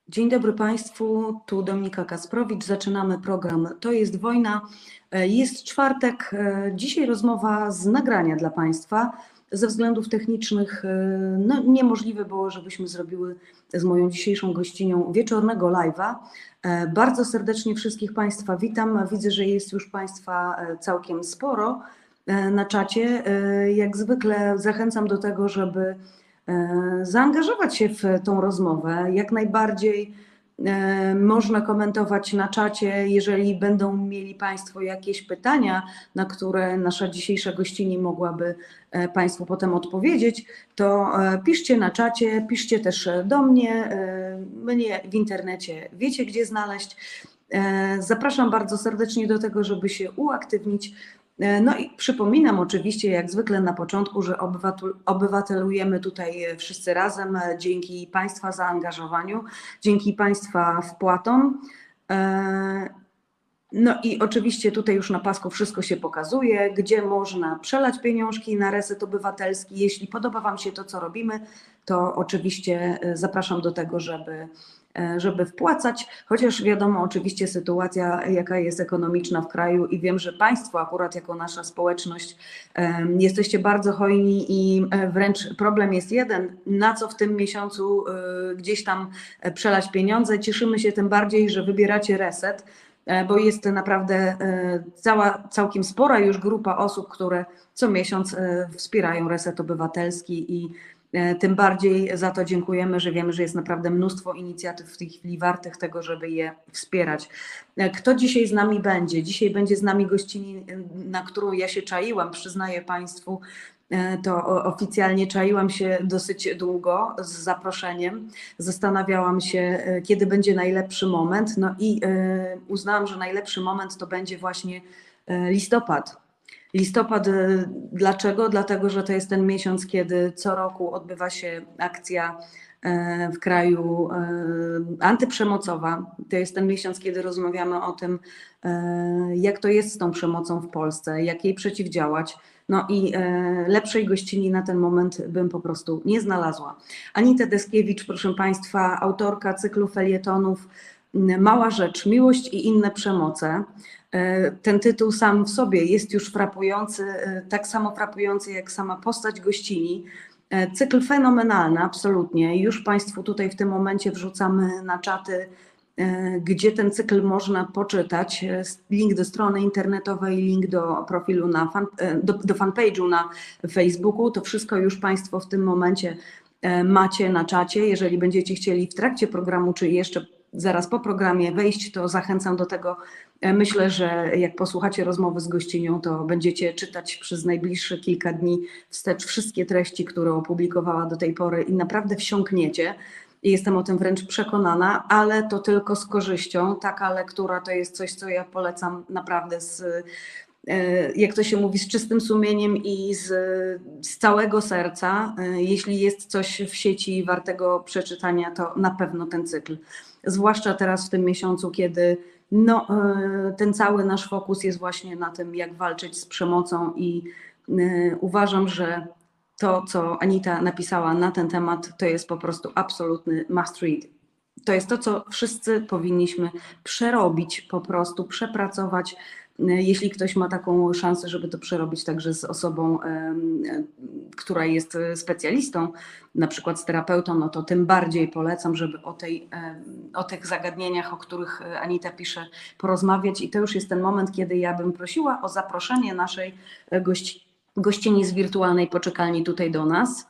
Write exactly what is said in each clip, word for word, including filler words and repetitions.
Dzień dobry Państwu, tu Dominika Kasprowicz. Zaczynamy program To jest wojna. Jest czwartek. Dzisiaj rozmowa z nagrania dla Państwa. Ze względów technicznych no, niemożliwe było, żebyśmy zrobiły z moją dzisiejszą gościnią wieczornego live'a. Bardzo serdecznie wszystkich Państwa witam. Widzę, że jest już Państwa całkiem sporo na czacie. Jak zwykle zachęcam do tego, żeby zaangażować się w tą rozmowę. Jak najbardziej można komentować na czacie, jeżeli będą mieli Państwo jakieś pytania, na które nasza dzisiejsza gościni mogłaby Państwu potem odpowiedzieć, to piszcie na czacie, piszcie też do mnie. Mnie w internecie wiecie, gdzie znaleźć. Zapraszam bardzo serdecznie do tego, żeby się uaktywnić. No i przypominam oczywiście, jak zwykle na początku, że obywatelujemy tutaj wszyscy razem dzięki Państwa zaangażowaniu, dzięki Państwa wpłatom. No i oczywiście tutaj już na pasku wszystko się pokazuje, gdzie można przelać pieniążki na Reset Obywatelski. Jeśli podoba Wam się to, co robimy, to oczywiście zapraszam do tego, żeby żeby wpłacać, chociaż wiadomo oczywiście sytuacja, jaka jest ekonomiczna w kraju i wiem, że Państwo akurat jako nasza społeczność jesteście bardzo hojni i wręcz problem jest jeden, na co w tym miesiącu gdzieś tam przelać pieniądze. Cieszymy się tym bardziej, że wybieracie Reset, bo jest naprawdę cała, całkiem spora już grupa osób, które co miesiąc wspierają Reset Obywatelski i tym bardziej za to dziękujemy, że wiemy, że jest naprawdę mnóstwo inicjatyw w tej chwili wartych tego, żeby je wspierać. Kto dzisiaj z nami będzie? Dzisiaj będzie z nami gościni, na którą ja się czaiłam, przyznaję Państwu, to oficjalnie czaiłam się dosyć długo z zaproszeniem. Zastanawiałam się, kiedy będzie najlepszy moment, no i uznałam, że najlepszy moment to będzie właśnie listopad. Listopad, dlaczego? Dlatego, że to jest ten miesiąc, kiedy co roku odbywa się akcja w kraju antyprzemocowa. To jest ten miesiąc, kiedy rozmawiamy o tym, jak to jest z tą przemocą w Polsce, jak jej przeciwdziałać. No i lepszej gościni na ten moment bym po prostu nie znalazła. Anita Deskiewicz, proszę Państwa, autorka cyklu felietonów Mała rzecz, miłość i inne przemoce. Ten tytuł sam w sobie jest już frapujący, tak samo frapujący jak sama postać gościni. Cykl fenomenalny, absolutnie. Już Państwu tutaj w tym momencie wrzucamy na czaty, gdzie ten cykl można poczytać. Link do strony internetowej, link do profilu, na fan, do, do fanpage'u na Facebooku. To wszystko już Państwo w tym momencie macie na czacie. Jeżeli będziecie chcieli w trakcie programu, czy jeszcze zaraz po programie wejść, to zachęcam do tego. Myślę, że jak posłuchacie rozmowy z gościnią, to będziecie czytać przez najbliższe kilka dni wstecz wszystkie treści, które opublikowała do tej pory i naprawdę wsiąkniecie. Jestem o tym wręcz przekonana, ale to tylko z korzyścią. Taka lektura to jest coś, co ja polecam naprawdę z, jak to się mówi, z czystym sumieniem i z, z całego serca. Jeśli jest coś w sieci wartego przeczytania, to na pewno ten cykl. Zwłaszcza teraz w tym miesiącu, kiedy no, ten cały nasz fokus jest właśnie na tym, jak walczyć z przemocą i uważam, że to, co Anita napisała na ten temat, to jest po prostu absolutny must read. To jest to, co wszyscy powinniśmy przerobić, po prostu przepracować. Jeśli ktoś ma taką szansę, żeby to przerobić także z osobą, która jest specjalistą, na przykład z terapeutą, no to tym bardziej polecam, żeby o, tej, o tych zagadnieniach, o których Anita pisze, porozmawiać. I to już jest ten moment, kiedy ja bym prosiła o zaproszenie naszej gości, gościni z wirtualnej poczekalni tutaj do nas.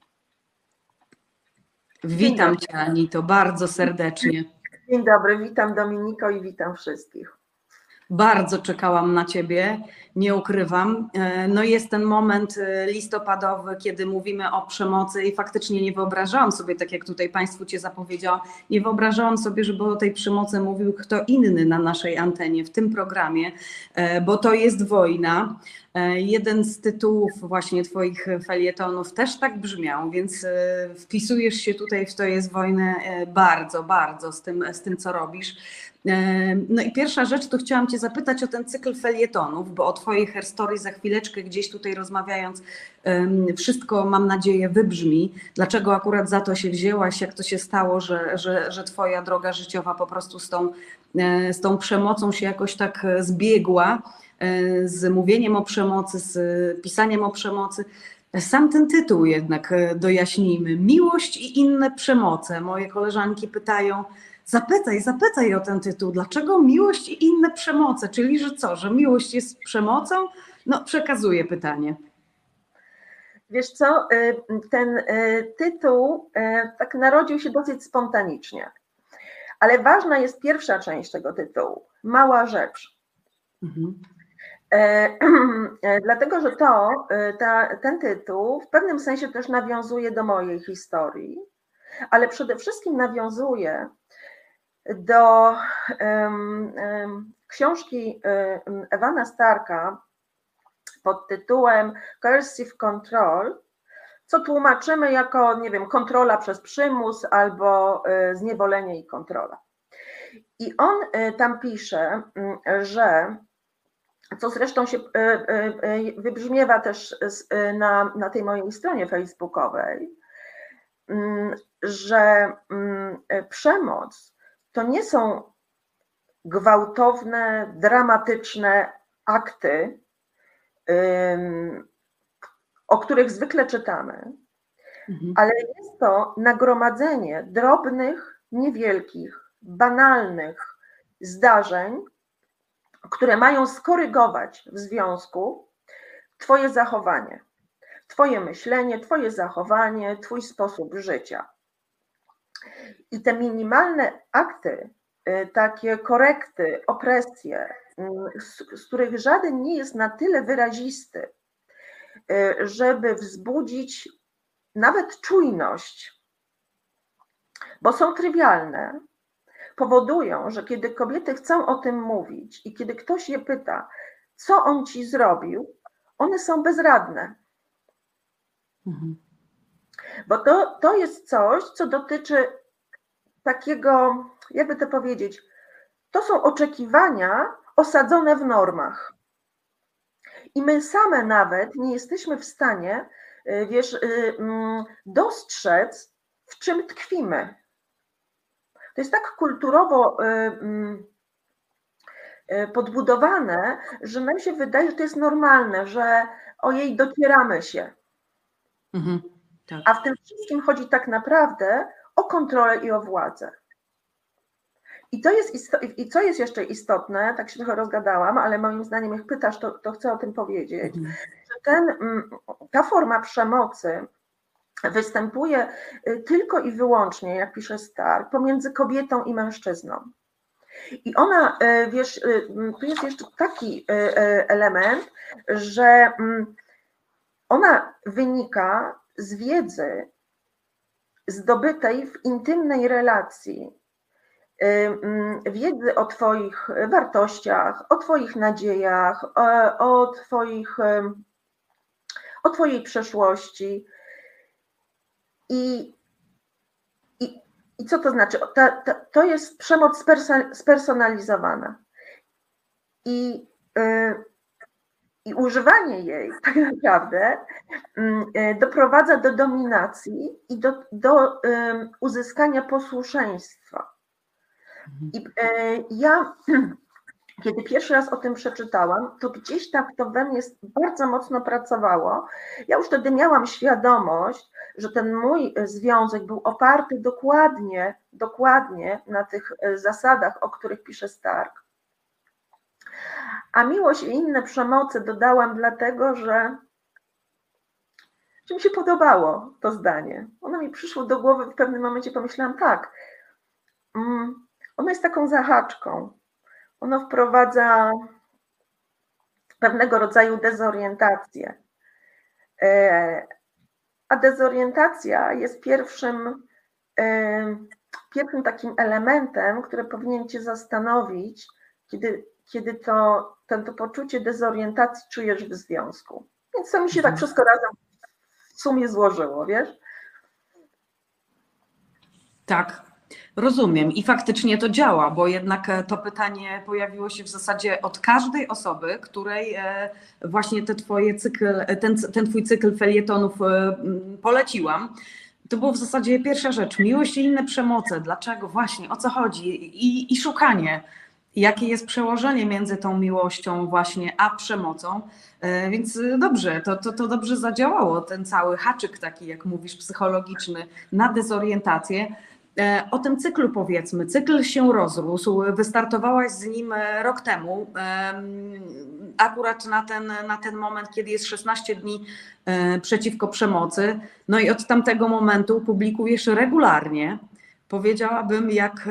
Witam Cię, Anito, bardzo serdecznie. Dzień dobry, witam Dominiko i witam wszystkich. Bardzo czekałam na Ciebie, nie ukrywam. No jest ten moment listopadowy, kiedy mówimy o przemocy i faktycznie nie wyobrażałam sobie, tak jak tutaj Państwu Cię zapowiedziałam, nie wyobrażałam sobie, żeby o tej przemocy mówił kto inny na naszej antenie, w tym programie, bo to jest wojna. Jeden z tytułów właśnie Twoich felietonów też tak brzmiał, więc wpisujesz się tutaj w To jest wojnę bardzo, bardzo z tym, z tym co robisz. No i pierwsza rzecz, to chciałam Cię zapytać o ten cykl felietonów, bo od twojej herstory za chwileczkę gdzieś tutaj rozmawiając, wszystko mam nadzieję wybrzmi. Dlaczego akurat za to się wzięłaś, jak to się stało, że, że, że twoja droga życiowa po prostu z tą, z tą przemocą się jakoś tak zbiegła, z mówieniem o przemocy, z pisaniem o przemocy. Sam ten tytuł jednak dojaśnijmy. Miłość i inne przemoce. Moje koleżanki pytają, zapytaj, zapytaj o ten tytuł. Dlaczego miłość i inne przemoce? Czyli, że co, że miłość jest przemocą? No, przekazuję pytanie. Wiesz co, ten tytuł tak narodził się dosyć spontanicznie, ale ważna jest pierwsza część tego tytułu, mała rzecz. Mhm. Dlatego, że to, ta, ten tytuł w pewnym sensie też nawiązuje do mojej historii, ale przede wszystkim nawiązuje do um, um, książki um, Ewana Starka pod tytułem Coercive Control, co tłumaczymy jako, nie wiem, kontrola przez przymus albo y, zniewolenie i kontrola. I on y, tam pisze, y, że co zresztą się wybrzmiewa też na, na tej mojej stronie facebookowej, że przemoc to nie są gwałtowne, dramatyczne akty, o których zwykle czytamy, mhm. ale jest to nagromadzenie drobnych, niewielkich, banalnych zdarzeń, które mają skorygować w związku twoje zachowanie, twoje myślenie, twoje zachowanie, twój sposób życia. I te minimalne akty, takie korekty, opresje, z, z których żaden nie jest na tyle wyrazisty, żeby wzbudzić nawet czujność, bo są trywialne, powodują, że kiedy kobiety chcą o tym mówić i kiedy ktoś je pyta, co on ci zrobił, one są bezradne. Mhm. Bo to, to jest coś, co dotyczy takiego, jakby to powiedzieć, to są oczekiwania osadzone w normach. I my same nawet nie jesteśmy w stanie, wiesz, dostrzec, w czym tkwimy. To jest tak kulturowo podbudowane, że nam się wydaje, że to jest normalne, że o jej docieramy się. Mhm, tak. A w tym wszystkim chodzi tak naprawdę o kontrolę i o władzę. I to jest isto- i co jest jeszcze istotne, tak się trochę rozgadałam, ale moim zdaniem jak pytasz, to, to chcę o tym powiedzieć, mhm. że ten, ta forma przemocy występuje tylko i wyłącznie, jak pisze Stark, pomiędzy kobietą i mężczyzną. I ona, wiesz, tu jest jeszcze taki element, że ona wynika z wiedzy zdobytej w intymnej relacji, wiedzy o twoich wartościach, o twoich nadziejach, o twoich, o twojej przeszłości. I, i, i co to znaczy? Ta, ta, to jest przemoc spersonalizowana. I, yy, I używanie jej tak naprawdę yy, doprowadza do dominacji i do, do yy, uzyskania posłuszeństwa. I yy, ja, kiedy pierwszy raz o tym przeczytałam, to gdzieś tak to we mnie bardzo mocno pracowało. Ja już wtedy miałam świadomość, że ten mój związek był oparty dokładnie, dokładnie na tych zasadach, o których pisze Stark. A miłość i inne przemocy dodałam dlatego, że, że mi się podobało to zdanie. Ono mi przyszło do głowy w pewnym momencie, pomyślałam tak, ono jest taką zahaczką. Ono wprowadza pewnego rodzaju dezorientację. A dezorientacja jest pierwszym, pierwszym takim elementem, który powinien cię zastanowić, kiedy, kiedy to, to, to poczucie dezorientacji czujesz w związku. Więc to mi się tak wszystko razem w sumie złożyło, wiesz? Tak. Rozumiem i faktycznie to działa, bo jednak to pytanie pojawiło się w zasadzie od każdej osoby, której właśnie te twoje cykl, ten, ten twój cykl felietonów poleciłam. To było w zasadzie pierwsza rzecz, miłość i inne przemoce. Dlaczego? Właśnie, o co chodzi? I, i szukanie, jakie jest przełożenie między tą miłością właśnie a przemocą. Więc dobrze, to, to, to dobrze zadziałało, ten cały haczyk taki, jak mówisz, psychologiczny na dezorientację. O tym cyklu powiedzmy. Cykl się rozrósł, wystartowałaś z nim rok temu, akurat na ten, na ten moment, kiedy jest szesnaście dni przeciwko przemocy. No i od tamtego momentu publikujesz regularnie. Powiedziałabym, jak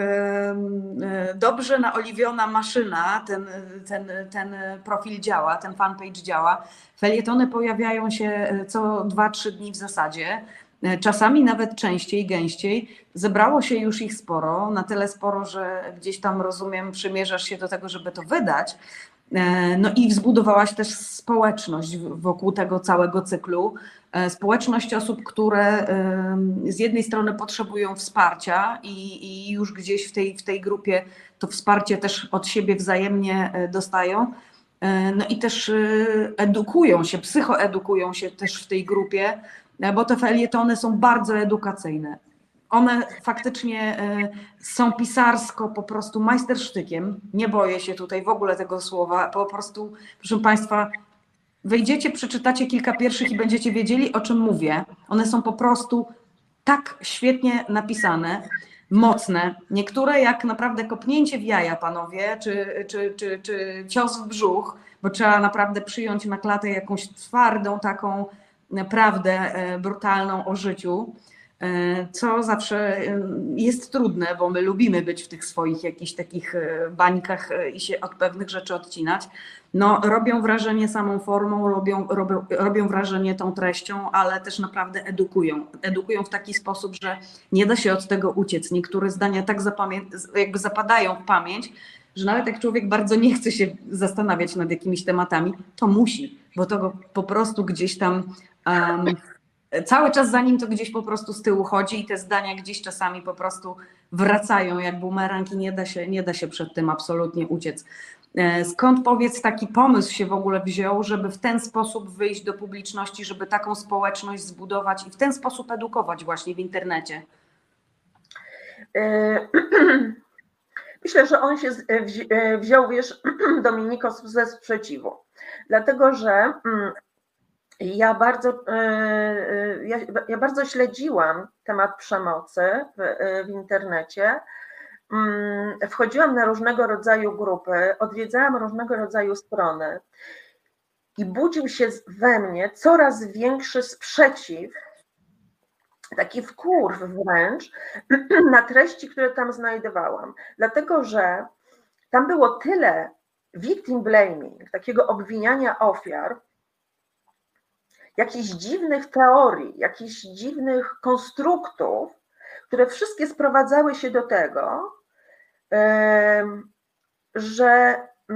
dobrze naoliwiona maszyna ten, ten, ten profil działa, ten fanpage działa. Felietony pojawiają się co dwa trzy dni w zasadzie. Czasami nawet częściej, gęściej. Zebrało się już ich sporo, na tyle sporo, że gdzieś tam, rozumiem, przymierzasz się do tego, żeby to wydać. No i zbudowałaś też społeczność wokół tego całego cyklu. Społeczność osób, które z jednej strony potrzebują wsparcia i, i już gdzieś w tej, w tej grupie to wsparcie też od siebie wzajemnie dostają. No i też edukują się, psychoedukują się też w tej grupie, bo te felietony są bardzo edukacyjne. One faktycznie są pisarsko po prostu majstersztykiem. Nie boję się tutaj w ogóle tego słowa. Po prostu, proszę Państwa, wejdziecie, przeczytacie kilka pierwszych i będziecie wiedzieli, o czym mówię. One są po prostu tak świetnie napisane, mocne. Niektóre jak naprawdę kopnięcie w jaja, panowie, czy, czy, czy, czy cios w brzuch, bo trzeba naprawdę przyjąć na klatę jakąś twardą taką prawdę brutalną o życiu, co zawsze jest trudne, bo my lubimy być w tych swoich jakichś takich bańkach i się od pewnych rzeczy odcinać. No, robią wrażenie samą formą, robią, robią, robią wrażenie tą treścią, ale też naprawdę edukują. Edukują w taki sposób, że nie da się od tego uciec. Niektóre zdania tak zapamię- jakby zapadają w pamięć, że nawet jak człowiek bardzo nie chce się zastanawiać nad jakimiś tematami, to musi, bo to go po prostu gdzieś tam um, cały czas za nim to gdzieś po prostu z tyłu chodzi i te zdania gdzieś czasami po prostu wracają jak bumerang i nie da się, nie da się przed tym absolutnie uciec. Skąd, powiedz, taki pomysł się w ogóle wziął, żeby w ten sposób wyjść do publiczności, żeby taką społeczność zbudować i w ten sposób edukować właśnie w internecie? Myślę, że on się wziął, wiesz, Dominiko, ze sprzeciwu, dlatego że ja bardzo, ja, ja bardzo śledziłam temat przemocy w, w internecie. Wchodziłam na różnego rodzaju grupy, odwiedzałam różnego rodzaju strony i budził się we mnie coraz większy sprzeciw, taki wkurw wręcz na treści, które tam znajdowałam. Dlatego, że tam było tyle victim blaming, takiego obwiniania ofiar, jakichś dziwnych teorii, jakichś dziwnych konstruktów, które wszystkie sprowadzały się do tego, że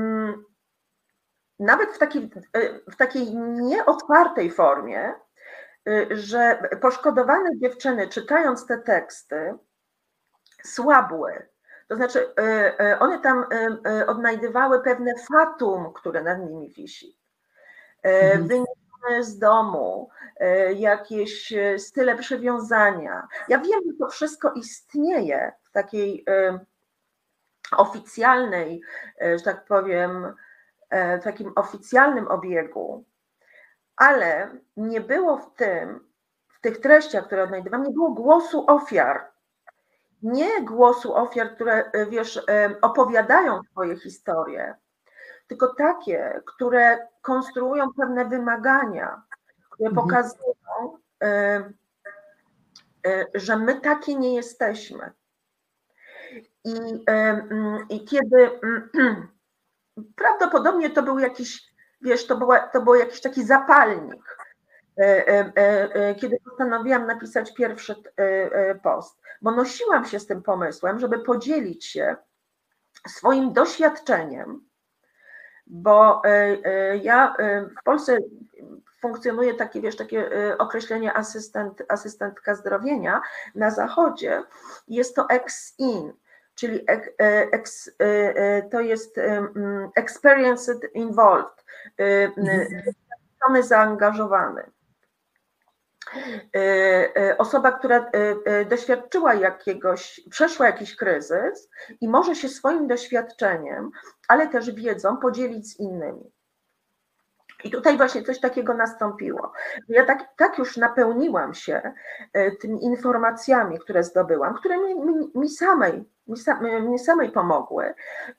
nawet w takiej, w takiej nieotwartej formie, że poszkodowane dziewczyny, czytając te teksty, słabły. To znaczy, one tam odnajdywały pewne fatum, które nad nimi wisi. Wyniesione z domu, jakieś style przywiązania. Ja wiem, że to wszystko istnieje w takiej oficjalnej, że tak powiem, w takim oficjalnym obiegu, ale nie było w tym, w tych treściach, które odnajdywam, nie było głosu ofiar. Nie głosu ofiar, które, wiesz, opowiadają swoje historie, tylko takie, które konstruują pewne wymagania, które pokazują, że my takie nie jesteśmy. I, i kiedy prawdopodobnie to był jakiś, wiesz, to, była, to był jakiś taki zapalnik, kiedy postanowiłam napisać pierwszy post, bo nosiłam się z tym pomysłem, żeby podzielić się swoim doświadczeniem, bo ja w Polsce funkcjonuje takie, wiesz, takie określenie asystent, asystentka zdrowienia. Na Zachodzie jest to ex-in, czyli ex, to jest experienced involved, mhm. zaangażowany. Osoba, która doświadczyła jakiegoś, przeszła jakiś kryzys i może się swoim doświadczeniem, ale też wiedzą podzielić z innymi. I tutaj właśnie coś takiego nastąpiło. Ja tak, tak już napełniłam się tymi informacjami, które zdobyłam, które mi, mi, mi, samej, mi, mi samej pomogły,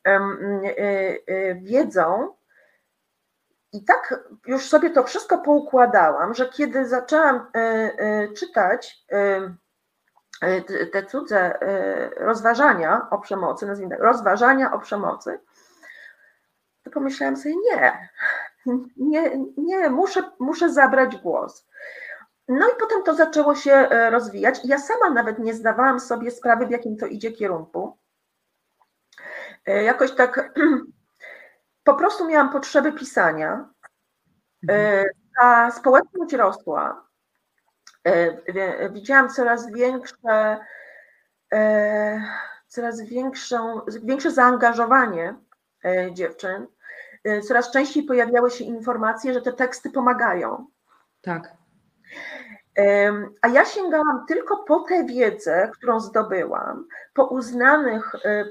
wiedzą. I tak już sobie to wszystko poukładałam, że kiedy zaczęłam czytać te cudze rozważania o przemocy, nazwijmy tak, rozważania o przemocy, to pomyślałam sobie, nie, nie, nie, muszę, muszę zabrać głos. No i potem to zaczęło się rozwijać i ja sama nawet nie zdawałam sobie sprawy, w jakim to idzie kierunku. Jakoś tak po prostu miałam potrzeby pisania, a społeczność rosła. Widziałam coraz większe, coraz większą, większe zaangażowanie dziewczyn. Coraz częściej pojawiały się informacje, że te teksty pomagają. Tak. A ja sięgałam tylko po tę wiedzę, którą zdobyłam, po uznanych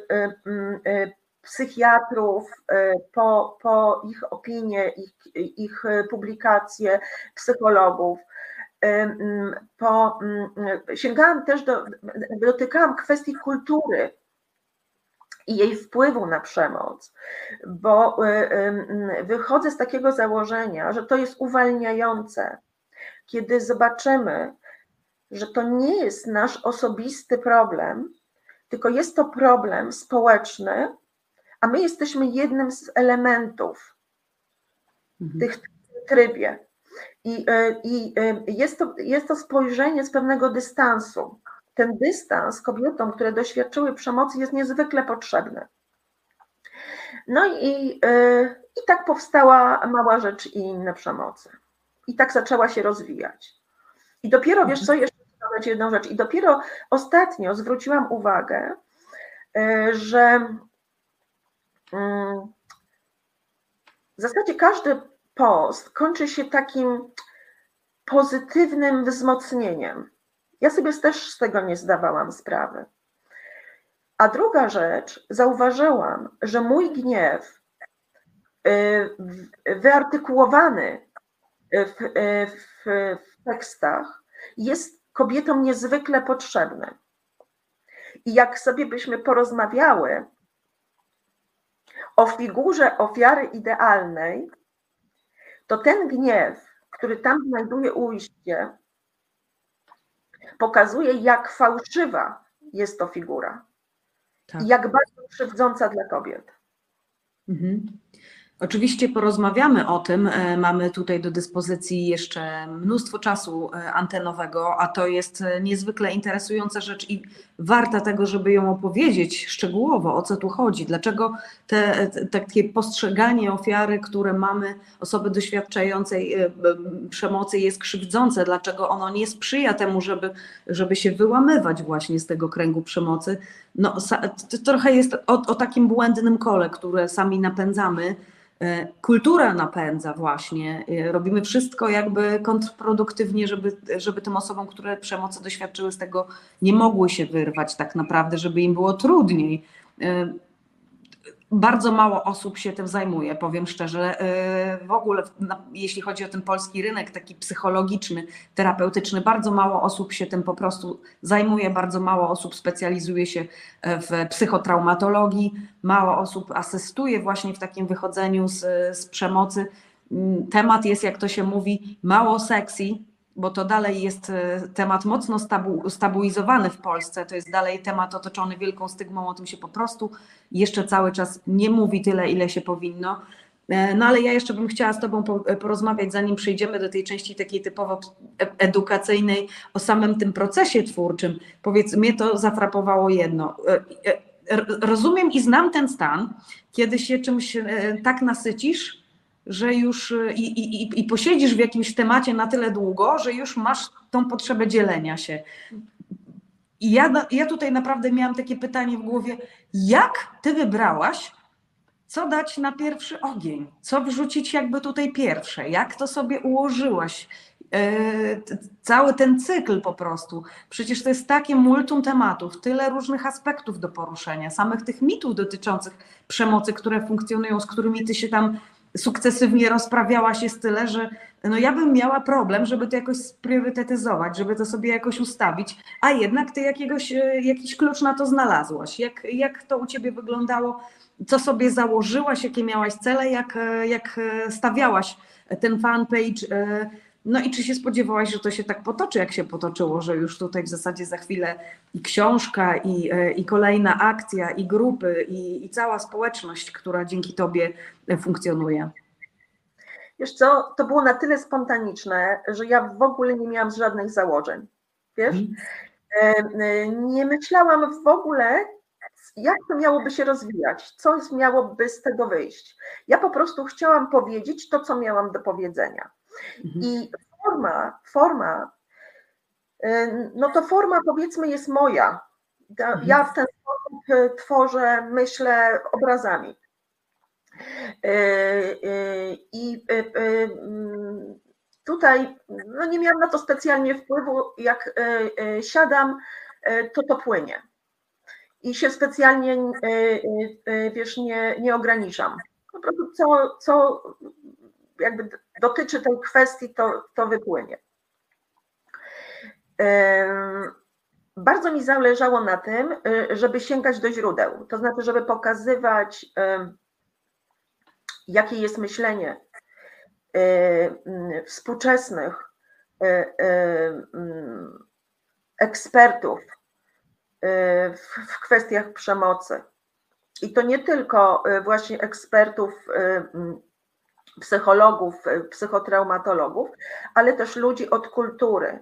psychiatrów, po, po ich opinie, ich, ich publikacje, psychologów. Po, sięgałam też do, dotykałam kwestii kultury i jej wpływu na przemoc, bo wychodzę z takiego założenia, że to jest uwalniające, kiedy zobaczymy, że to nie jest nasz osobisty problem, tylko jest to problem społeczny, a my jesteśmy jednym z elementów mhm. tych w trybie. I, i jest, to, jest to spojrzenie z pewnego dystansu. Ten dystans kobietom, które doświadczyły przemocy, jest niezwykle potrzebny. No i, i tak powstała Mała Rzecz i inne przemocy. I tak zaczęła się rozwijać. I dopiero, wiesz co, jeszcze chcę dodać jedną rzecz, i dopiero ostatnio zwróciłam uwagę, że w zasadzie każdy post kończy się takim pozytywnym wzmocnieniem. Ja sobie też z tego nie zdawałam sprawy. A druga rzecz, zauważyłam, że mój gniew wyartykułowany w, w, w tekstach jest kobietom niezwykle potrzebny. I jak sobie byśmy porozmawiały o figurze ofiary idealnej, to ten gniew, który tam znajduje ujście, pokazuje, jak fałszywa jest to figura tak. i jak bardzo krzywdząca dla kobiet. Mhm. Oczywiście porozmawiamy o tym, mamy tutaj do dyspozycji jeszcze mnóstwo czasu antenowego, a to jest niezwykle interesująca rzecz i warta tego, żeby ją opowiedzieć szczegółowo, o co tu chodzi, dlaczego te, te takie postrzeganie ofiary, które mamy, osoby doświadczającej przemocy jest krzywdzące, dlaczego ono nie sprzyja temu, żeby, żeby się wyłamywać właśnie z tego kręgu przemocy. No, to trochę jest o, o takim błędnym kole, które sami napędzamy. Kultura napędza właśnie, robimy wszystko jakby kontrproduktywnie, żeby, żeby tym osobom, które przemocy doświadczyły, z tego nie mogły się wyrwać tak naprawdę, żeby im było trudniej. Bardzo mało osób się tym zajmuje, powiem szczerze. W ogóle, jeśli chodzi o ten polski rynek taki psychologiczny, terapeutyczny, bardzo mało osób się tym po prostu zajmuje, bardzo mało osób specjalizuje się w psychotraumatologii, mało osób asystuje właśnie w takim wychodzeniu z, z przemocy. Temat jest, jak to się mówi, mało sexy, bo to dalej jest temat mocno stabu, stabilizowany w Polsce, to jest dalej temat otoczony wielką stygmą, o tym się po prostu jeszcze cały czas nie mówi tyle, ile się powinno. No ale ja jeszcze bym chciała z Tobą porozmawiać, zanim przejdziemy do tej części takiej typowo edukacyjnej, o samym tym procesie twórczym. Powiedz, mnie to zafrapowało jedno. Rozumiem i znam ten stan, kiedy się czymś tak nasycisz, że już i, i, i posiedzisz w jakimś temacie na tyle długo, że już masz tą potrzebę dzielenia się. I ja, ja tutaj naprawdę miałam takie pytanie w głowie, jak ty wybrałaś, co dać na pierwszy ogień? Co wrzucić jakby tutaj pierwsze? Jak to sobie ułożyłaś? Yy, cały ten cykl po prostu. Przecież to jest takie multum tematów, tyle różnych aspektów do poruszenia, samych tych mitów dotyczących przemocy, które funkcjonują, z którymi ty się tam sukcesywnie rozprawiałaś, jest tyle, że no ja bym miała problem, żeby to jakoś spriorytetyzować, żeby to sobie jakoś ustawić, a jednak ty jakiegoś, jakiś klucz na to znalazłaś. Jak, jak to u ciebie wyglądało? Co sobie założyłaś, jakie miałaś cele, jak, jak stawiałaś ten fanpage, no i czy się spodziewałaś, że to się tak potoczy, jak się potoczyło, że już tutaj w zasadzie za chwilę i książka, i, i kolejna akcja, i grupy, i, i cała społeczność, która dzięki tobie funkcjonuje? Wiesz co, to było na tyle spontaniczne, że ja w ogóle nie miałam żadnych założeń, wiesz? Hmm. Nie myślałam w ogóle, jak to miałoby się rozwijać, co miałoby z tego wyjść. Ja po prostu chciałam powiedzieć to, co miałam do powiedzenia. Mhm. I forma, forma, no to forma powiedzmy jest moja. Mhm. Ja w ten sposób tworzę, myślę obrazami. I tutaj no nie miałam na to specjalnie wpływu, jak siadam, to to płynie. I się specjalnie, wiesz, nie, nie ograniczam. Po prostu co, co jakby dotyczy tej kwestii, to, to wypłynie. Bardzo mi zależało na tym, żeby sięgać do źródeł, to znaczy, żeby pokazywać, jakie jest myślenie współczesnych ekspertów w kwestiach przemocy. I to nie tylko właśnie ekspertów, psychologów, psychotraumatologów, ale też ludzi od kultury.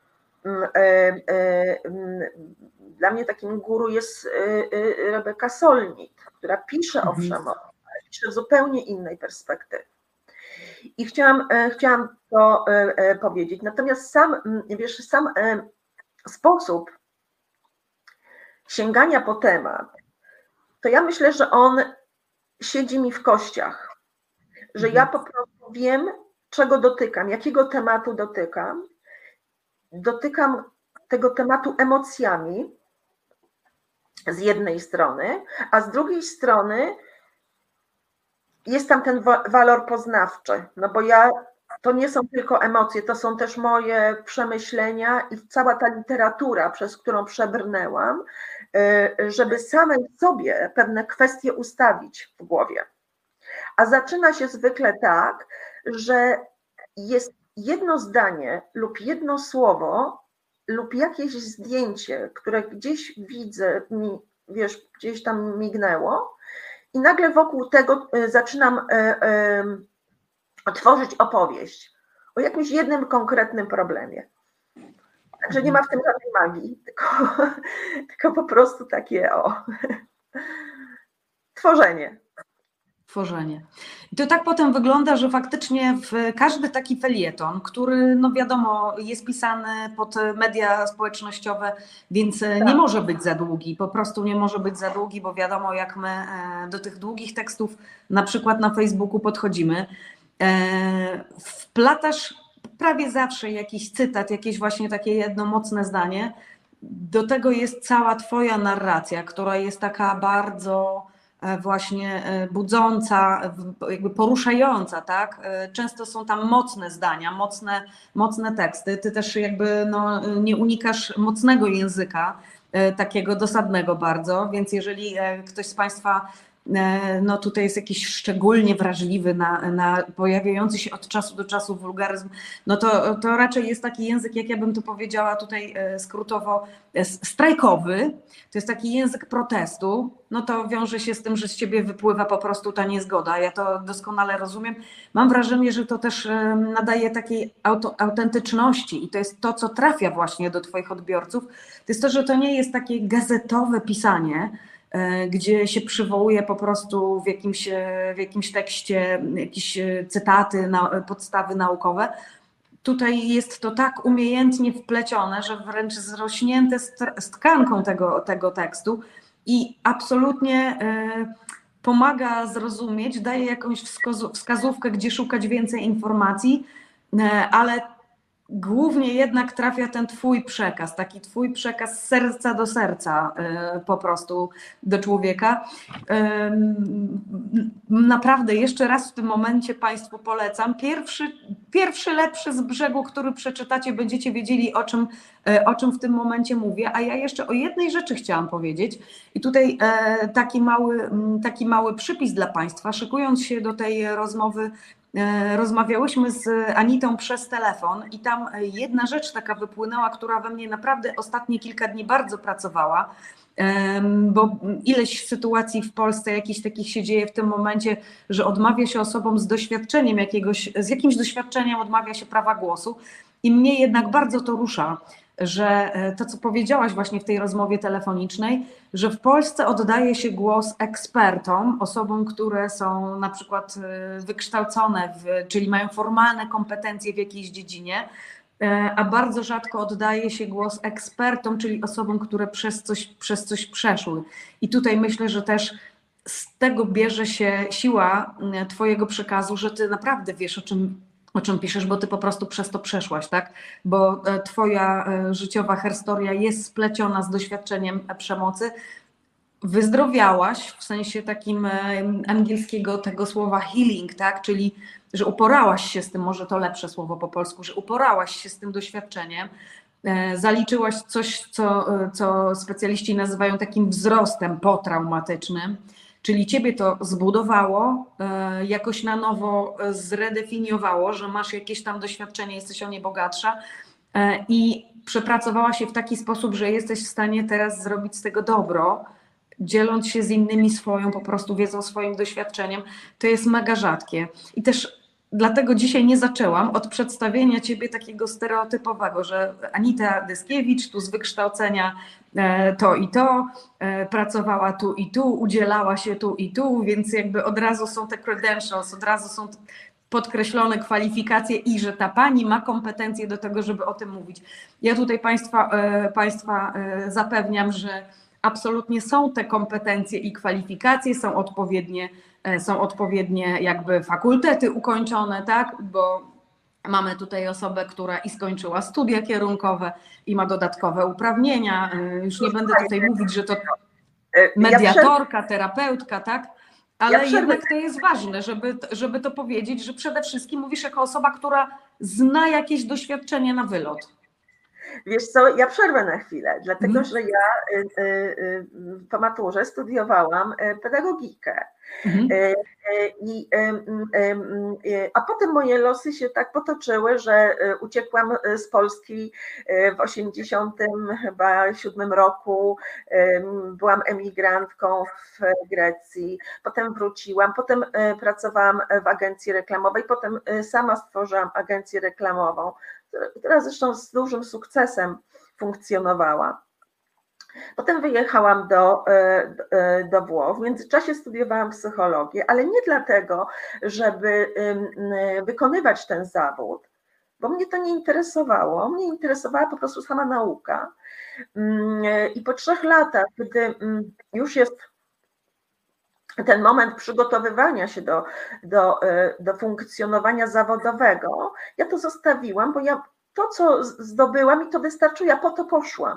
Dla mnie takim guru jest Rebeka Solnit, która pisze o przemocy, ale pisze w zupełnie innej perspektywie. I chciałam, chciałam to powiedzieć. Natomiast sam, wiesz, sam sposób sięgania po temat, to ja myślę, że on siedzi mi w kościach, że ja po prostu wiem, czego dotykam, jakiego tematu dotykam. Dotykam tego tematu emocjami z jednej strony, a z drugiej strony jest tam ten walor poznawczy, no bo ja, to nie są tylko emocje, to są też moje przemyślenia i cała ta literatura, przez którą przebrnęłam, żeby samej sobie pewne kwestie ustawić w głowie. A zaczyna się zwykle tak, że jest jedno zdanie lub jedno słowo lub jakieś zdjęcie, które gdzieś widzę, mi, wiesz, gdzieś tam mignęło i nagle wokół tego zaczynam e, e, tworzyć opowieść o jakimś jednym konkretnym problemie. Także nie ma w tym żadnej magii, tylko, tylko po prostu takie o tworzenie. Tworzenie. I to tak potem wygląda, że faktycznie w każdy taki felieton, który no wiadomo jest pisany pod media społecznościowe, więc tak. nie może być za długi, po prostu nie może być za długi, bo wiadomo jak my do tych długich tekstów na przykład na Facebooku podchodzimy. Wplatasz prawie zawsze jakiś cytat, jakieś właśnie takie jedno mocne zdanie. Do tego jest cała twoja narracja, która jest taka bardzo właśnie budząca, jakby poruszająca, tak? Często są tam mocne zdania, mocne, mocne teksty. Ty też jakby no, nie unikasz mocnego języka, takiego dosadnego bardzo, więc jeżeli ktoś z Państwa no tutaj jest jakiś szczególnie wrażliwy na, na pojawiający się od czasu do czasu wulgaryzm, no to, to raczej jest taki język, jak ja bym to powiedziała tutaj skrótowo, strajkowy. To jest taki język protestu, no to wiąże się z tym, że z ciebie wypływa po prostu ta niezgoda. Ja to doskonale rozumiem. Mam wrażenie, że to też nadaje takiej auto, autentyczności i to jest to, co trafia właśnie do twoich odbiorców. To jest to, że to nie jest takie gazetowe pisanie, gdzie się przywołuje po prostu w jakimś, w jakimś tekście jakieś cytaty, podstawy naukowe. Tutaj jest to tak umiejętnie wplecione, że wręcz zrośnięte z tkanką tego, tego tekstu i absolutnie pomaga zrozumieć, daje jakąś wskazówkę, gdzie szukać więcej informacji, ale głównie jednak trafia ten twój przekaz, taki twój przekaz z serca do serca po prostu do człowieka. Naprawdę jeszcze raz w tym momencie Państwu polecam. Pierwszy, pierwszy lepszy z brzegu, który przeczytacie, będziecie wiedzieli, o czym, o czym w tym momencie mówię. A ja jeszcze o jednej rzeczy chciałam powiedzieć. I tutaj taki mały, taki mały przypis dla Państwa. Szykując się do tej rozmowy, rozmawiałyśmy z Anitą przez telefon i tam jedna rzecz taka wypłynęła, która we mnie naprawdę ostatnie kilka dni bardzo pracowała, bo ileś sytuacji w Polsce jakichś takich się dzieje w tym momencie, że odmawia się osobom z doświadczeniem jakiegoś, z jakimś doświadczeniem odmawia się prawa głosu i mnie jednak bardzo to rusza, że to, co powiedziałaś właśnie w tej rozmowie telefonicznej, że w Polsce oddaje się głos ekspertom, osobom, które są na przykład wykształcone, w, czyli mają formalne kompetencje w jakiejś dziedzinie, a bardzo rzadko oddaje się głos ekspertom, czyli osobom, które przez coś, przez coś przeszły. I tutaj myślę, że też z tego bierze się siła Twojego przekazu, że Ty naprawdę wiesz, o czym o czym piszesz, bo ty po prostu przez to przeszłaś, tak? Bo twoja życiowa historia jest spleciona z doświadczeniem przemocy. Wyzdrowiałaś w sensie takim angielskiego tego słowa healing, tak? Czyli, że uporałaś się z tym, może to lepsze słowo po polsku, że uporałaś się z tym doświadczeniem, zaliczyłaś coś, co, co specjaliści nazywają takim wzrostem potraumatycznym. Czyli ciebie to zbudowało, jakoś na nowo zredefiniowało, że masz jakieś tam doświadczenie, jesteś o nie bogatsza i przepracowała się w taki sposób, że jesteś w stanie teraz zrobić z tego dobro, dzieląc się z innymi swoją po prostu wiedzą, swoim doświadczeniem. To jest mega rzadkie. I też dlatego dzisiaj nie zaczęłam od przedstawienia ciebie takiego stereotypowego, że Anita Deskiewicz tu z wykształcenia to i to, pracowała tu i tu, udzielała się tu i tu, więc jakby od razu są te credentials, od razu są podkreślone kwalifikacje i że ta pani ma kompetencje do tego, żeby o tym mówić. Ja tutaj Państwa, państwa zapewniam, że absolutnie są te kompetencje i kwalifikacje, są odpowiednie, są odpowiednie jakby fakultety ukończone, tak, bo mamy tutaj osobę, która i skończyła studia kierunkowe i ma dodatkowe uprawnienia. Już nie będę tutaj mówić, że to mediatorka, terapeutka, tak? Ale ja jednak to jest ważne, żeby, żeby to powiedzieć, że przede wszystkim mówisz jako osoba, która zna jakieś doświadczenie na wylot. Wiesz co, ja przerwę na chwilę, dlatego mm. że ja po maturze studiowałam pedagogikę. Mm. I, a potem moje losy się tak potoczyły, że uciekłam z Polski w osiemdziesiątym siódmym roku, byłam emigrantką w Grecji, potem wróciłam, potem pracowałam w agencji reklamowej, potem sama stworzyłam agencję reklamową, która zresztą z dużym sukcesem funkcjonowała. Potem wyjechałam do, do Włoch, w międzyczasie studiowałam psychologię, ale nie dlatego, żeby wykonywać ten zawód, bo mnie to nie interesowało, mnie interesowała po prostu sama nauka. I po trzech latach, gdy już jest ten moment przygotowywania się do, do, do funkcjonowania zawodowego, ja to zostawiłam, bo ja to, co zdobyłam, mi to wystarczyło, ja po to poszłam.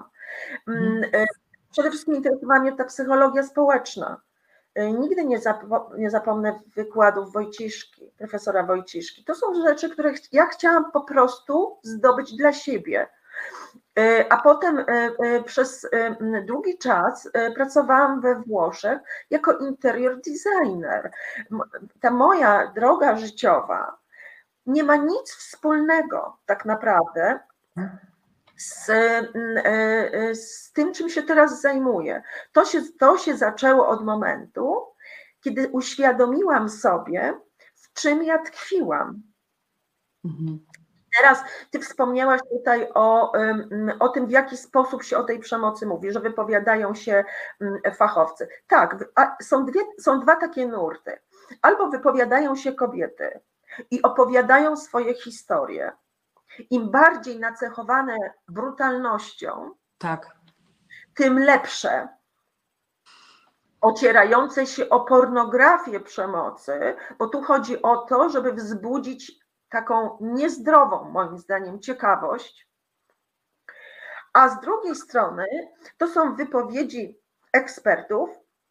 Przede wszystkim interesowała mnie ta psychologia społeczna. Nigdy nie, zapo- nie zapomnę wykładów Wojciszki, profesora Wojciszki. To są rzeczy, które ja chciałam po prostu zdobyć dla siebie. A potem przez długi czas pracowałam we Włoszech jako interior designer. Ta moja droga życiowa nie ma nic wspólnego tak naprawdę z, z tym, czym się teraz zajmuję. To się, to się zaczęło od momentu, kiedy uświadomiłam sobie, w czym ja tkwiłam. Mhm. Teraz ty wspomniałaś tutaj o, o tym, w jaki sposób się o tej przemocy mówi, że wypowiadają się fachowcy. Tak, są, dwie, są dwa takie nurty. Albo wypowiadają się kobiety i opowiadają swoje historie. Im bardziej nacechowane brutalnością, tak, tym lepsze. Ocierające się o pornografię przemocy, bo tu chodzi o to, żeby wzbudzić taką niezdrową, moim zdaniem, ciekawość. A z drugiej strony to są wypowiedzi ekspertów,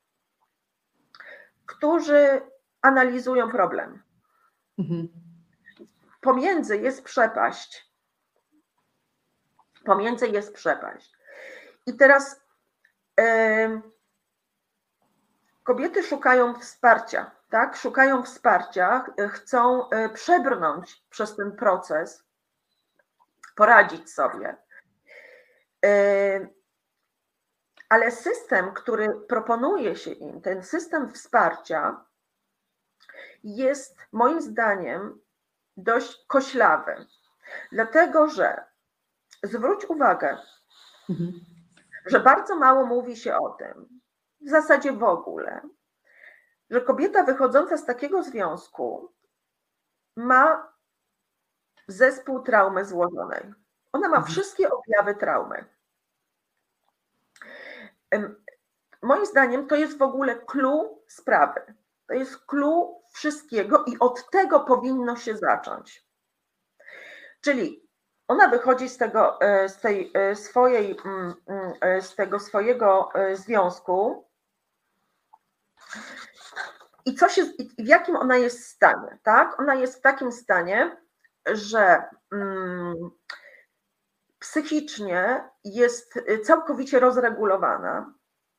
którzy analizują problem. Mhm. Pomiędzy jest przepaść. Pomiędzy jest przepaść. I teraz yy, kobiety szukają wsparcia, tak? Szukają wsparcia, chcą przebrnąć przez ten proces, poradzić sobie. Ale system, który proponuje się im, ten system wsparcia jest moim zdaniem dość koślawy, dlatego że zwróć uwagę, mhm. że bardzo mało mówi się o tym, w zasadzie w ogóle, że kobieta wychodząca z takiego związku ma zespół traumy złożonej. Ona ma wszystkie objawy traumy. Moim zdaniem to jest w ogóle clue sprawy. To jest clue wszystkiego i od tego powinno się zacząć. Czyli ona wychodzi z tego, z tej swojej, z tego swojego związku i co się, w jakim ona jest stanie, tak? Ona jest w takim stanie, że mm, psychicznie jest całkowicie rozregulowana,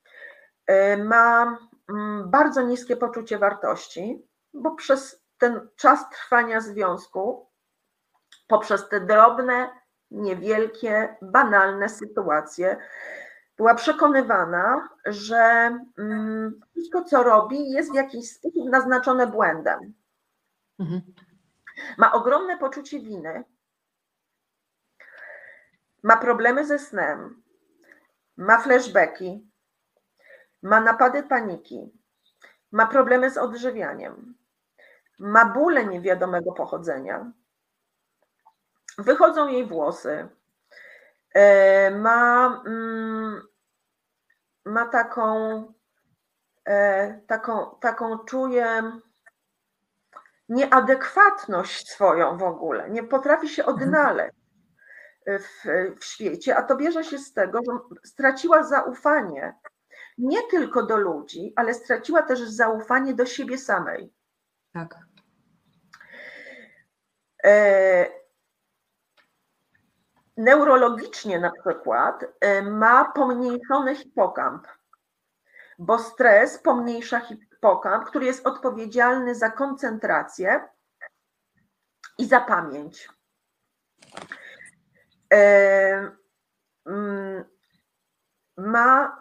ma bardzo niskie poczucie wartości, bo przez ten czas trwania związku, poprzez te drobne, niewielkie, banalne sytuacje, była przekonywana, że wszystko, co robi, jest w jakiś sposób naznaczone błędem. Mhm. Ma ogromne poczucie winy, ma problemy ze snem, ma flashbacki, ma napady paniki, ma problemy z odżywianiem, ma bóle niewiadomego pochodzenia, wychodzą jej włosy, ma, ma taką, taką, taką czuje nieadekwatność swoją w ogóle, nie potrafi się odnaleźć w, w świecie, a to bierze się z tego, że straciła zaufanie nie tylko do ludzi, ale straciła też zaufanie do siebie samej. Tak. E, neurologicznie na przykład ma pomniejszony hipokamp, bo stres pomniejsza hipokamp, który jest odpowiedzialny za koncentrację i za pamięć. E, ma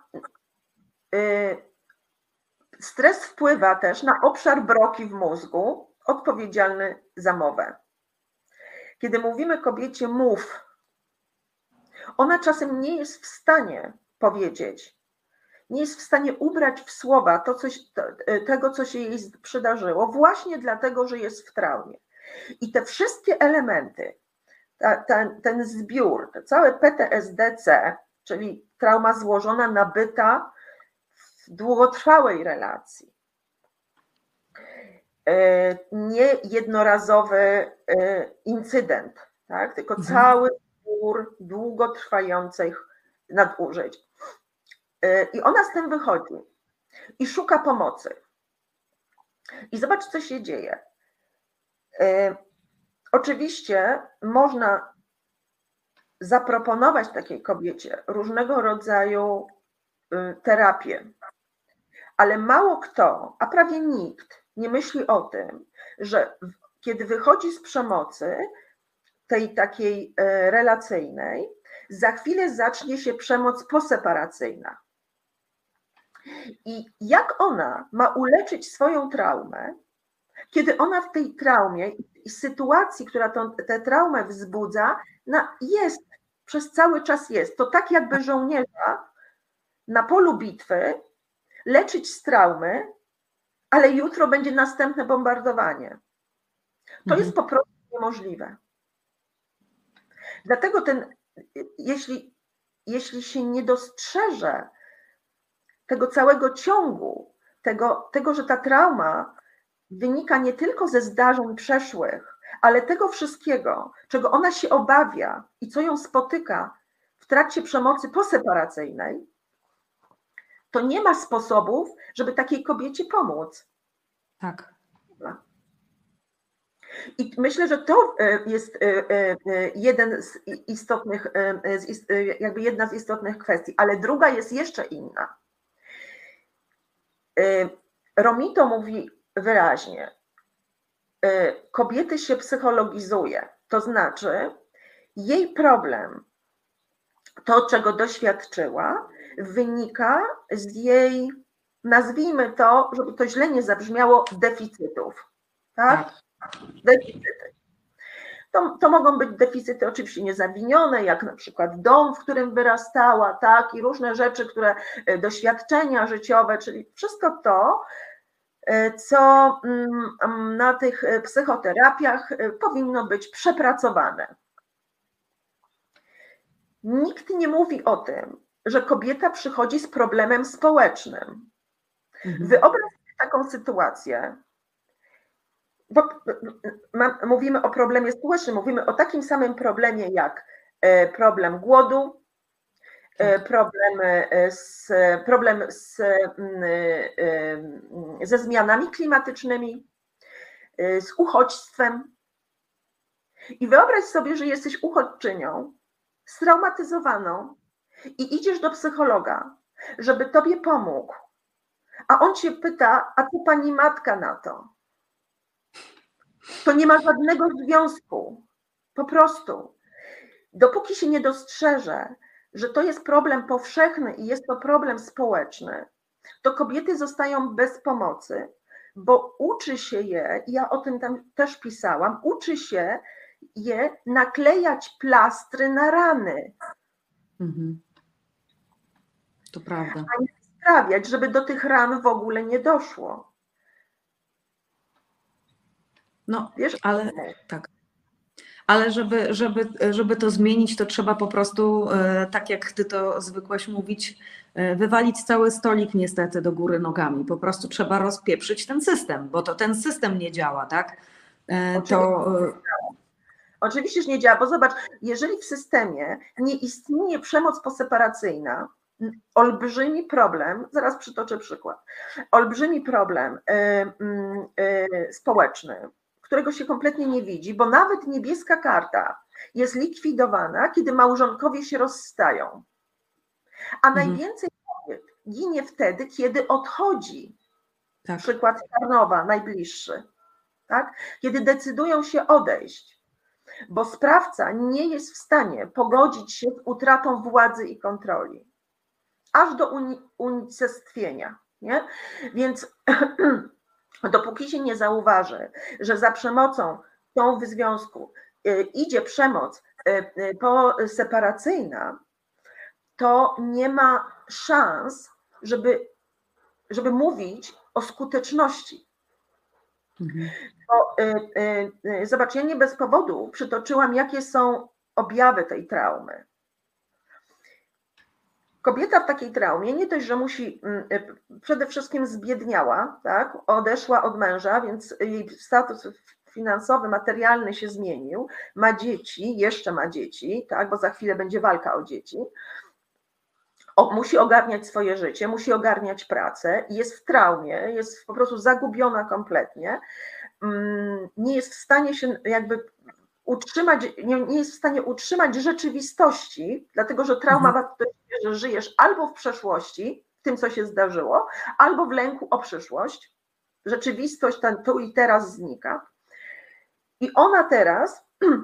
Stres wpływa też na obszar broki w mózgu, odpowiedzialny za mowę. Kiedy mówimy kobiecie mów, ona czasem nie jest w stanie powiedzieć, nie jest w stanie ubrać w słowa to, coś, to, tego, co się jej przydarzyło, właśnie dlatego, że jest w traumie. I te wszystkie elementy, ta, ta, ten zbiór, to całe P T S D C, czyli trauma złożona, nabyta w długotrwałej relacji, nie jednorazowy incydent, tak? Tylko mhm. cały zbiór długotrwających nadużyć. I ona z tym wychodzi i szuka pomocy. I zobacz, co się dzieje. Oczywiście można zaproponować takiej kobiecie różnego rodzaju terapię, ale mało kto, a prawie nikt nie myśli o tym, że kiedy wychodzi z przemocy, tej takiej relacyjnej, za chwilę zacznie się przemoc poseparacyjna. I jak ona ma uleczyć swoją traumę, kiedy ona w tej traumie i sytuacji, która tą, tę traumę wzbudza, na, jest, przez cały czas jest. To tak jakby żołnierza na polu bitwy leczyć z traumy, ale jutro będzie następne bombardowanie. To Mhm. jest po prostu niemożliwe. Dlatego ten, jeśli, jeśli się nie dostrzeże tego całego ciągu, tego, tego, że ta trauma wynika nie tylko ze zdarzeń przeszłych, ale tego wszystkiego, czego ona się obawia i co ją spotyka w trakcie przemocy poseparacyjnej, to nie ma sposobów, żeby takiej kobiecie pomóc. Tak. I myślę, że to jest jeden z istotnych, jakby jedna z istotnych kwestii, ale druga jest jeszcze inna. Romito mówi wyraźnie, kobiety się psychologizuje, to znaczy jej problem, to czego doświadczyła, wynika z jej, nazwijmy to, żeby to źle nie zabrzmiało, deficytów. Tak? Deficyty. To, to mogą być deficyty oczywiście niezawinione, jak na przykład dom, w którym wyrastała, tak, i różne rzeczy, które, doświadczenia życiowe, czyli wszystko to, co na tych psychoterapiach powinno być przepracowane. Nikt nie mówi o tym, że kobieta przychodzi z problemem społecznym. Mhm. Wyobraź sobie taką sytuację, bo mówimy o problemie społecznym, mówimy o takim samym problemie jak problem głodu, problem z, problem z, ze zmianami klimatycznymi, z uchodźstwem. I wyobraź sobie, że jesteś uchodźczynią, straumatyzowaną i idziesz do psychologa, żeby tobie pomógł, a on cię pyta, a co pani matka na to? To nie ma żadnego związku. Po prostu. Dopóki się nie dostrzeże, że to jest problem powszechny i jest to problem społeczny, to kobiety zostają bez pomocy, bo uczy się je, ja o tym tam też pisałam, uczy się je naklejać plastry na rany. Mhm. To prawda. A nie sprawiać, żeby do tych ran w ogóle nie doszło. No, wiesz, ale tak. Ale żeby, żeby, żeby to zmienić, to trzeba po prostu, tak jak ty to zwykłaś mówić, wywalić cały stolik niestety do góry nogami. Po prostu trzeba rozpieprzyć ten system, bo to ten system nie działa, tak? To... Oczywiście, że nie działa, bo zobacz, jeżeli w systemie nie istnieje przemoc poseparacyjna, olbrzymi problem, zaraz przytoczę przykład, olbrzymi problem y, y, społeczny, którego się kompletnie nie widzi, bo nawet niebieska karta jest likwidowana, kiedy małżonkowie się rozstają. A mhm. najwięcej kobiet ginie wtedy, kiedy odchodzi. Tak. Przykład Tarnowa, najbliższy. Tak? Kiedy decydują się odejść, bo sprawca nie jest w stanie pogodzić się z utratą władzy i kontroli. Aż do uni- unicestwienia. Nie? Więc dopóki się nie zauważy, że za przemocą tą w związku idzie przemoc poseparacyjna, to nie ma szans, żeby, żeby mówić o skuteczności. Mhm. Bo, y, y, zobacz, ja nie bez powodu przytoczyłam, jakie są objawy tej traumy. Kobieta w takiej traumie nie dość, że musi, y, przede wszystkim zbiedniała, tak? Odeszła od męża, więc jej status finansowy, materialny się zmienił, ma dzieci, jeszcze ma dzieci, tak? Bo za chwilę będzie walka o dzieci. O, musi ogarniać swoje życie, musi ogarniać pracę, jest w traumie, jest po prostu zagubiona kompletnie, nie jest w stanie się jakby utrzymać, nie, nie jest w stanie utrzymać rzeczywistości, dlatego że trauma mhm. ma to, że żyjesz albo w przeszłości, w tym co się zdarzyło, albo w lęku o przyszłość. Rzeczywistość ten tu i teraz znika. I ona teraz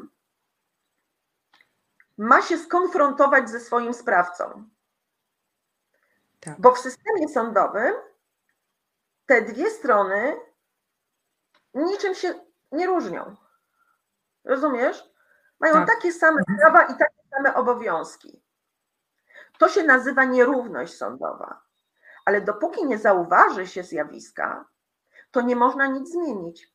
ma się skonfrontować ze swoim sprawcą. Tak. Bo w systemie sądowym te dwie strony niczym się nie różnią. Rozumiesz? Mają Tak. takie same prawa i takie same obowiązki. To się nazywa nierówność sądowa. Ale dopóki nie zauważy się zjawiska, to nie można nic zmienić.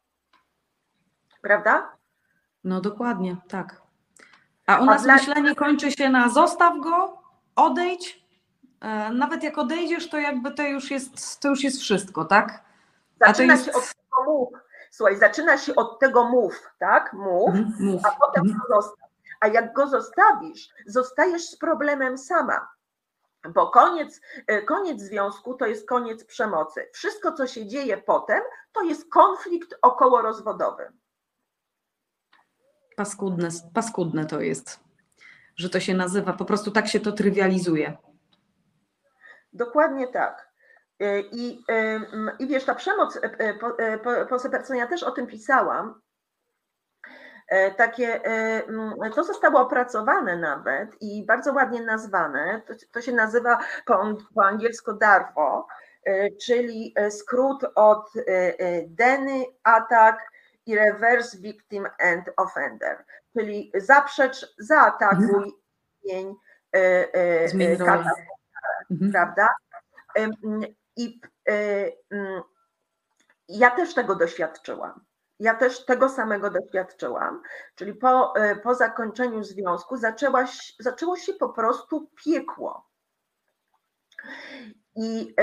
Prawda? No dokładnie, tak. A u A nas dla- myślenie kończy się na zostaw go, odejdź. E, Nawet jak odejdziesz, to jakby to już jest, to już jest wszystko, tak? A to Zaczyna jest... się od tego mów. Słuchaj, zaczyna się od tego mów, tak? Mów, Mhm, mów. a potem Mhm. go zostaw. A jak go zostawisz, zostajesz z problemem sama. Bo koniec, koniec związku to jest koniec przemocy. Wszystko, co się dzieje potem, to jest konflikt okołorozwodowy. Paskudne, paskudne to jest, że to się nazywa, po prostu tak się to trywializuje. Dokładnie tak. I, i wiesz, ta przemoc, poza Persą, ja też o tym pisałam, takie, to zostało opracowane nawet i bardzo ładnie nazwane, to, to się nazywa po, po angielsku DARPO, czyli skrót od Deny, Attack i Reverse Victim and Offender, czyli zaprzecz, zaatakuj, zmień, Zmień rolę. Mhm. prawda? I ja też tego doświadczyłam. Ja też tego samego doświadczyłam, czyli po, po zakończeniu związku zaczęła, zaczęło się po prostu piekło. I,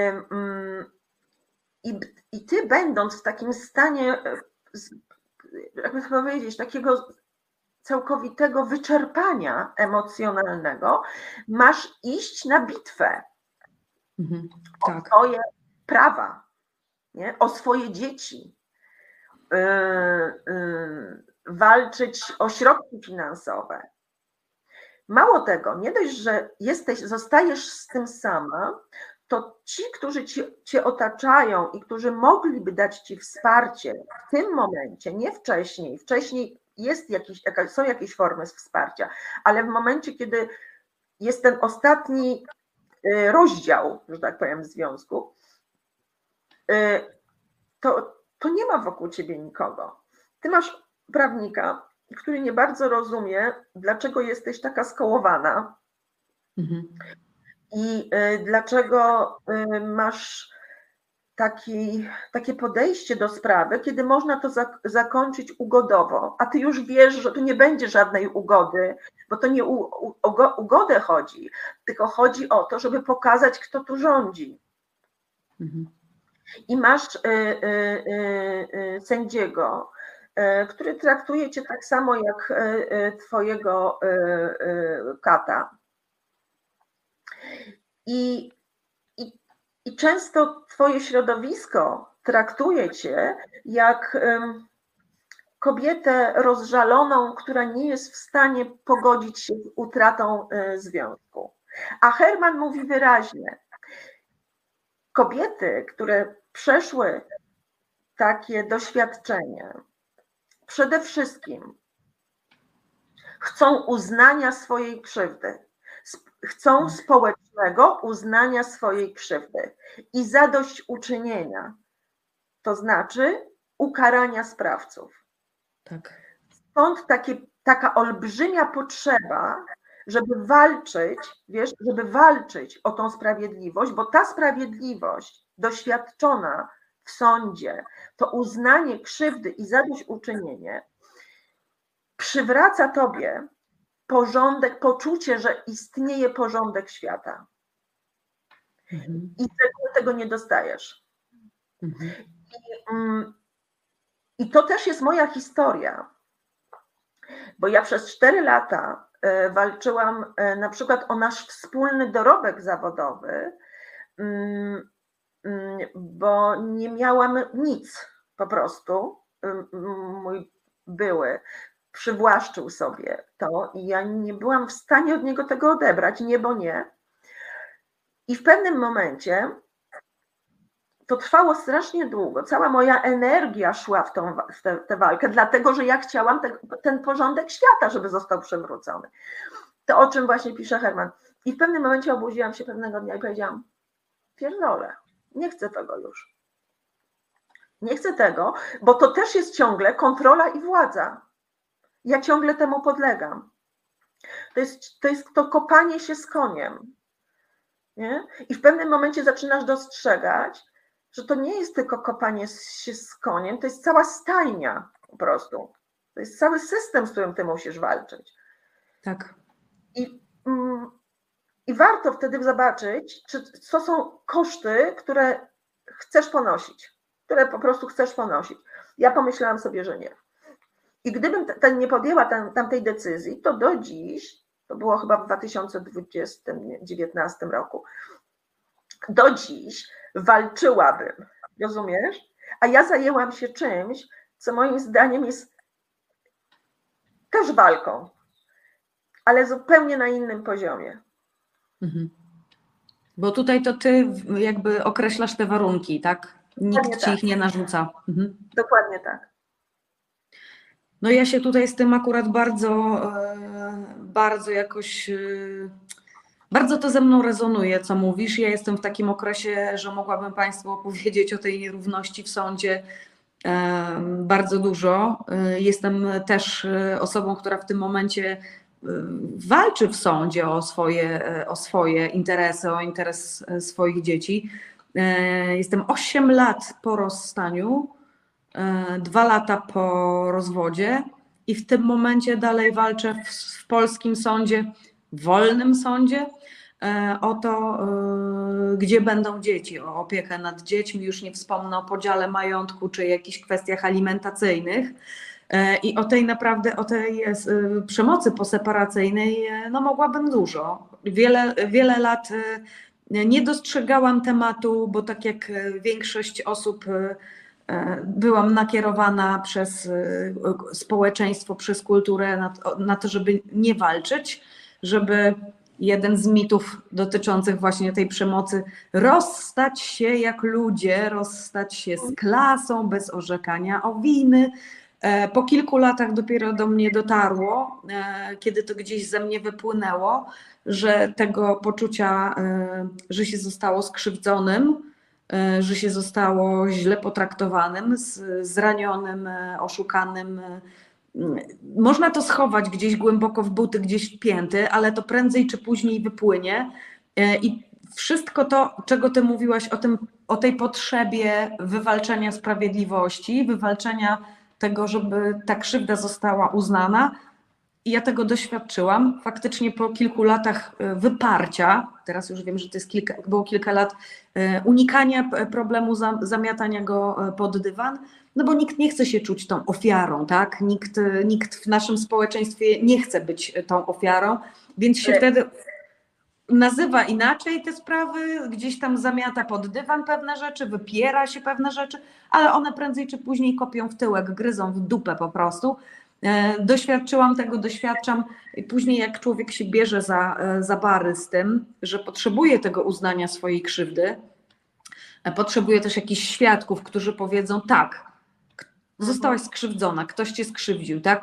i, I ty, będąc w takim stanie, jakby powiedzieć, takiego całkowitego wyczerpania emocjonalnego, masz iść na bitwę. Mhm, tak. O swoje prawa, nie? O swoje dzieci. Yy, yy, walczyć o środki finansowe. Mało tego, nie dość, że jesteś, zostajesz z tym sama, to ci, którzy ci, cię otaczają i którzy mogliby dać ci wsparcie w tym momencie, nie wcześniej, wcześniej jest jakiś, są jakieś formy wsparcia, ale w momencie, kiedy jest ten ostatni rozdział, że tak powiem, w związku, to, to nie ma wokół ciebie nikogo. Ty masz prawnika, który nie bardzo rozumie, dlaczego jesteś taka skołowana Mhm. i dlaczego masz taki, takie podejście do sprawy, kiedy można to za, zakończyć ugodowo, a ty już wiesz, że tu nie będzie żadnej ugody, bo to nie o ugodę chodzi, tylko chodzi o to, żeby pokazać, kto tu rządzi. Mhm. I masz y, y, y, sędziego, który traktuje cię tak samo jak twojego kata. I, i, i często twoje środowisko traktuje cię jak kobietę rozżaloną, która nie jest w stanie pogodzić się z utratą związku. A Herman mówi wyraźnie, kobiety, które przeszły takie doświadczenie, przede wszystkim chcą uznania swojej krzywdy, chcą społecznego uznania swojej krzywdy i zadośćuczynienia, to znaczy ukarania sprawców. Tak. Stąd takie, taka olbrzymia potrzeba, żeby walczyć, wiesz, żeby walczyć o tą sprawiedliwość, bo ta sprawiedliwość doświadczona w sądzie, to uznanie krzywdy i zadośćuczynienie przywraca tobie porządek, poczucie, że istnieje porządek świata. Mhm. I tego, tego nie dostajesz. Mhm. I, I to też jest moja historia, bo ja przez cztery lata walczyłam na przykład o nasz wspólny dorobek zawodowy, bo nie miałam nic po prostu. Mój były przywłaszczył sobie to i ja nie byłam w stanie od niego tego odebrać, nie, bo nie. I w pewnym momencie to trwało strasznie długo. Cała moja energia szła w, tą, w tę, tę walkę, dlatego że ja chciałam te, ten porządek świata, żeby został przywrócony. To, o czym właśnie pisze Herman. I w pewnym momencie obudziłam się pewnego dnia i powiedziałam, pierdolę, nie chcę tego już. Nie chcę tego, bo to też jest ciągle kontrola i władza. Ja ciągle temu podlegam. To jest to, jest to kopanie się z koniem. Nie? I w pewnym momencie zaczynasz dostrzegać, że to nie jest tylko kopanie się z koniem, to jest cała stajnia po prostu. To jest cały system, z którym ty musisz walczyć. Tak. I, mm, i warto wtedy zobaczyć, czy, co są koszty, które chcesz ponosić, które po prostu chcesz ponosić. Ja pomyślałam sobie, że nie. I gdybym ten nie podjęła tam, tamtej decyzji, to do dziś, to było chyba w dwa tysiące dwudziestym, dziewiętnastym roku, do dziś walczyłabym, rozumiesz? A ja zajęłam się czymś, co moim zdaniem jest też walką, ale zupełnie na innym poziomie. Mhm. Bo tutaj to ty jakby określasz te warunki, tak? Nikt Dokładnie ci tak. ich nie narzuca. Mhm. Dokładnie tak. No ja się tutaj z tym akurat bardzo, bardzo jakoś, bardzo to ze mną rezonuje, co mówisz. Ja jestem w takim okresie, że mogłabym Państwu opowiedzieć o tej nierówności w sądzie bardzo dużo. Jestem też osobą, która w tym momencie walczy w sądzie o swoje, o swoje interesy, o interes swoich dzieci. Jestem osiem lat po rozstaniu, dwa lata po rozwodzie i w tym momencie dalej walczę w, w polskim sądzie, w wolnym sądzie o to, gdzie będą dzieci, o opiekę nad dziećmi, już nie wspomnę o podziale majątku czy jakichś kwestiach alimentacyjnych. I o tej naprawdę, o tej przemocy poseparacyjnej, no mogłabym dużo. Wiele, wiele lat nie dostrzegałam tematu, bo tak jak większość osób byłam nakierowana przez społeczeństwo, przez kulturę na to, na to, żeby nie walczyć, żeby jeden z mitów dotyczących właśnie tej przemocy, rozstać się jak ludzie, rozstać się z klasą, bez orzekania o winy. Po kilku latach dopiero do mnie dotarło, kiedy to gdzieś ze mnie wypłynęło, że tego poczucia, że się zostało skrzywdzonym, że się zostało źle potraktowanym, zranionym, oszukanym. Można to schować gdzieś głęboko w buty, gdzieś wpięty, ale to prędzej czy później wypłynie. I wszystko to, czego ty mówiłaś o tym, o tej potrzebie wywalczenia sprawiedliwości, wywalczenia tego, żeby ta krzywda została uznana. I ja tego doświadczyłam. Faktycznie po kilku latach wyparcia, teraz już wiem, że to jest kilka, było kilka lat unikania problemu, zamiatania go pod dywan, no bo nikt nie chce się czuć tą ofiarą, tak? Nikt, nikt w naszym społeczeństwie nie chce być tą ofiarą, więc się wtedy nazywa inaczej te sprawy, gdzieś tam zamiata pod dywan pewne rzeczy, wypiera się pewne rzeczy, ale one prędzej czy później kopią w tyłek, gryzą w dupę po prostu. Doświadczyłam tego, doświadczam. I później jak człowiek się bierze za, za bary z tym, że potrzebuje tego uznania swojej krzywdy, potrzebuje też jakichś świadków, którzy powiedzą tak, zostałaś skrzywdzona, ktoś cię skrzywdził, tak?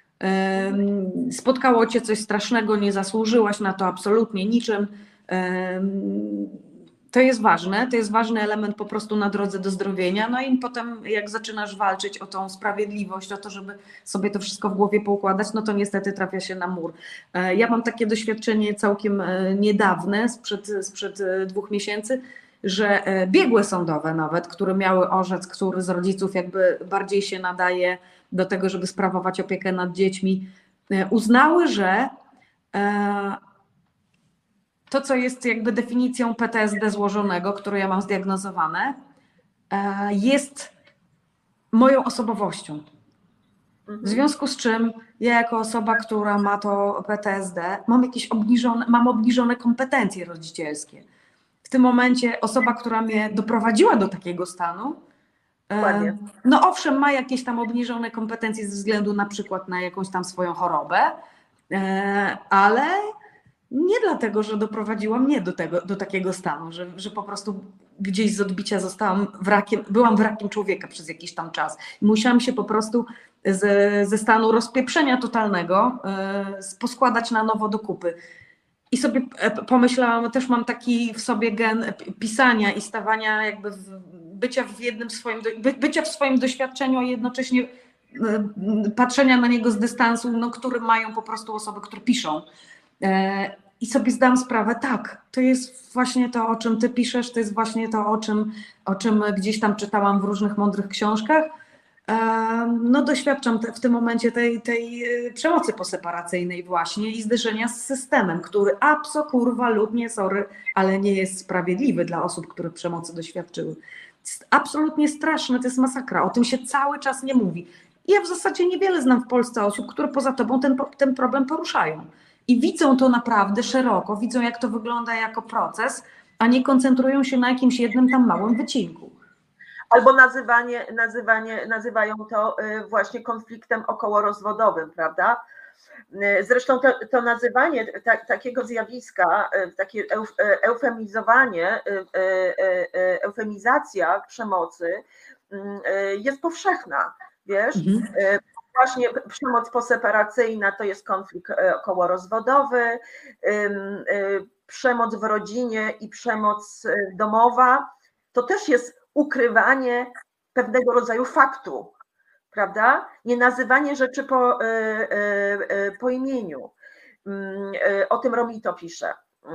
Spotkało cię coś strasznego, nie zasłużyłaś na to absolutnie niczym. To jest ważne, to jest ważny element po prostu na drodze do zdrowienia, no i potem jak zaczynasz walczyć o tą sprawiedliwość, o to, żeby sobie to wszystko w głowie poukładać, no to niestety trafia się na mur. Ja mam takie doświadczenie całkiem niedawne, sprzed, sprzed dwóch miesięcy, że biegłe sądowe nawet, które miały orzec, który z rodziców jakby bardziej się nadaje do tego, żeby sprawować opiekę nad dziećmi, uznały, że to, co jest jakby definicją P T S D złożonego, które ja mam zdiagnozowane, jest moją osobowością. W związku z czym ja jako osoba, która ma to P T S D, mam jakieś obniżone, mam obniżone kompetencje rodzicielskie. W tym momencie osoba, która mnie doprowadziła do takiego stanu, Dokładnie. no owszem, ma jakieś tam obniżone kompetencje ze względu na przykład na jakąś tam swoją chorobę, ale nie dlatego, że doprowadziła mnie do, tego, do takiego stanu, że, że po prostu gdzieś z odbicia zostałam wrakiem, byłam wrakiem człowieka przez jakiś tam czas. I musiałam się po prostu ze, ze stanu rozpieprzenia totalnego yy, poskładać na nowo do kupy. I sobie pomyślałam, też mam taki w sobie gen pisania i stawania jakby w, bycia w jednym swoim, by, bycia w swoim doświadczeniu, a jednocześnie y, patrzenia na niego z dystansu, no, który mają po prostu osoby, które piszą. E, I sobie zdałam sprawę, tak, to jest właśnie to, o czym ty piszesz, to jest właśnie to, o czym, o czym gdzieś tam czytałam w różnych mądrych książkach. No doświadczam te, w tym momencie tej, tej przemocy poseparacyjnej właśnie i zderzenia z systemem, który absolutnie, sorry, ale nie jest sprawiedliwy dla osób, które przemocy doświadczyły. Jest absolutnie straszne, to jest masakra, o tym się cały czas nie mówi. I ja w zasadzie niewiele znam w Polsce osób, które poza tobą ten, ten problem poruszają. I widzą to naprawdę szeroko, widzą jak to wygląda jako proces, a nie koncentrują się na jakimś jednym tam małym wycinku. Albo nazywanie, nazywanie, nazywają to właśnie konfliktem okołorozwodowym, prawda? Zresztą to, to nazywanie ta, takiego zjawiska, takie eufemizowanie, eufemizacja przemocy jest powszechna, wiesz? Mhm. Właśnie przemoc poseparacyjna to jest konflikt okołorozwodowy, przemoc w rodzinie i przemoc domowa to też jest ukrywanie pewnego rodzaju faktu, prawda? Nie nazywanie rzeczy po, po imieniu. O tym Romito pisze.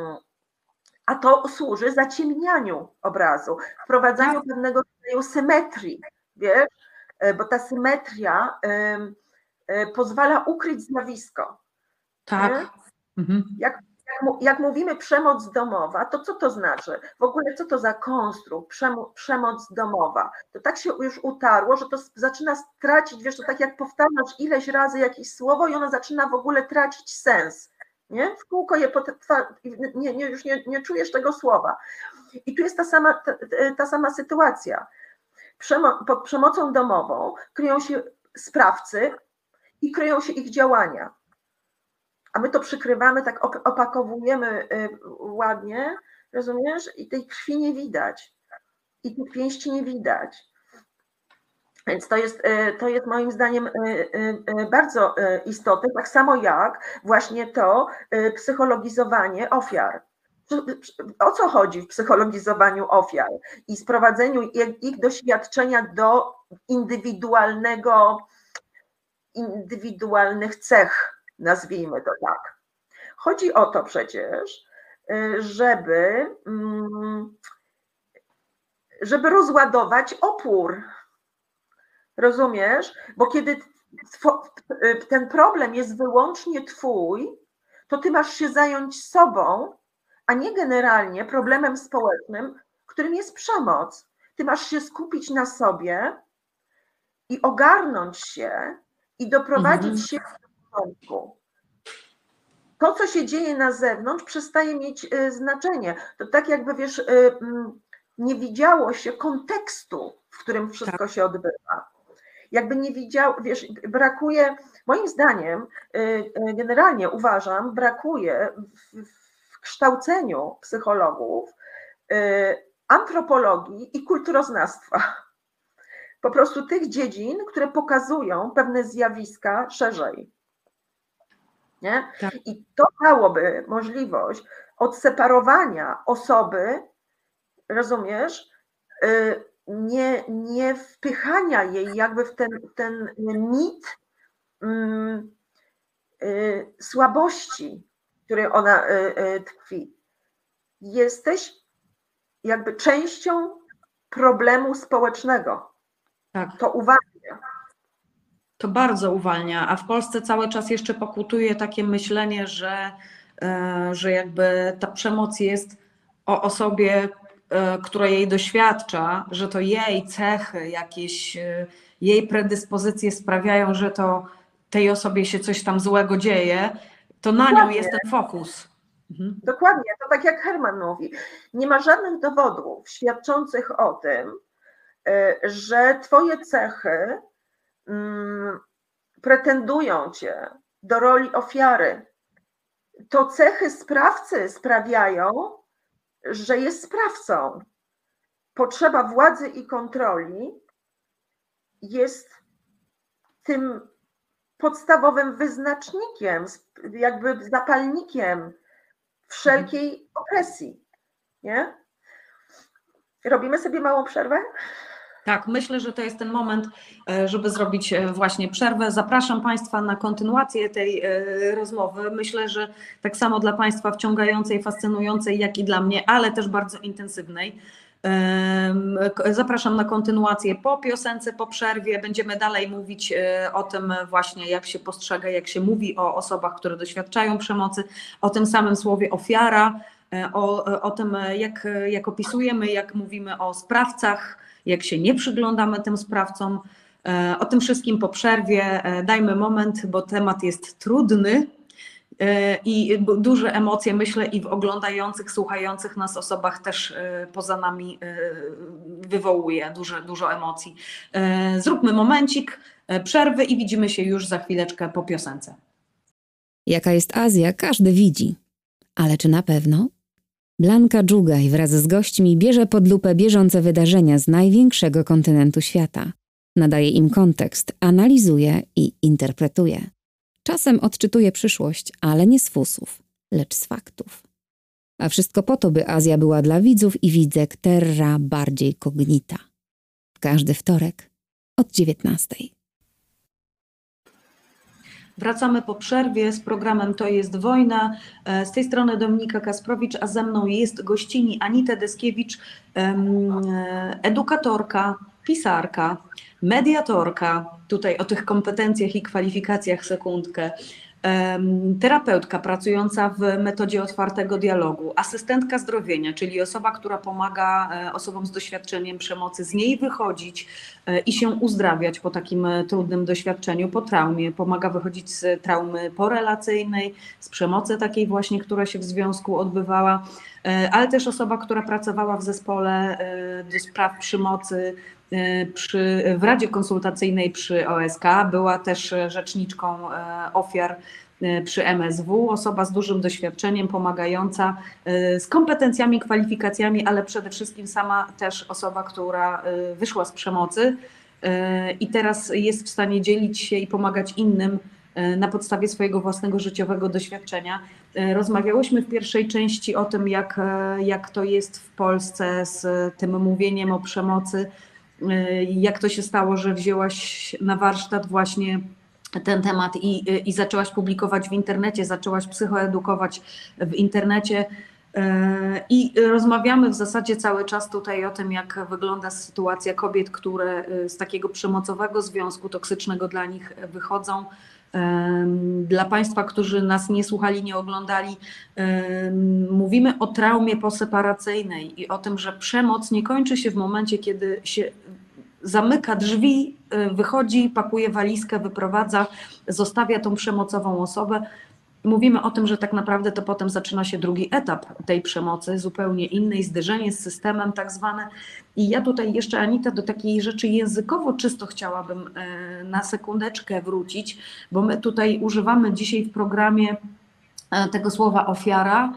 A to służy zaciemnianiu obrazu, wprowadzaniu pewnego rodzaju symetrii, wiesz? Bo ta symetria pozwala ukryć zjawisko. Tak. Mhm. Jak Jak mówimy przemoc domowa, to co to znaczy? W ogóle co to za konstrukt, przemoc domowa? To tak się już utarło, że to zaczyna tracić, wiesz, to tak jak powtarzasz ileś razy jakieś słowo i ono zaczyna w ogóle tracić sens. Nie? W kółko je nie, nie, już nie, nie czujesz tego słowa. I tu jest ta sama, ta, ta sama sytuacja. Przemo, pod przemocą domową kryją się sprawcy i kryją się ich działania. A my to przykrywamy, tak opakowujemy ładnie, rozumiesz? I tej krwi nie widać. I tych pięści nie widać. Więc to jest, to jest moim zdaniem bardzo istotne, tak samo jak właśnie to psychologizowanie ofiar. O co chodzi w psychologizowaniu ofiar i sprowadzeniu ich doświadczenia do indywidualnego, indywidualnych cech, nazwijmy to tak. Chodzi o to przecież, żeby, żeby rozładować opór. Rozumiesz? Bo kiedy ten problem jest wyłącznie twój, to ty masz się zająć sobą, a nie generalnie problemem społecznym, którym jest przemoc. Ty masz się skupić na sobie i ogarnąć się i doprowadzić mhm. się do porządku. To, co się dzieje na zewnątrz, przestaje mieć znaczenie. To tak jakby, wiesz, nie widziało się kontekstu, w którym wszystko tak. się odbywa. Jakby nie widział, wiesz, brakuje, moim zdaniem, generalnie uważam, brakuje w, w kształceniu psychologów antropologii i kulturoznawstwa. Po prostu tych dziedzin, które pokazują pewne zjawiska szerzej. Nie? Tak. I to dałoby możliwość odseparowania osoby, rozumiesz, nie, nie wpychania jej jakby w ten, ten mit um, y, słabości, w której ona y, y, tkwi. Jesteś jakby częścią problemu społecznego. Tak. To uwalnia. To bardzo uwalnia, a w Polsce cały czas jeszcze pokutuje takie myślenie, że, że jakby ta przemoc jest o osobie, która jej doświadcza, że to jej cechy, jakieś jej predyspozycje sprawiają, że to tej osobie się coś tam złego dzieje, to na Dokładnie. nią jest ten fokus. Mhm. Dokładnie, to tak jak Herman mówi, nie ma żadnych dowodów świadczących o tym, że twoje cechy mm, pretendują cię do roli ofiary. To cechy sprawcy sprawiają, że jest sprawcą. Potrzeba władzy i kontroli jest tym podstawowym wyznacznikiem, jakby zapalnikiem wszelkiej opresji. Nie? Robimy sobie małą przerwę? Tak, myślę, że to jest ten moment, żeby zrobić właśnie przerwę. Zapraszam Państwa na kontynuację tej rozmowy. Myślę, że tak samo dla Państwa wciągającej, fascynującej, jak i dla mnie, ale też bardzo intensywnej. Zapraszam na kontynuację po piosence, po przerwie. Będziemy dalej mówić o tym właśnie, jak się postrzega, jak się mówi o osobach, które doświadczają przemocy, o tym samym słowie ofiara, o, o tym, jak, jak opisujemy, jak mówimy o sprawcach, jak się nie przyglądamy tym sprawcom. O tym wszystkim po przerwie. Dajmy moment, bo temat jest trudny i duże emocje, myślę, i w oglądających, słuchających nas osobach też poza nami wywołuje dużo, dużo emocji. Zróbmy momencik przerwy i widzimy się już za chwileczkę po piosence. Jaka jest Azja, każdy widzi. Ale czy na pewno? Blanka Dżugaj wraz z gośćmi bierze pod lupę bieżące wydarzenia z największego kontynentu świata. Nadaje im kontekst, analizuje i interpretuje. Czasem odczytuje przyszłość, ale nie z fusów, lecz z faktów. A wszystko po to, by Azja była dla widzów i widzek terra bardziej cognita. W każdy wtorek od dziewiętnastej. Wracamy po przerwie z programem To jest wojna. Z tej strony Dominika Kasprowicz, a ze mną jest gościni Anita Deskiewicz, edukatorka, pisarka, mediatorka, tutaj o tych kompetencjach i kwalifikacjach sekundkę, terapeutka pracująca w metodzie otwartego dialogu, asystentka zdrowienia, czyli osoba, która pomaga osobom z doświadczeniem przemocy z niej wychodzić i się uzdrawiać po takim trudnym doświadczeniu, po traumie, pomaga wychodzić z traumy porelacyjnej, z przemocy takiej właśnie, która się w związku odbywała, ale też osoba, która pracowała w zespole do spraw przemocy przy, w Radzie Konsultacyjnej przy O S K, była też rzeczniczką ofiar przy M S W, osoba z dużym doświadczeniem, pomagająca, z kompetencjami, kwalifikacjami, ale przede wszystkim sama też osoba, która wyszła z przemocy i teraz jest w stanie dzielić się i pomagać innym na podstawie swojego własnego życiowego doświadczenia. Rozmawiałyśmy w pierwszej części o tym, jak, jak to jest w Polsce z tym mówieniem o przemocy, jak to się stało, że wzięłaś na warsztat właśnie ten temat i, i zaczęłaś publikować w internecie, zaczęłaś psychoedukować w internecie i rozmawiamy w zasadzie cały czas tutaj o tym, jak wygląda sytuacja kobiet, które z takiego przemocowego związku toksycznego dla nich wychodzą. Dla Państwa, którzy nas nie słuchali, nie oglądali, mówimy o traumie poseparacyjnej i o tym, że przemoc nie kończy się w momencie, kiedy się zamyka drzwi, wychodzi, pakuje walizkę, wyprowadza, zostawia tą przemocową osobę. Mówimy o tym, że tak naprawdę to potem zaczyna się drugi etap tej przemocy, zupełnie innej, zderzenie z systemem tak zwane. I ja tutaj jeszcze, Anita, do takiej rzeczy językowo czysto chciałabym na sekundeczkę wrócić, bo my tutaj używamy dzisiaj w programie tego słowa ofiara,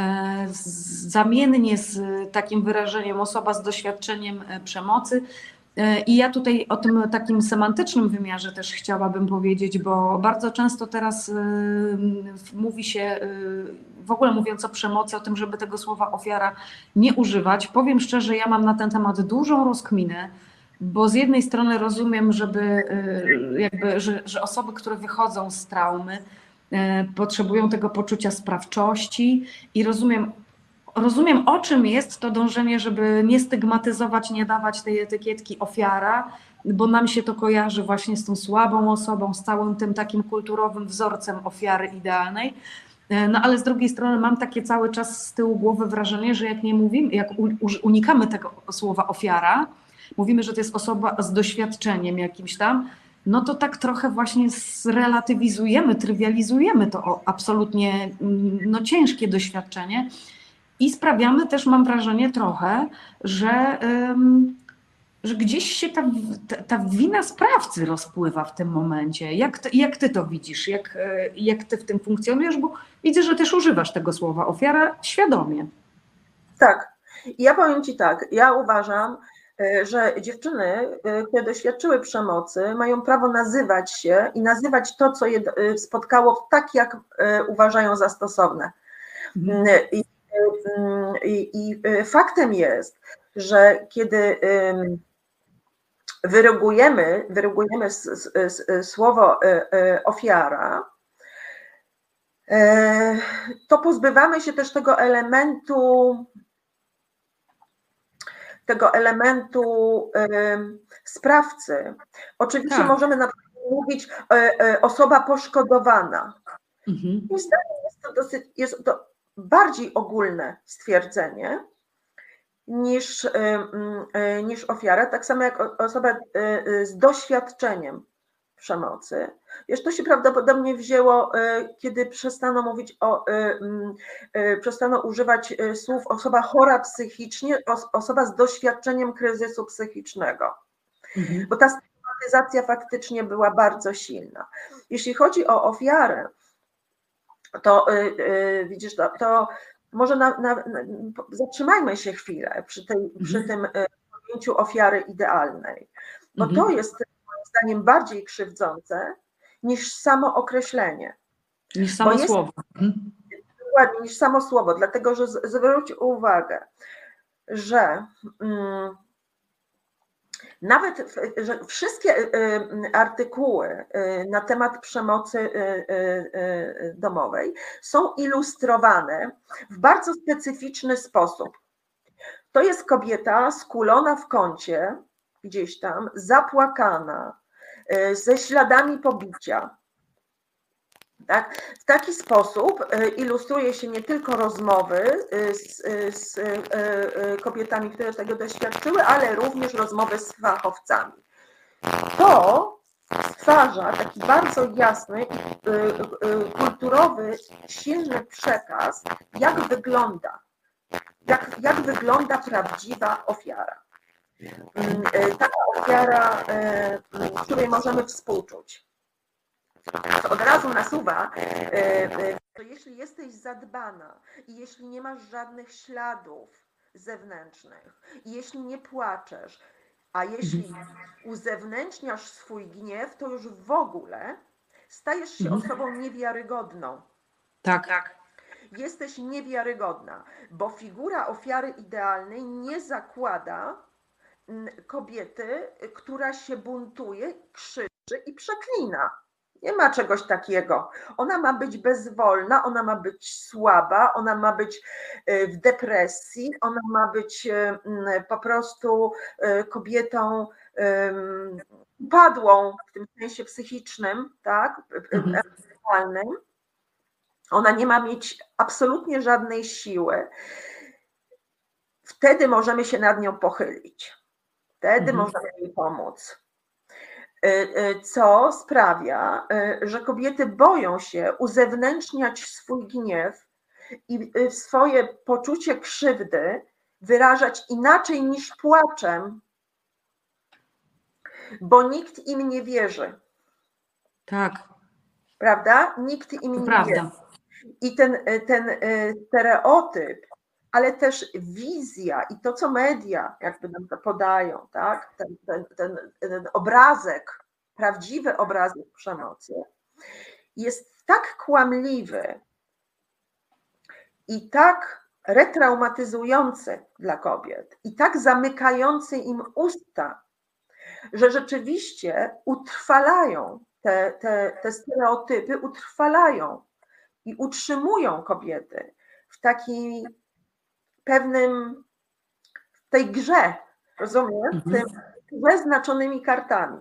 zamiennie z takim wyrażeniem osoba z doświadczeniem przemocy. I ja tutaj o tym takim semantycznym wymiarze też chciałabym powiedzieć, bo bardzo często teraz mówi się, w ogóle mówiąc o przemocy, o tym, żeby tego słowa ofiara nie używać. Powiem szczerze, ja mam na ten temat dużą rozkminę, bo z jednej strony rozumiem, żeby jakby, że, że osoby, które wychodzą z traumy, potrzebują tego poczucia sprawczości i rozumiem, Rozumiem, o czym jest to dążenie, żeby nie stygmatyzować, nie dawać tej etykietki ofiara, bo nam się to kojarzy właśnie z tą słabą osobą, z całym tym takim kulturowym wzorcem ofiary idealnej. No ale z drugiej strony mam takie cały czas z tyłu głowy wrażenie, że jak nie mówimy, jak unikamy tego słowa ofiara, mówimy, że to jest osoba z doświadczeniem jakimś tam, no to tak trochę właśnie zrelatywizujemy, trywializujemy to absolutnie no, ciężkie doświadczenie. I sprawiamy też, mam wrażenie trochę, że, um, że gdzieś się ta, ta, ta wina sprawcy rozpływa w tym momencie. Jak, ty, jak ty to widzisz? Jak, jak ty w tym funkcjonujesz? Bo widzę, że też używasz tego słowa ofiara świadomie. Tak. Ja powiem ci tak. Ja uważam, że dziewczyny, które doświadczyły przemocy, mają prawo nazywać się i nazywać to, co je spotkało, tak, jak uważają za stosowne. Mhm. I I, I faktem jest, że kiedy wyrugujemy, wyrugujemy słowo ofiara, to pozbywamy się też tego elementu, tego elementu sprawcy. Oczywiście tak. Możemy na przykład mówić osoba poszkodowana. Mhm. Jest to dosyć, jest to bardziej ogólne stwierdzenie niż, niż ofiara, tak samo jak osoba z doświadczeniem przemocy. Wiesz, to się prawdopodobnie wzięło, kiedy przestano mówić o, przestano używać słów osoba chora psychicznie, osoba z doświadczeniem kryzysu psychicznego, mhm. bo ta stygmatyzacja faktycznie była bardzo silna. Jeśli chodzi o ofiarę, to widzisz, to, to może na, na, na, zatrzymajmy się chwilę przy, tej, mhm. przy tym pojęciu ofiary idealnej, bo mhm. to jest moim zdaniem bardziej krzywdzące niż samo określenie. Niż samo jest, słowo. Dokładnie, niż samo słowo, dlatego że z, zwróć uwagę, że mm, nawet że wszystkie artykuły na temat przemocy domowej są ilustrowane w bardzo specyficzny sposób. To jest kobieta skulona w kącie, gdzieś tam, zapłakana, ze śladami pobicia. Tak? W taki sposób ilustruje się nie tylko rozmowy z, z kobietami, które tego doświadczyły, ale również rozmowy z fachowcami. To stwarza taki bardzo jasny, kulturowy, silny przekaz, jak wygląda, jak, jak wygląda prawdziwa ofiara. Taka ofiara, której możemy współczuć. To od razu nasuwa, że jeśli jesteś zadbana i jeśli nie masz żadnych śladów zewnętrznych i jeśli nie płaczesz, a jeśli uzewnętrzniasz swój gniew, to już w ogóle stajesz się osobą niewiarygodną. Tak, tak. Jesteś niewiarygodna, bo figura ofiary idealnej nie zakłada kobiety, która się buntuje, krzyczy i przeklina. Nie ma czegoś takiego. Ona ma być bezwolna, ona ma być słaba, ona ma być w depresji, ona ma być po prostu kobietą upadłą w tym sensie psychicznym, tak, emocjonalnym. Ona nie ma mieć absolutnie żadnej siły. Wtedy możemy się nad nią pochylić. Wtedy mhm. możemy jej pomóc. Co sprawia, że kobiety boją się uzewnętrzniać swój gniew i swoje poczucie krzywdy wyrażać inaczej niż płaczem, bo nikt im nie wierzy. Tak. Prawda? Nikt im to nie prawda. wierzy. I ten, ten stereotyp, ale też wizja i to, co media jakby nam to podają, tak? ten, ten, ten, ten obrazek, prawdziwy obrazek przemocy jest tak kłamliwy i tak retraumatyzujący dla kobiet i tak zamykający im usta, że rzeczywiście utrwalają te, te, te stereotypy, utrwalają i utrzymują kobiety w takiej pewnym, w tej grze, rozumiesz? W tej grze znaczonymi kartami.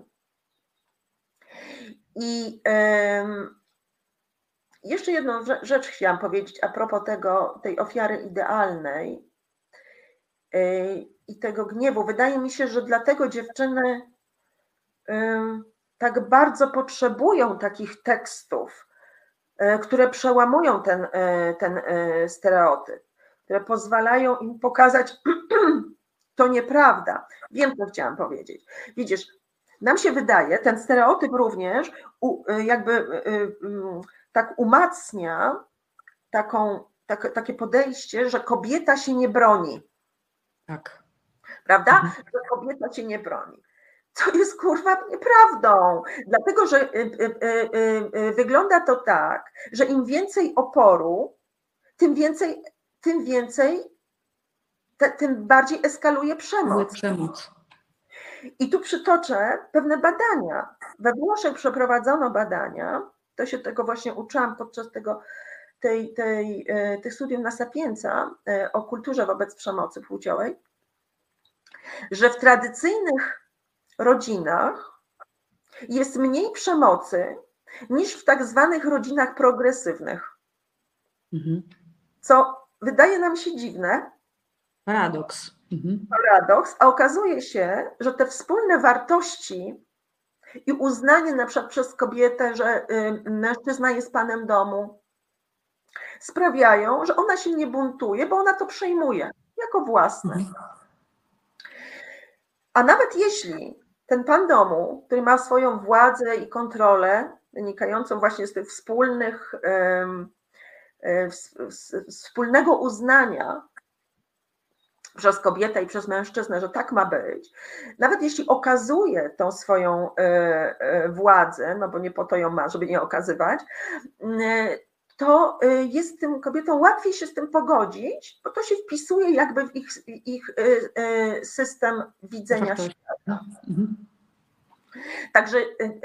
I um, jeszcze jedną rzecz chciałam powiedzieć a propos tego, tej ofiary idealnej yy, i tego gniewu. Wydaje mi się, że dlatego dziewczyny yy, tak bardzo potrzebują takich tekstów, yy, które przełamują ten, yy, ten yy, stereotyp, które pozwalają im pokazać, to nieprawda. Wiem, co chciałam powiedzieć. Widzisz, nam się wydaje, ten stereotyp również jakby tak umacnia taką, tak, takie podejście, że kobieta się nie broni. Tak. Prawda? Że kobieta się nie broni. Co jest kurwa nieprawdą. Dlatego, że wygląda to tak, że im więcej oporu, tym więcej, tym więcej te, tym bardziej eskaluje przemoc. Przemoc. I tu przytoczę pewne badania. We Włoszech przeprowadzono badania, to się tego właśnie uczyłam podczas tego, tej, tej, tych studiów na Sapienza o kulturze wobec przemocy płciowej, że w tradycyjnych rodzinach jest mniej przemocy niż w tak zwanych rodzinach progresywnych. Mhm. Co wydaje nam się dziwne. Paradoks. Mhm. Paradoks, a okazuje się, że te wspólne wartości i uznanie na przykład przez kobietę, że mężczyzna jest panem domu, sprawiają, że ona się nie buntuje, bo ona to przejmuje jako własne. Mhm. A nawet jeśli ten pan domu, który ma swoją władzę i kontrolę wynikającą właśnie z tych wspólnych, wspólnego uznania przez kobietę i przez mężczyznę, że tak ma być, nawet jeśli okazuje tą swoją władzę, no bo nie po to ją ma, żeby nie okazywać, to jest tym kobietom łatwiej się z tym pogodzić, bo to się wpisuje jakby w ich, ich system widzenia świata. Mhm. Także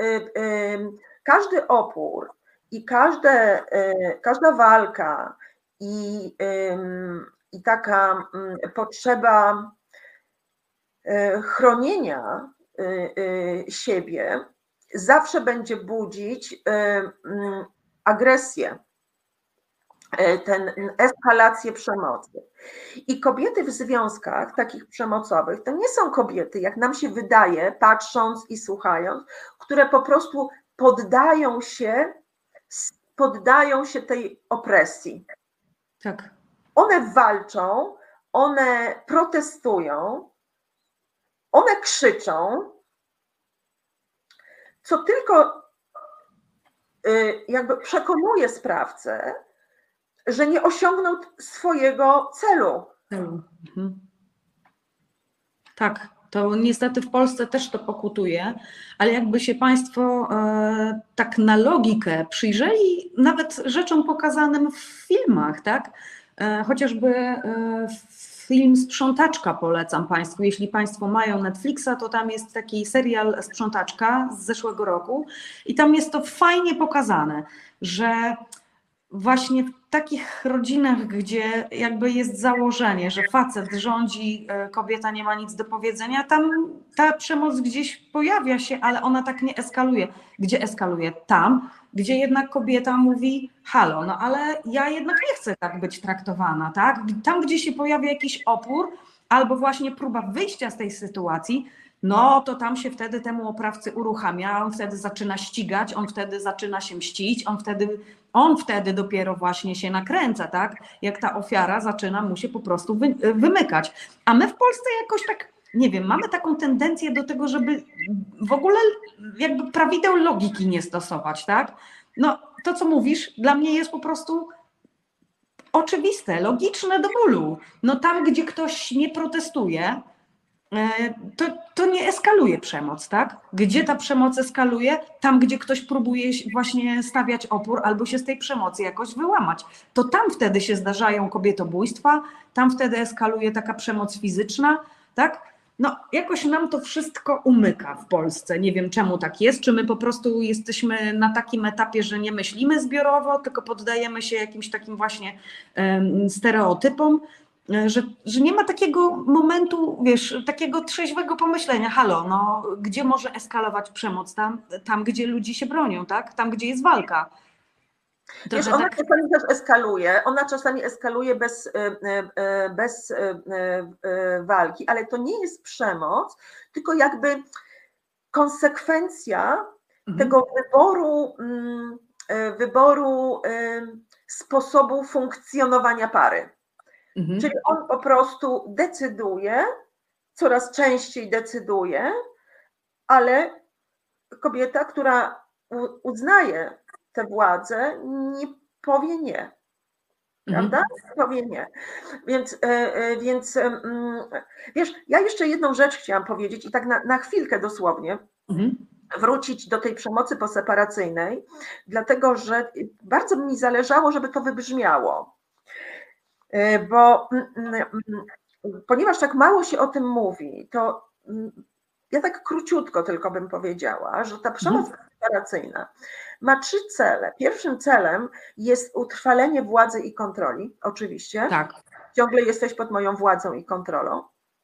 każdy opór i każde, każda walka i, i taka potrzeba chronienia siebie zawsze będzie budzić agresję, tę eskalację przemocy. I kobiety w związkach takich przemocowych to nie są kobiety, jak nam się wydaje, patrząc i słuchając, które po prostu poddają się, poddają się tej opresji. Tak. One walczą, one protestują, one krzyczą, co tylko jakby przekonuje sprawcę, że nie osiągnął swojego celu. Mhm. Tak, to niestety w Polsce też to pokutuje, ale jakby się Państwo e, tak na logikę przyjrzeli nawet rzeczom pokazanym w filmach, tak? E, chociażby e, film Sprzątaczka polecam Państwu. Jeśli Państwo mają Netflixa, to tam jest taki serial Sprzątaczka z zeszłego roku i tam jest to fajnie pokazane, że właśnie w takich rodzinach, gdzie jakby jest założenie, że facet rządzi, kobieta nie ma nic do powiedzenia, tam ta przemoc gdzieś pojawia się, ale ona tak nie eskaluje. Gdzie eskaluje? Tam, gdzie jednak kobieta mówi halo, no ale ja jednak nie chcę tak być traktowana, tak? Tam, gdzie się pojawia jakiś opór albo właśnie próba wyjścia z tej sytuacji, no to tam się wtedy temu oprawcy uruchamia, on wtedy zaczyna ścigać, on wtedy zaczyna się mścić, on wtedy, on wtedy dopiero właśnie się nakręca, tak? Jak ta ofiara zaczyna mu się po prostu wy, wymykać. A my w Polsce jakoś tak, nie wiem, mamy taką tendencję do tego, żeby w ogóle jakby prawideł logiki nie stosować, tak? No to, co mówisz, dla mnie jest po prostu oczywiste, logiczne do bólu. No tam, gdzie ktoś nie protestuje, To, to nie eskaluje przemoc, tak? Gdzie ta przemoc eskaluje? Tam, gdzie ktoś próbuje właśnie stawiać opór albo się z tej przemocy jakoś wyłamać. To tam wtedy się zdarzają kobietobójstwa, tam wtedy eskaluje taka przemoc fizyczna, tak? No jakoś nam to wszystko umyka w Polsce. Nie wiem, czemu tak jest, czy my po prostu jesteśmy na takim etapie, że nie myślimy zbiorowo, tylko poddajemy się jakimś takim właśnie um, stereotypom. Że, że nie ma takiego momentu, wiesz, takiego trzeźwego pomyślenia, halo, no gdzie może eskalować przemoc? Tam, tam gdzie ludzie się bronią, tak? Tam, gdzie jest walka. Wiesz, ona tak... czasami też eskaluje, ona czasami eskaluje bez, bez walki, ale to nie jest przemoc, tylko jakby konsekwencja mhm. tego wyboru, wyboru sposobu funkcjonowania pary. Mhm. Czyli on po prostu decyduje, coraz częściej decyduje, ale kobieta, która uznaje tę władzę, nie powie nie. Prawda? Mhm. Powie nie. Więc, więc wiesz, ja jeszcze jedną rzecz chciałam powiedzieć i tak na, na chwilkę dosłownie. Mhm. Wrócić do tej przemocy poseparacyjnej, dlatego że bardzo mi zależało, żeby to wybrzmiało. Bo ponieważ tak mało się o tym mówi, to ja tak króciutko tylko bym powiedziała, że ta przemoc Mhm. separacyjna ma trzy cele. Pierwszym celem jest utrwalenie władzy i kontroli, oczywiście. Tak. Ciągle jesteś pod moją władzą i kontrolą.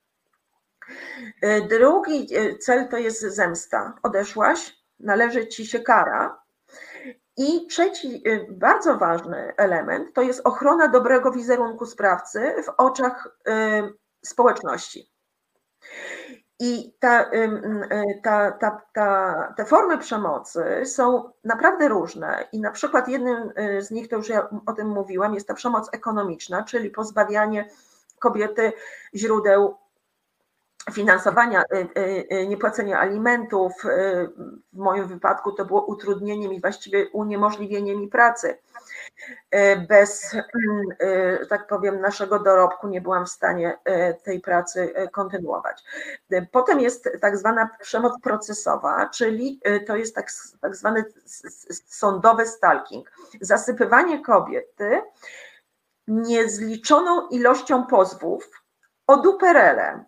Drugi cel to jest zemsta. Odeszłaś, należy ci się kara. I trzeci, bardzo ważny element to jest ochrona dobrego wizerunku sprawcy w oczach społeczności. I ta, ta, ta, ta, te formy przemocy są naprawdę różne i na przykład jednym z nich, to już ja o tym mówiłam, jest ta przemoc ekonomiczna, czyli pozbawianie kobiety źródeł finansowania, niepłacenia alimentów. W moim wypadku to było utrudnieniem i właściwie uniemożliwieniem mi pracy. Bez, tak powiem, naszego dorobku nie byłam w stanie tej pracy kontynuować. Potem jest tak zwana przemoc procesowa, czyli to jest tak, tak zwany sądowy stalking. Zasypywanie kobiety niezliczoną ilością pozwów o duperele.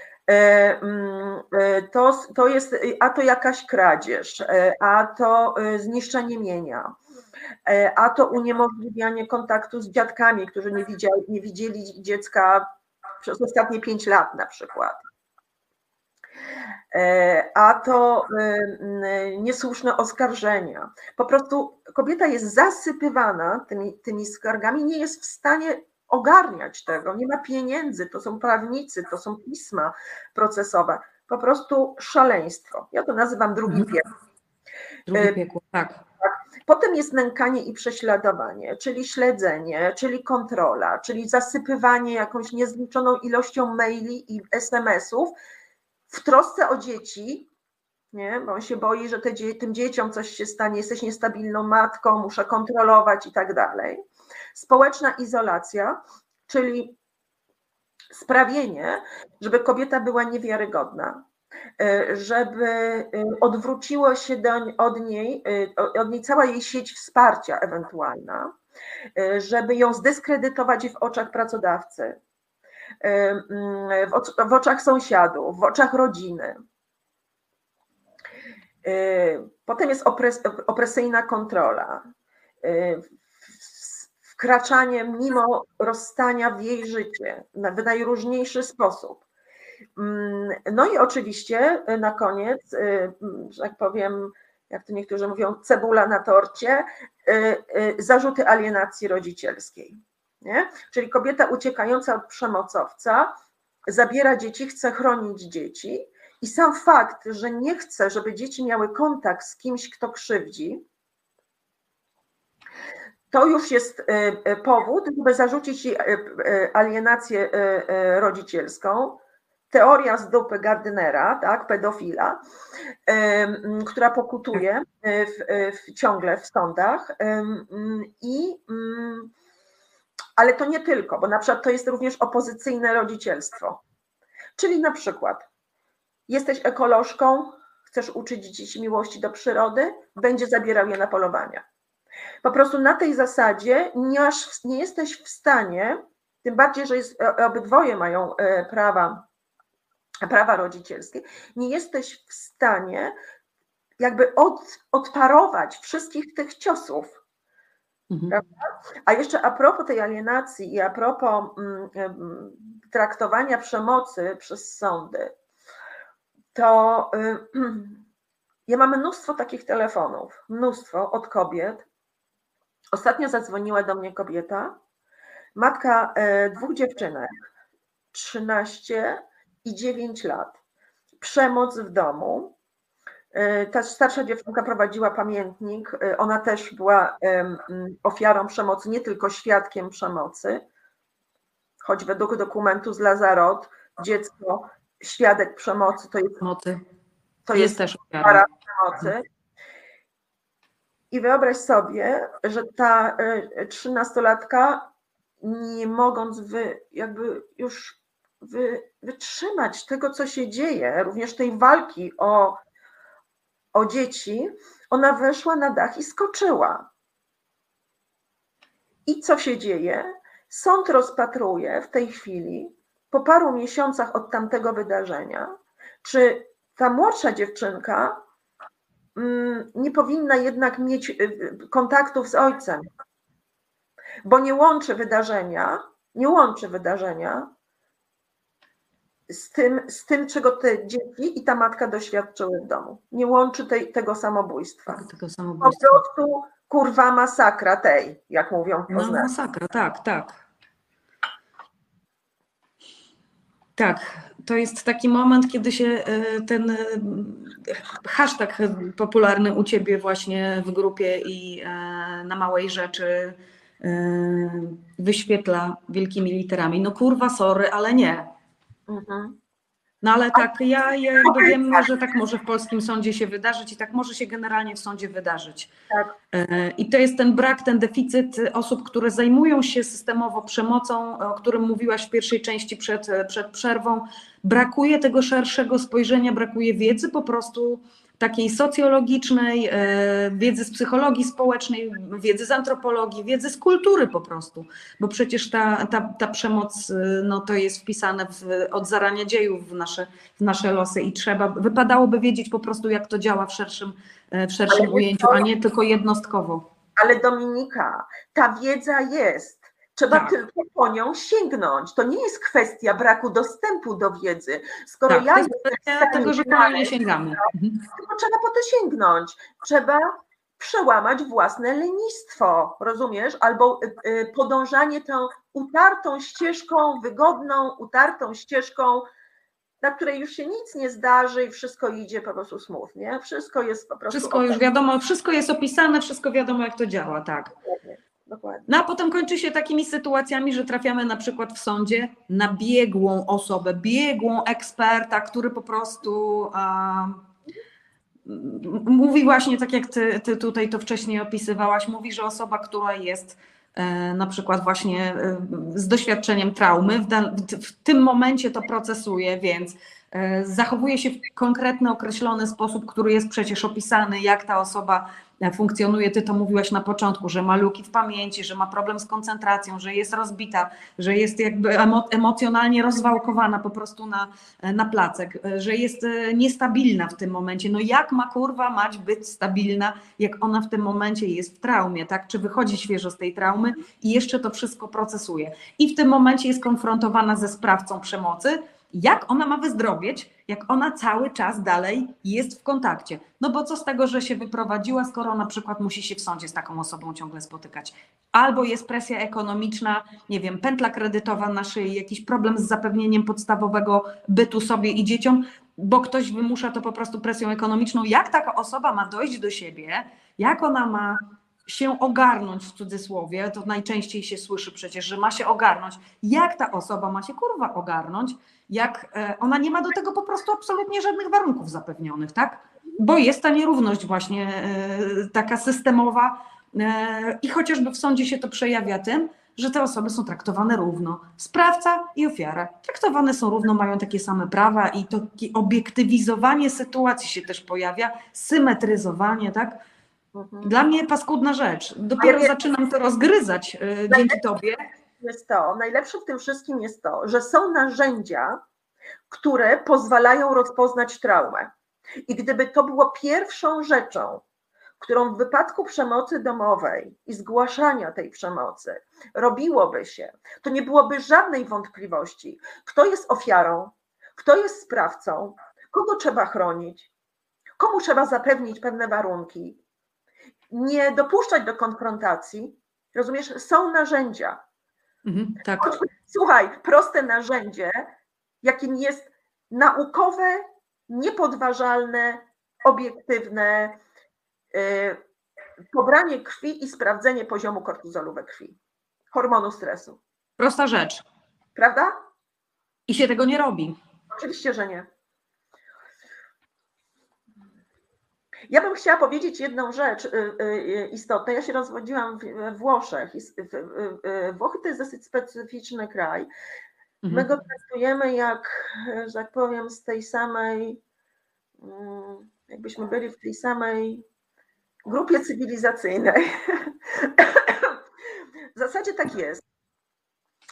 To, to jest, a to jakaś kradzież, a to zniszczenie mienia, a to uniemożliwianie kontaktu z dziadkami, którzy nie widzieli, nie widzieli dziecka przez ostatnie pięć lat na przykład. A to niesłuszne oskarżenia. Po prostu kobieta jest zasypywana tymi, tymi skargami, nie jest w stanie ogarniać tego, nie ma pieniędzy, to są prawnicy, to są pisma procesowe, po prostu szaleństwo. Ja to nazywam drugi piekło. Drugie piekło, tak. Potem jest nękanie i prześladowanie, czyli śledzenie, czyli kontrola, czyli zasypywanie jakąś niezliczoną ilością maili i es em esów w trosce o dzieci, nie? Bo on się boi, że te, tym dzieciom coś się stanie, jesteś niestabilną matką, muszę kontrolować i tak dalej. Społeczna izolacja, czyli sprawienie, żeby kobieta była niewiarygodna, żeby odwróciło się do, od, niej, od niej cała jej sieć wsparcia ewentualna, żeby ją zdyskredytować w oczach pracodawcy, w oczach sąsiadów, w oczach rodziny. Potem jest opres, opresyjna kontrola, wkraczanie mimo rozstania w jej życie w najróżniejszy sposób. No i oczywiście na koniec, że tak powiem, jak to niektórzy mówią, cebula na torcie, zarzuty alienacji rodzicielskiej. Nie? Czyli kobieta uciekająca od przemocowca zabiera dzieci, chce chronić dzieci i sam fakt, że nie chce, żeby dzieci miały kontakt z kimś, kto krzywdzi, to już jest powód, żeby zarzucić jej alienację rodzicielską. Teoria z dupy Gardnera, tak, pedofila, która pokutuje w, w, ciągle w sądach. I, ale to nie tylko, bo na przykład to jest również opozycyjne rodzicielstwo. Czyli na przykład jesteś ekolożką, chcesz uczyć dzieci miłości do przyrody, będzie zabierał je na polowania. Po prostu na tej zasadzie nie, masz, nie jesteś w stanie, tym bardziej, że jest, obydwoje mają prawa, prawa rodzicielskie, nie jesteś w stanie jakby od, odparować wszystkich tych ciosów. Mhm. A jeszcze a propos tej alienacji i a propos mm, traktowania przemocy przez sądy, to y, ja mam mnóstwo takich telefonów, mnóstwo od kobiet. Ostatnio zadzwoniła do mnie kobieta, matka y, dwóch dziewczynek, trzynaście i dziewięć lat. Przemoc w domu. Y, ta starsza dziewczynka prowadziła pamiętnik, y, ona też była y, y, ofiarą przemocy, nie tylko świadkiem przemocy, choć według dokumentu z Lazarot dziecko, świadek przemocy to jest, to jest, jest też ofiara przemocy. I wyobraź sobie, że ta trzynastolatka, nie mogąc wy, jakby już wy, wytrzymać tego, co się dzieje, również tej walki o, o dzieci, ona weszła na dach i skoczyła. I co się dzieje? Sąd rozpatruje w tej chwili po paru miesiącach od tamtego wydarzenia, czy ta młodsza dziewczynka mm, nie powinna jednak mieć y, kontaktów z ojcem, bo nie łączy wydarzenia, nie łączy wydarzenia z tym, z tym, czego te dzieci i ta matka doświadczyły w domu. Nie łączy tej, tego samobójstwa. Tego samobójstwa. Po prostu kurwa masakra tej, jak mówią w No Poznaniu. masakra, tak, tak. Tak, to jest taki moment, kiedy się y, ten y, hashtag popularny u ciebie właśnie w grupie i y, na małej rzeczy y, wyświetla wielkimi literami. No kurwa, sorry, ale nie. Mhm. No ale tak, ja jakby wiem, że tak może w polskim sądzie się wydarzyć i tak może się generalnie w sądzie wydarzyć. Tak. I to jest ten brak, ten deficyt osób, które zajmują się systemowo przemocą, o którym mówiłaś w pierwszej części przed, przed przerwą. Brakuje tego szerszego spojrzenia, brakuje wiedzy po prostu takiej socjologicznej, wiedzy z psychologii społecznej, wiedzy z antropologii, wiedzy z kultury po prostu, bo przecież ta, ta, ta przemoc no, to jest wpisane w, od zarania dziejów w nasze, w nasze losy i trzeba, wypadałoby wiedzieć po prostu, jak to działa w szerszym, w szerszym ujęciu, a nie tylko jednostkowo. Ale Dominika, ta wiedza jest. Trzeba Tak. tylko po nią sięgnąć. To nie jest kwestia braku dostępu do wiedzy. Skoro Tak, ja to jest jestem w kwestia stanie tego, że po nią znaleźć, nie sięgamy. Mhm. tylko trzeba po to sięgnąć. Trzeba przełamać własne lenistwo, rozumiesz? Albo y, y, podążanie tą utartą ścieżką, wygodną, utartą ścieżką, na której już się nic nie zdarzy i wszystko idzie po prostu smutnie. Wszystko jest po prostu... Wszystko już wiadomo, wszystko jest opisane, wszystko wiadomo, jak to działa, tak. Dokładnie, dokładnie. No a potem kończy się takimi sytuacjami, że trafiamy na przykład w sądzie na biegłą osobę, biegłą eksperta, który po prostu a, mówi właśnie, tak jak ty, ty tutaj to wcześniej opisywałaś, mówi, że osoba, która jest e, na przykład właśnie e, z doświadczeniem traumy, w, da, w, w tym momencie to procesuje, więc e, zachowuje się w konkretny, określony sposób, który jest przecież opisany, jak ta osoba funkcjonuje. Ty to mówiłaś na początku, że ma luki w pamięci, że ma problem z koncentracją, że jest rozbita, że jest jakby emo, emocjonalnie rozwałkowana po prostu na, na placek, że jest niestabilna w tym momencie. No jak ma kurwa mać być stabilna, jak ona w tym momencie jest w traumie, tak? Czy wychodzi świeżo z tej traumy i jeszcze to wszystko procesuje. I w tym momencie jest konfrontowana ze sprawcą przemocy. Jak ona ma wyzdrowieć, jak ona cały czas dalej jest w kontakcie? No bo co z tego, że się wyprowadziła, skoro na przykład musi się w sądzie z taką osobą ciągle spotykać? Albo jest presja ekonomiczna, nie wiem, pętla kredytowa na szyi, jakiś problem z zapewnieniem podstawowego bytu sobie i dzieciom, bo ktoś wymusza to po prostu presją ekonomiczną. Jak taka osoba ma dojść do siebie? Jak ona ma się ogarnąć, w cudzysłowie, to najczęściej się słyszy przecież, że ma się ogarnąć. Jak ta osoba ma się kurwa ogarnąć, jak ona nie ma do tego po prostu absolutnie żadnych warunków zapewnionych, tak? Bo jest ta nierówność właśnie taka systemowa i chociażby w sądzie się to przejawia tym, że te osoby są traktowane równo. Sprawca i ofiara traktowane są równo, mają takie same prawa i to takie obiektywizowanie sytuacji się też pojawia, symetryzowanie, tak? Dla mnie paskudna rzecz. Dopiero Ale zaczynam to rozgryzać y, dzięki tobie. Jest to, najlepsze w tym wszystkim jest to, że są narzędzia, które pozwalają rozpoznać traumę. I gdyby to było pierwszą rzeczą, którą w wypadku przemocy domowej i zgłaszania tej przemocy robiłoby się, to nie byłoby żadnej wątpliwości, kto jest ofiarą, kto jest sprawcą, kogo trzeba chronić, komu trzeba zapewnić pewne warunki, nie dopuszczać do konfrontacji. Rozumiesz, są narzędzia. Mhm, tak. Słuchaj, proste narzędzie, jakim jest naukowe, niepodważalne, obiektywne yy, pobranie krwi i sprawdzenie poziomu kortyzolu we krwi, hormonu stresu. Prosta rzecz. Prawda? I się tego nie robi. Oczywiście, że nie. Ja bym chciała powiedzieć jedną rzecz istotną. Ja się rozwodziłam we Włoszech. Włochy to jest dosyć specyficzny kraj. My go traktujemy jak, że tak powiem, z tej samej, jakbyśmy byli w tej samej grupie cywilizacyjnej. W zasadzie tak jest.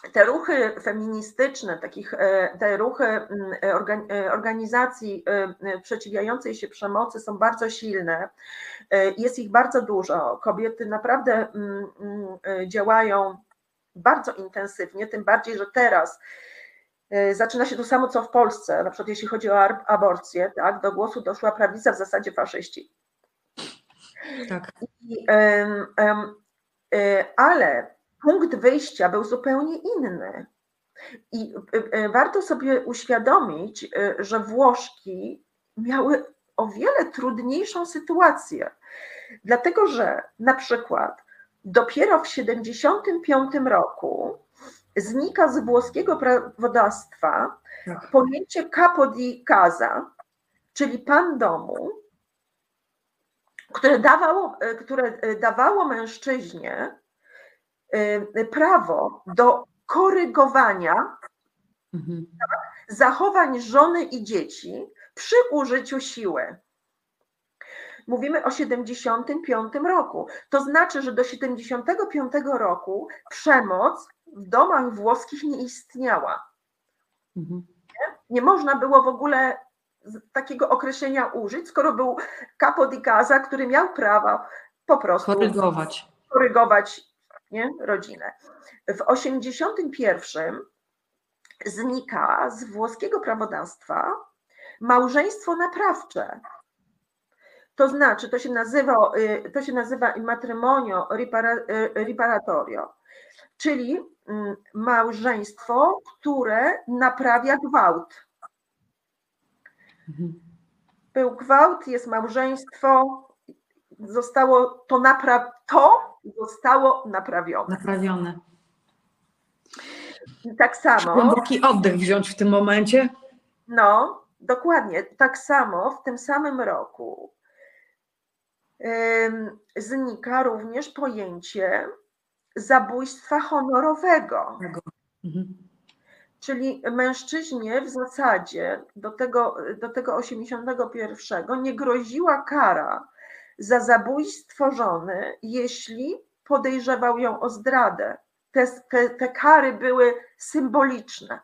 te ruchy feministyczne, takich, te ruchy organizacji sprzeciwiającej się przemocy są bardzo silne. Jest ich bardzo dużo. Kobiety naprawdę działają bardzo intensywnie, tym bardziej, że teraz zaczyna się to samo, co w Polsce, na przykład jeśli chodzi o aborcję, tak, do głosu doszła prawica, w zasadzie faszyści. Tak. I, um, um, ale punkt wyjścia był zupełnie inny. I warto sobie uświadomić, że Włoszki miały o wiele trudniejszą sytuację, dlatego że na przykład dopiero w siedemdziesiątym piątym roku znika z włoskiego prawodawstwa tak. pojęcie capo di casa, czyli pan domu, które dawało, które dawało mężczyźnie prawo do korygowania mhm. zachowań żony i dzieci przy użyciu siły. Mówimy o siedemdziesiątym piątym roku. To znaczy, że do siedemdziesiątego piątego roku przemoc w domach włoskich nie istniała. Mhm. Nie? Nie można było w ogóle takiego określenia użyć, skoro był capo di casa, który miał prawo po prostu korygować, korygować nie? rodzinę. W osiemdziesiątym pierwszym znika z włoskiego prawodawstwa małżeństwo naprawcze. To znaczy, to się nazywa, to się nazywa matrimonio riparatorio, czyli małżeństwo, które naprawia gwałt. Był gwałt, jest małżeństwo, zostało to, napraw, to zostało naprawione. Naprawione. I tak samo. Głęboki oddech wziąć w tym momencie. No, dokładnie. Tak samo w tym samym roku ym, znika również pojęcie zabójstwa honorowego. Mhm. Czyli mężczyźnie w zasadzie do tego, do tego osiemdziesiątego pierwszego nie groziła kara za zabójstwo żony, jeśli podejrzewał ją o zdradę. Te, te, te kary były symboliczne.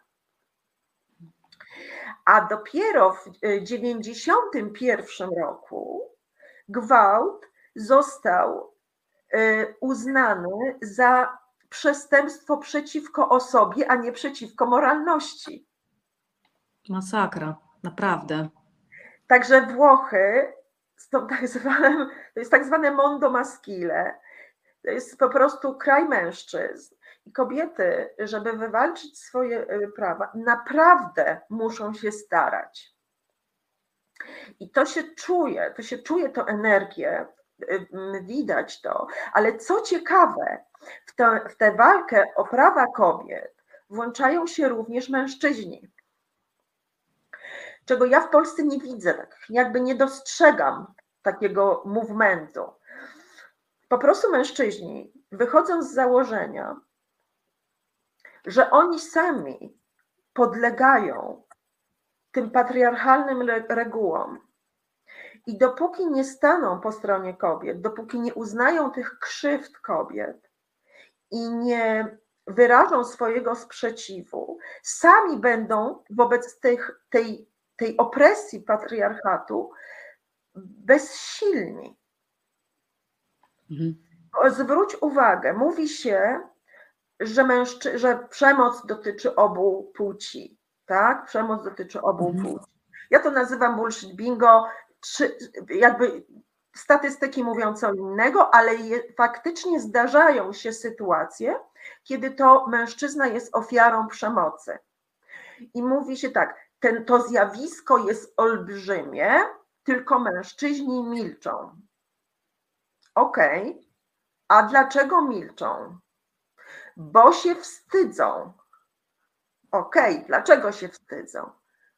A dopiero w dziewięćdziesiątym pierwszym roku gwałt został uznany za przestępstwo przeciwko osobie, a nie przeciwko moralności. Masakra, naprawdę. Także Włochy są tak zwanym, to jest tak zwane mondo maschile, to jest po prostu kraj mężczyzn. I kobiety, żeby wywalczyć swoje prawa, naprawdę muszą się starać. I to się czuje, to się czuje tę energię, widać to, ale co ciekawe, w, to, w tę walkę o prawa kobiet włączają się również mężczyźni, czego ja w Polsce nie widzę, tak jakby nie dostrzegam takiego movementu. Po prostu mężczyźni wychodzą z założenia, że oni sami podlegają tym patriarchalnym regułom i dopóki nie staną po stronie kobiet, dopóki nie uznają tych krzywd kobiet i nie wyrażą swojego sprzeciwu, sami będą wobec tych, tej, tej opresji patriarchatu bezsilni. Mhm. Zwróć uwagę, mówi się, że, mężczy- że przemoc dotyczy obu płci, tak? Przemoc dotyczy obu mhm. płci. Ja to nazywam bullshit bingo, czy jakby statystyki mówią co innego, ale je, faktycznie zdarzają się sytuacje, kiedy to mężczyzna jest ofiarą przemocy. I mówi się tak, ten, to zjawisko jest olbrzymie, tylko mężczyźni milczą. Okej, okay. A dlaczego milczą? Bo się wstydzą. Okej, okay. Dlaczego się wstydzą?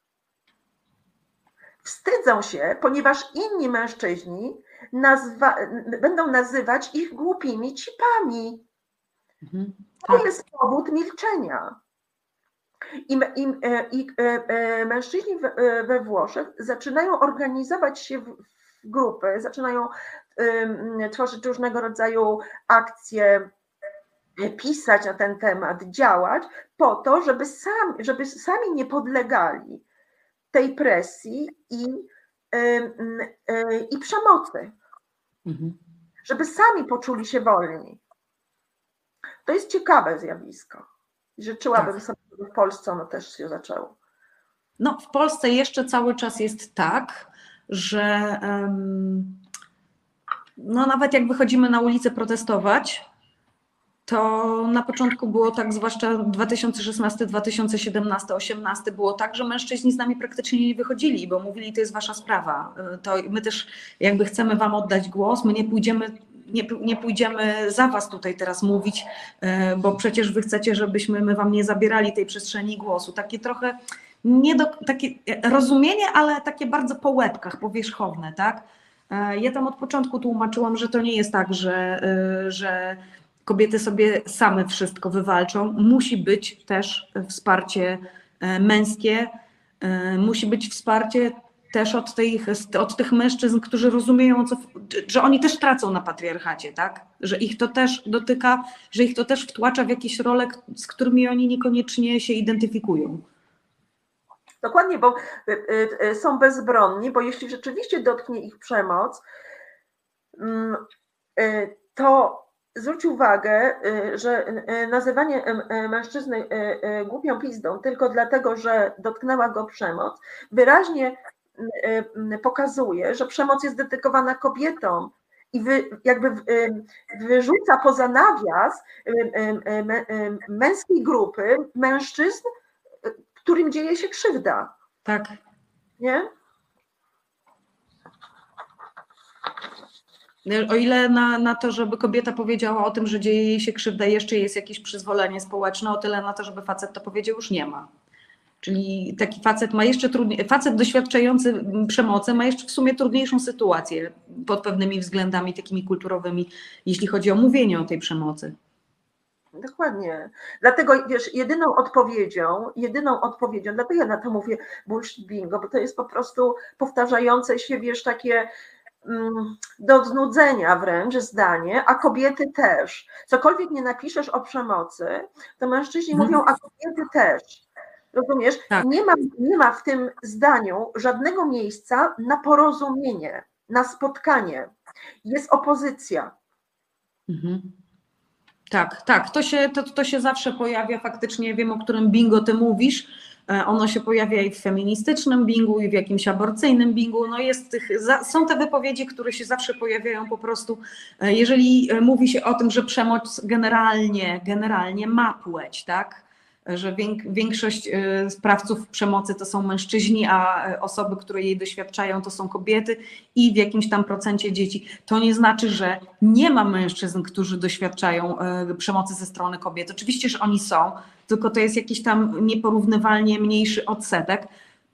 Wstydzą się, ponieważ inni mężczyźni nazwa, będą nazywać ich głupimi cipami. Mhm, tak. To jest powód milczenia. I, i, i mężczyźni we, we Włoszech zaczynają organizować się w, w grupy, zaczynają um, tworzyć różnego rodzaju akcje pisać na ten temat, działać po to, żeby, sam, żeby sami nie podlegali tej presji i, yy, yy, i przemocy. Mhm. Żeby sami poczuli się wolni. To jest ciekawe zjawisko. Życzyłabym tak. sobie, żeby w Polsce ono też się zaczęło. No, w Polsce jeszcze cały czas jest tak, że um, no nawet jak wychodzimy na ulicę protestować, to na początku było tak, zwłaszcza dwa tysiące szesnasty, dwa tysiące siedemnasty, osiemnasty było tak, że mężczyźni z nami praktycznie nie wychodzili, bo mówili, to jest wasza sprawa. To my też jakby chcemy wam oddać głos, my nie pójdziemy, nie, nie pójdziemy za was tutaj teraz mówić, bo przecież wy chcecie, żebyśmy my wam nie zabierali tej przestrzeni głosu. Takie trochę nie do, takie rozumienie, ale takie bardzo po łebkach, powierzchowne, tak? Ja tam od początku tłumaczyłam, że to nie jest tak, że, że kobiety sobie same wszystko wywalczą. Musi być też wsparcie męskie, musi być wsparcie też od tych, od tych mężczyzn, którzy rozumieją, co, że oni też tracą na patriarchacie, tak? Że ich to też dotyka, że ich to też wtłacza w jakieś role, z którymi oni niekoniecznie się identyfikują. Dokładnie, bo są bezbronni, bo jeśli rzeczywiście dotknie ich przemoc, to zwróć uwagę, że nazywanie mężczyzny głupią pizdą tylko dlatego, że dotknęła go przemoc, wyraźnie pokazuje, że przemoc jest dedykowana kobietom i wy, jakby wyrzuca poza nawias męskiej grupy mężczyzn, którym dzieje się krzywda. Tak. Nie? O ile na, na to, żeby kobieta powiedziała o tym, że dzieje jej się krzywda, jeszcze jest jakieś przyzwolenie społeczne, o tyle na to, żeby facet to powiedział, już nie ma. Czyli taki facet ma jeszcze trudniej, facet doświadczający przemocy ma jeszcze w sumie trudniejszą sytuację pod pewnymi względami takimi kulturowymi, jeśli chodzi o mówienie o tej przemocy. Dokładnie. Dlatego, wiesz, jedyną odpowiedzią, jedyną odpowiedzią, dlatego ja na to mówię bullshit bingo, bo to jest po prostu powtarzające się, wiesz, takie mm, do znudzenia wręcz zdanie, a kobiety też. Cokolwiek nie napiszesz o przemocy, to mężczyźni hmm. mówią, a kobiety też. Rozumiesz? Tak. Nie ma, nie ma w tym zdaniu żadnego miejsca na porozumienie, na spotkanie. Jest opozycja. Mhm. Tak, tak, to się, to, to się zawsze pojawia faktycznie, wiem, o którym bingo ty mówisz, ono się pojawia i w feministycznym bingu, i w jakimś aborcyjnym bingu, no jest tych, są te wypowiedzi, które się zawsze pojawiają po prostu, jeżeli mówi się o tym, że przemoc generalnie, generalnie ma płeć, tak? Że większość sprawców przemocy to są mężczyźni, a osoby, które jej doświadczają, to są kobiety i w jakimś tam procencie dzieci. To nie znaczy, że nie ma mężczyzn, którzy doświadczają przemocy ze strony kobiet. Oczywiście, że oni są, tylko to jest jakiś tam nieporównywalnie mniejszy odsetek,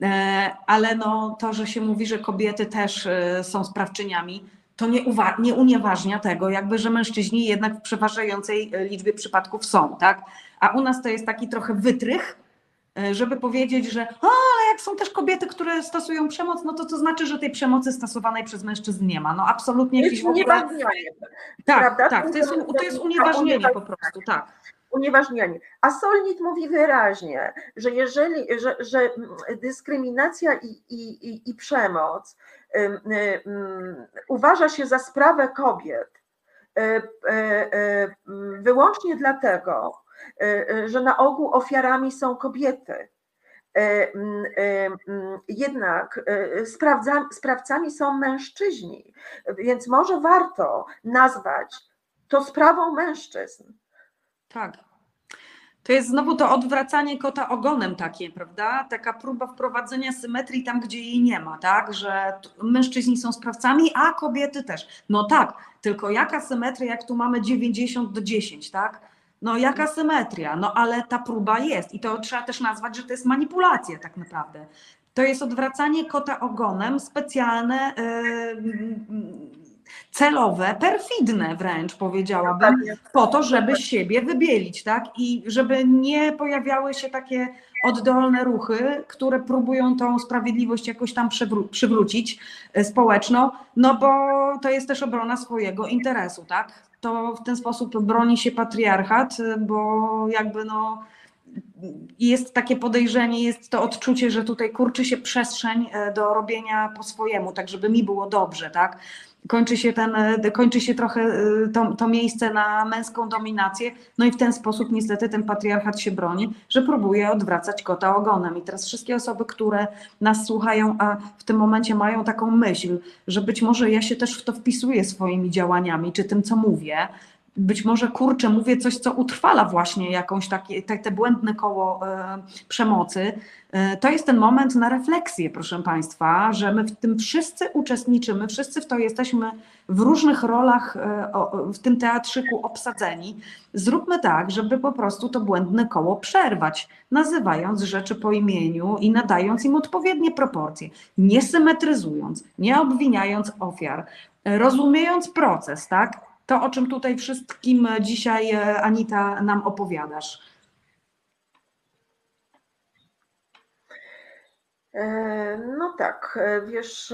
ale no to, że się mówi, że kobiety też są sprawczyniami, to nie, uwa- nie unieważnia tego, jakby, że mężczyźni jednak w przeważającej liczbie przypadków są, tak? A u nas to jest taki trochę wytrych, żeby powiedzieć, że o, ale jak są też kobiety, które stosują przemoc, no to to znaczy, że tej przemocy stosowanej przez mężczyzn nie ma. No absolutnie jakieś w ogóle... Tak, prawda? tak, to jest, to jest unieważnienie po prostu, tak. Unieważnianie. A Solnit mówi wyraźnie, że jeżeli, że, że dyskryminacja i, i, i, i przemoc um, um, uważa się za sprawę kobiet um, um, wyłącznie dlatego, że na ogół ofiarami są kobiety. Jednak sprawcami są mężczyźni, więc może warto nazwać to sprawą mężczyzn. Tak. To jest znowu to odwracanie kota ogonem takie, prawda? Taka próba wprowadzenia symetrii tam, gdzie jej nie ma, tak? Że mężczyźni są sprawcami, a kobiety też. No tak, tylko jaka symetria, jak tu mamy dziewięćdziesiąt do dziesięciu, tak? No jaka symetria? No ale ta próba jest i to trzeba też nazwać, że to jest manipulacja tak naprawdę. To jest odwracanie kota ogonem, specjalne, yy, celowe, perfidne wręcz powiedziałabym, po to, żeby siebie wybielić, tak? I żeby nie pojawiały się takie oddolne ruchy, które próbują tą sprawiedliwość jakoś tam przywró- przywrócić społeczną, no bo to jest też obrona swojego interesu, tak? to w ten sposób broni się patriarchat, bo jakby no jest takie podejrzenie, jest to odczucie, że tutaj kurczy się przestrzeń do robienia po swojemu, tak żeby mi było dobrze, tak? Kończy się, ten, kończy się trochę to, to miejsce na męską dominację, no i w ten sposób niestety ten patriarchat się broni, że próbuje odwracać kota ogonem. I teraz wszystkie osoby, które nas słuchają, a w tym momencie mają taką myśl, że być może ja się też w to wpisuję swoimi działaniami, czy tym, co mówię, być może kurczę, mówię coś, co utrwala właśnie jakąś takie, te, te błędne koło e, przemocy. E, to jest ten moment na refleksję, proszę Państwa, że my w tym wszyscy uczestniczymy, wszyscy w to jesteśmy w różnych rolach e, o, w tym teatrzyku obsadzeni. Zróbmy tak, żeby po prostu to błędne koło przerwać, nazywając rzeczy po imieniu i nadając im odpowiednie proporcje, nie symetryzując, nie obwiniając ofiar, e, rozumiejąc proces, tak? To, o czym tutaj wszystkim dzisiaj, Anita, nam opowiadasz. No tak, wiesz,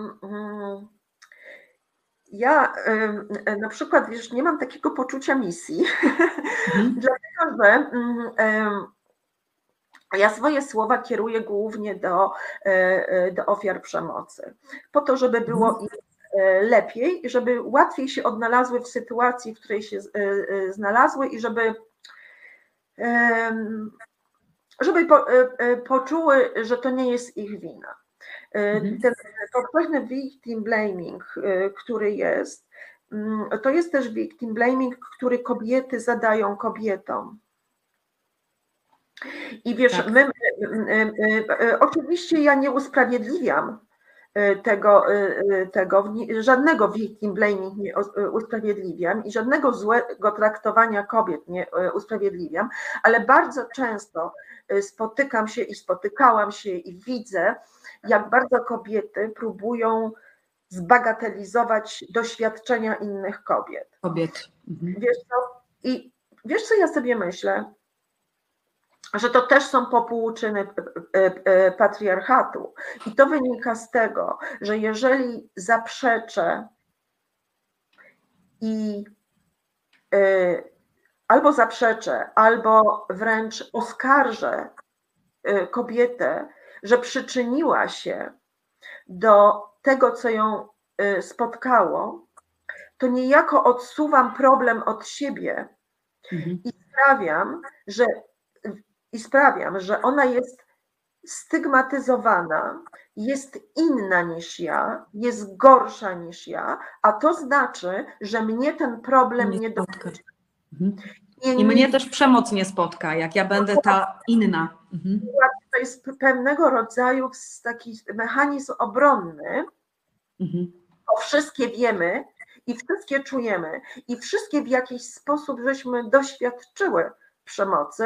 ja na przykład, wiesz, nie mam takiego poczucia misji, mhm. dlatego że ja swoje słowa kieruję głównie do, do ofiar przemocy, po to, żeby było im lepiej, żeby łatwiej się odnalazły w sytuacji, w której się znalazły i żeby, żeby po, poczuły, że to nie jest ich wina. Mhm. Ten powszechny victim blaming, który jest, to jest też victim blaming, który kobiety zadają kobietom. I wiesz, tak. my, oczywiście ja nie usprawiedliwiam Tego, tego, żadnego victim blaming nie usprawiedliwiam i żadnego złego traktowania kobiet nie usprawiedliwiam, ale bardzo często spotykam się i spotykałam się i widzę, jak bardzo kobiety próbują zbagatelizować doświadczenia innych kobiet. Kobiet. Mhm. Wiesz co? I wiesz, co ja sobie myślę? Że to też są popłuczyny patriarchatu. I to wynika z tego, że jeżeli zaprzeczę i y, albo zaprzeczę, albo wręcz oskarżę y, kobietę, że przyczyniła się do tego, co ją y, spotkało, to niejako odsuwam problem od siebie mhm. i sprawiam, że I sprawiam, że ona jest stygmatyzowana, jest inna niż ja, jest gorsza niż ja, a to znaczy, że mnie ten problem nie, nie dotyczy. Mhm. I mnie też przemoc nie spotka, jak ja będę ta inna. Mhm. To jest pewnego rodzaju taki mechanizm obronny, mhm. bo wszystkie wiemy i wszystkie czujemy i wszystkie w jakiś sposób żeśmy doświadczyły przemocy.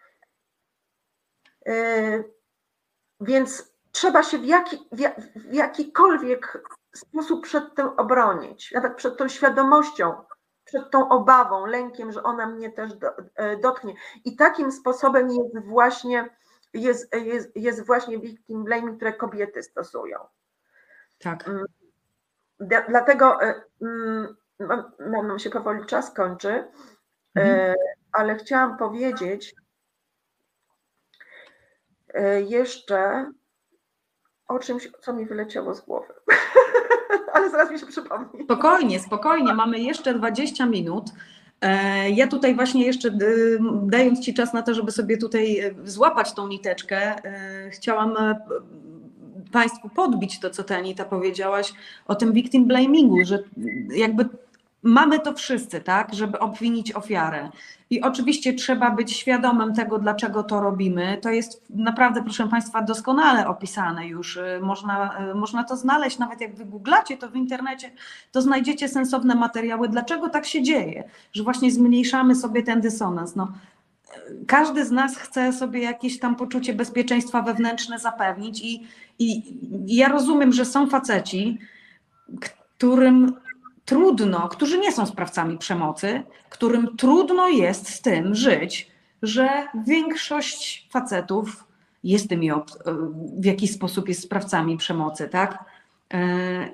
Więc trzeba się w, jaki, w jakikolwiek sposób przed tym obronić, nawet przed tą świadomością, przed tą obawą, lękiem, że ona mnie też do, dotknie. I takim sposobem jest właśnie, jest, jest, jest właśnie victim blaming, które kobiety stosują. Tak. Dlatego nam się powoli czas kończy, mhm. ale chciałam powiedzieć jeszcze o czymś, co mi wyleciało z głowy, ale zaraz mi się przypomni. Spokojnie, spokojnie, mamy jeszcze dwadzieścia minut. Ja tutaj właśnie jeszcze, dając Ci czas na to, żeby sobie tutaj złapać tą niteczkę, chciałam Państwu podbić to, co Ty, Anita, powiedziałaś o tym victim blamingu, że jakby mamy to wszyscy, tak, żeby obwinić ofiarę. I oczywiście trzeba być świadomym tego, dlaczego to robimy. To jest naprawdę, proszę Państwa, doskonale opisane już. Można, można to znaleźć, nawet jak wygooglacie to w internecie, to znajdziecie sensowne materiały, dlaczego tak się dzieje, że właśnie zmniejszamy sobie ten dysonans. No, każdy z nas chce sobie jakieś tam poczucie bezpieczeństwa wewnętrzne zapewnić i, i, i ja rozumiem, że są faceci, którym trudno, którzy nie są sprawcami przemocy, którym trudno jest z tym żyć, że większość facetów jest tymi, w jakiś sposób jest sprawcami przemocy, tak?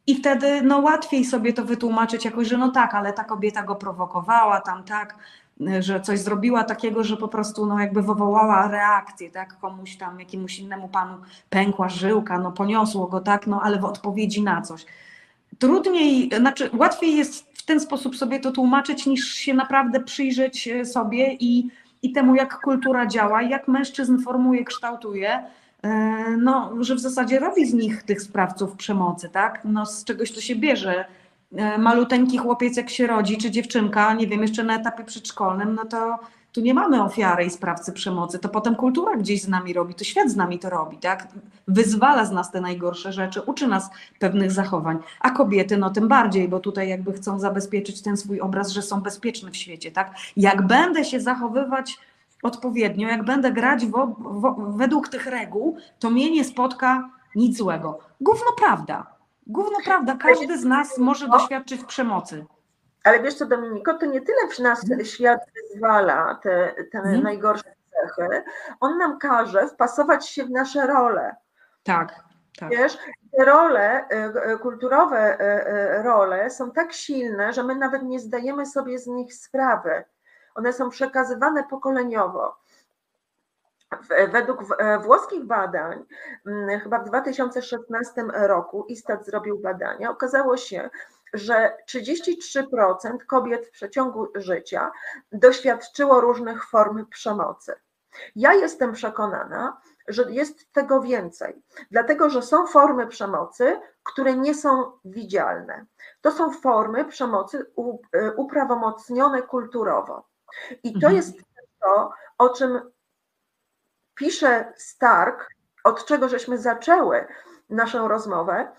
I wtedy no, łatwiej sobie to wytłumaczyć jakoś, że no tak, ale ta kobieta go prowokowała, tam tak, że coś zrobiła takiego, że po prostu no, jakby wywołała reakcję, tak, komuś tam, jakiemuś innemu panu pękła żyłka, no poniosło go, tak, no ale w odpowiedzi na coś. Trudniej, znaczy łatwiej jest w ten sposób sobie to tłumaczyć, niż się naprawdę przyjrzeć sobie i, i temu, jak kultura działa, jak mężczyzn formuje, kształtuje, no, że w zasadzie robi z nich tych sprawców przemocy, tak? No, z czegoś to się bierze. Maluteńki chłopiec jak się rodzi, czy dziewczynka, nie wiem, jeszcze na etapie przedszkolnym, no to tu nie mamy ofiary i sprawcy przemocy, to potem kultura gdzieś z nami robi, to świat z nami to robi, tak? Wyzwala z nas te najgorsze rzeczy, uczy nas pewnych zachowań, a kobiety no tym bardziej, bo tutaj jakby chcą zabezpieczyć ten swój obraz, że są bezpieczne w świecie, tak? Jak będę się zachowywać odpowiednio, jak będę grać wo, wo, według tych reguł, to mnie nie spotka nic złego. Gówno prawda. Gówno prawda. Każdy z nas może doświadczyć przemocy. Ale wiesz co, Dominiko, to nie tyle w nas hmm. świat wyzwala te, te hmm. najgorsze cechy, on nam każe wpasować się w nasze role. Tak, tak. Wiesz, te role, kulturowe role są tak silne, że my nawet nie zdajemy sobie z nich sprawy. One są przekazywane pokoleniowo. Według włoskich badań, chyba w dwa tysiące szesnastym roku Istat zrobił badania, okazało się, że trzydzieści trzy procent kobiet w przeciągu życia doświadczyło różnych form przemocy. Ja jestem przekonana, że jest tego więcej, dlatego że są formy przemocy, które nie są widzialne. To są formy przemocy uprawomocnione kulturowo. I to mhm. jest to, o czym pisze Stark, od czego żeśmy zaczęły naszą rozmowę.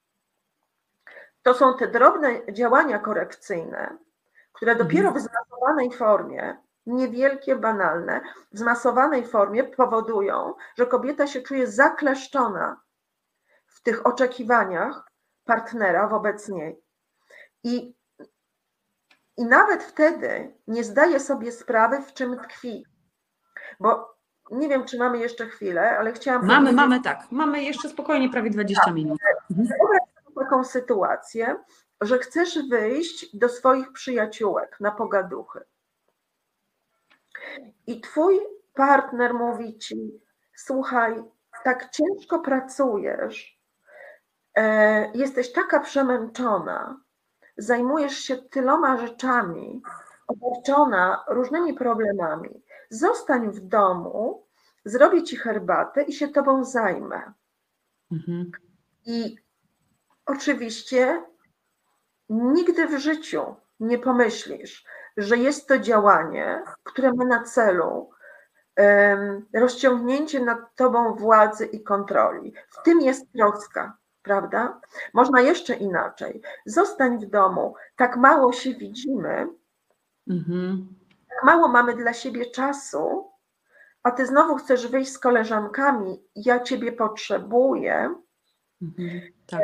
To są te drobne działania korekcyjne, które dopiero w zmasowanej formie, niewielkie, banalne, w zmasowanej formie powodują, że kobieta się czuje zakleszczona w tych oczekiwaniach partnera wobec niej. I, i nawet wtedy nie zdaje sobie sprawy, w czym tkwi. Bo nie wiem, czy mamy jeszcze chwilę, ale chciałam Mamy, powiedzieć... mamy tak. Mamy jeszcze spokojnie prawie dwadzieścia minut. Mhm. Wyobraź sobie taką sytuację, że chcesz wyjść do swoich przyjaciółek na pogaduchy. I twój partner mówi ci, słuchaj, tak ciężko pracujesz, e, jesteś taka przemęczona, zajmujesz się tyloma rzeczami, obarczona różnymi problemami. Zostań w domu, zrobię ci herbatę i się tobą zajmę. Mhm. I oczywiście nigdy w życiu nie pomyślisz, że jest to działanie, które ma na celu um, rozciągnięcie nad tobą władzy i kontroli. W tym jest troska, prawda? Można jeszcze inaczej. Zostań w domu, tak mało się widzimy, mhm. tak mało mamy dla siebie czasu, a ty znowu chcesz wyjść z koleżankami, ja ciebie potrzebuję, mhm. Tak.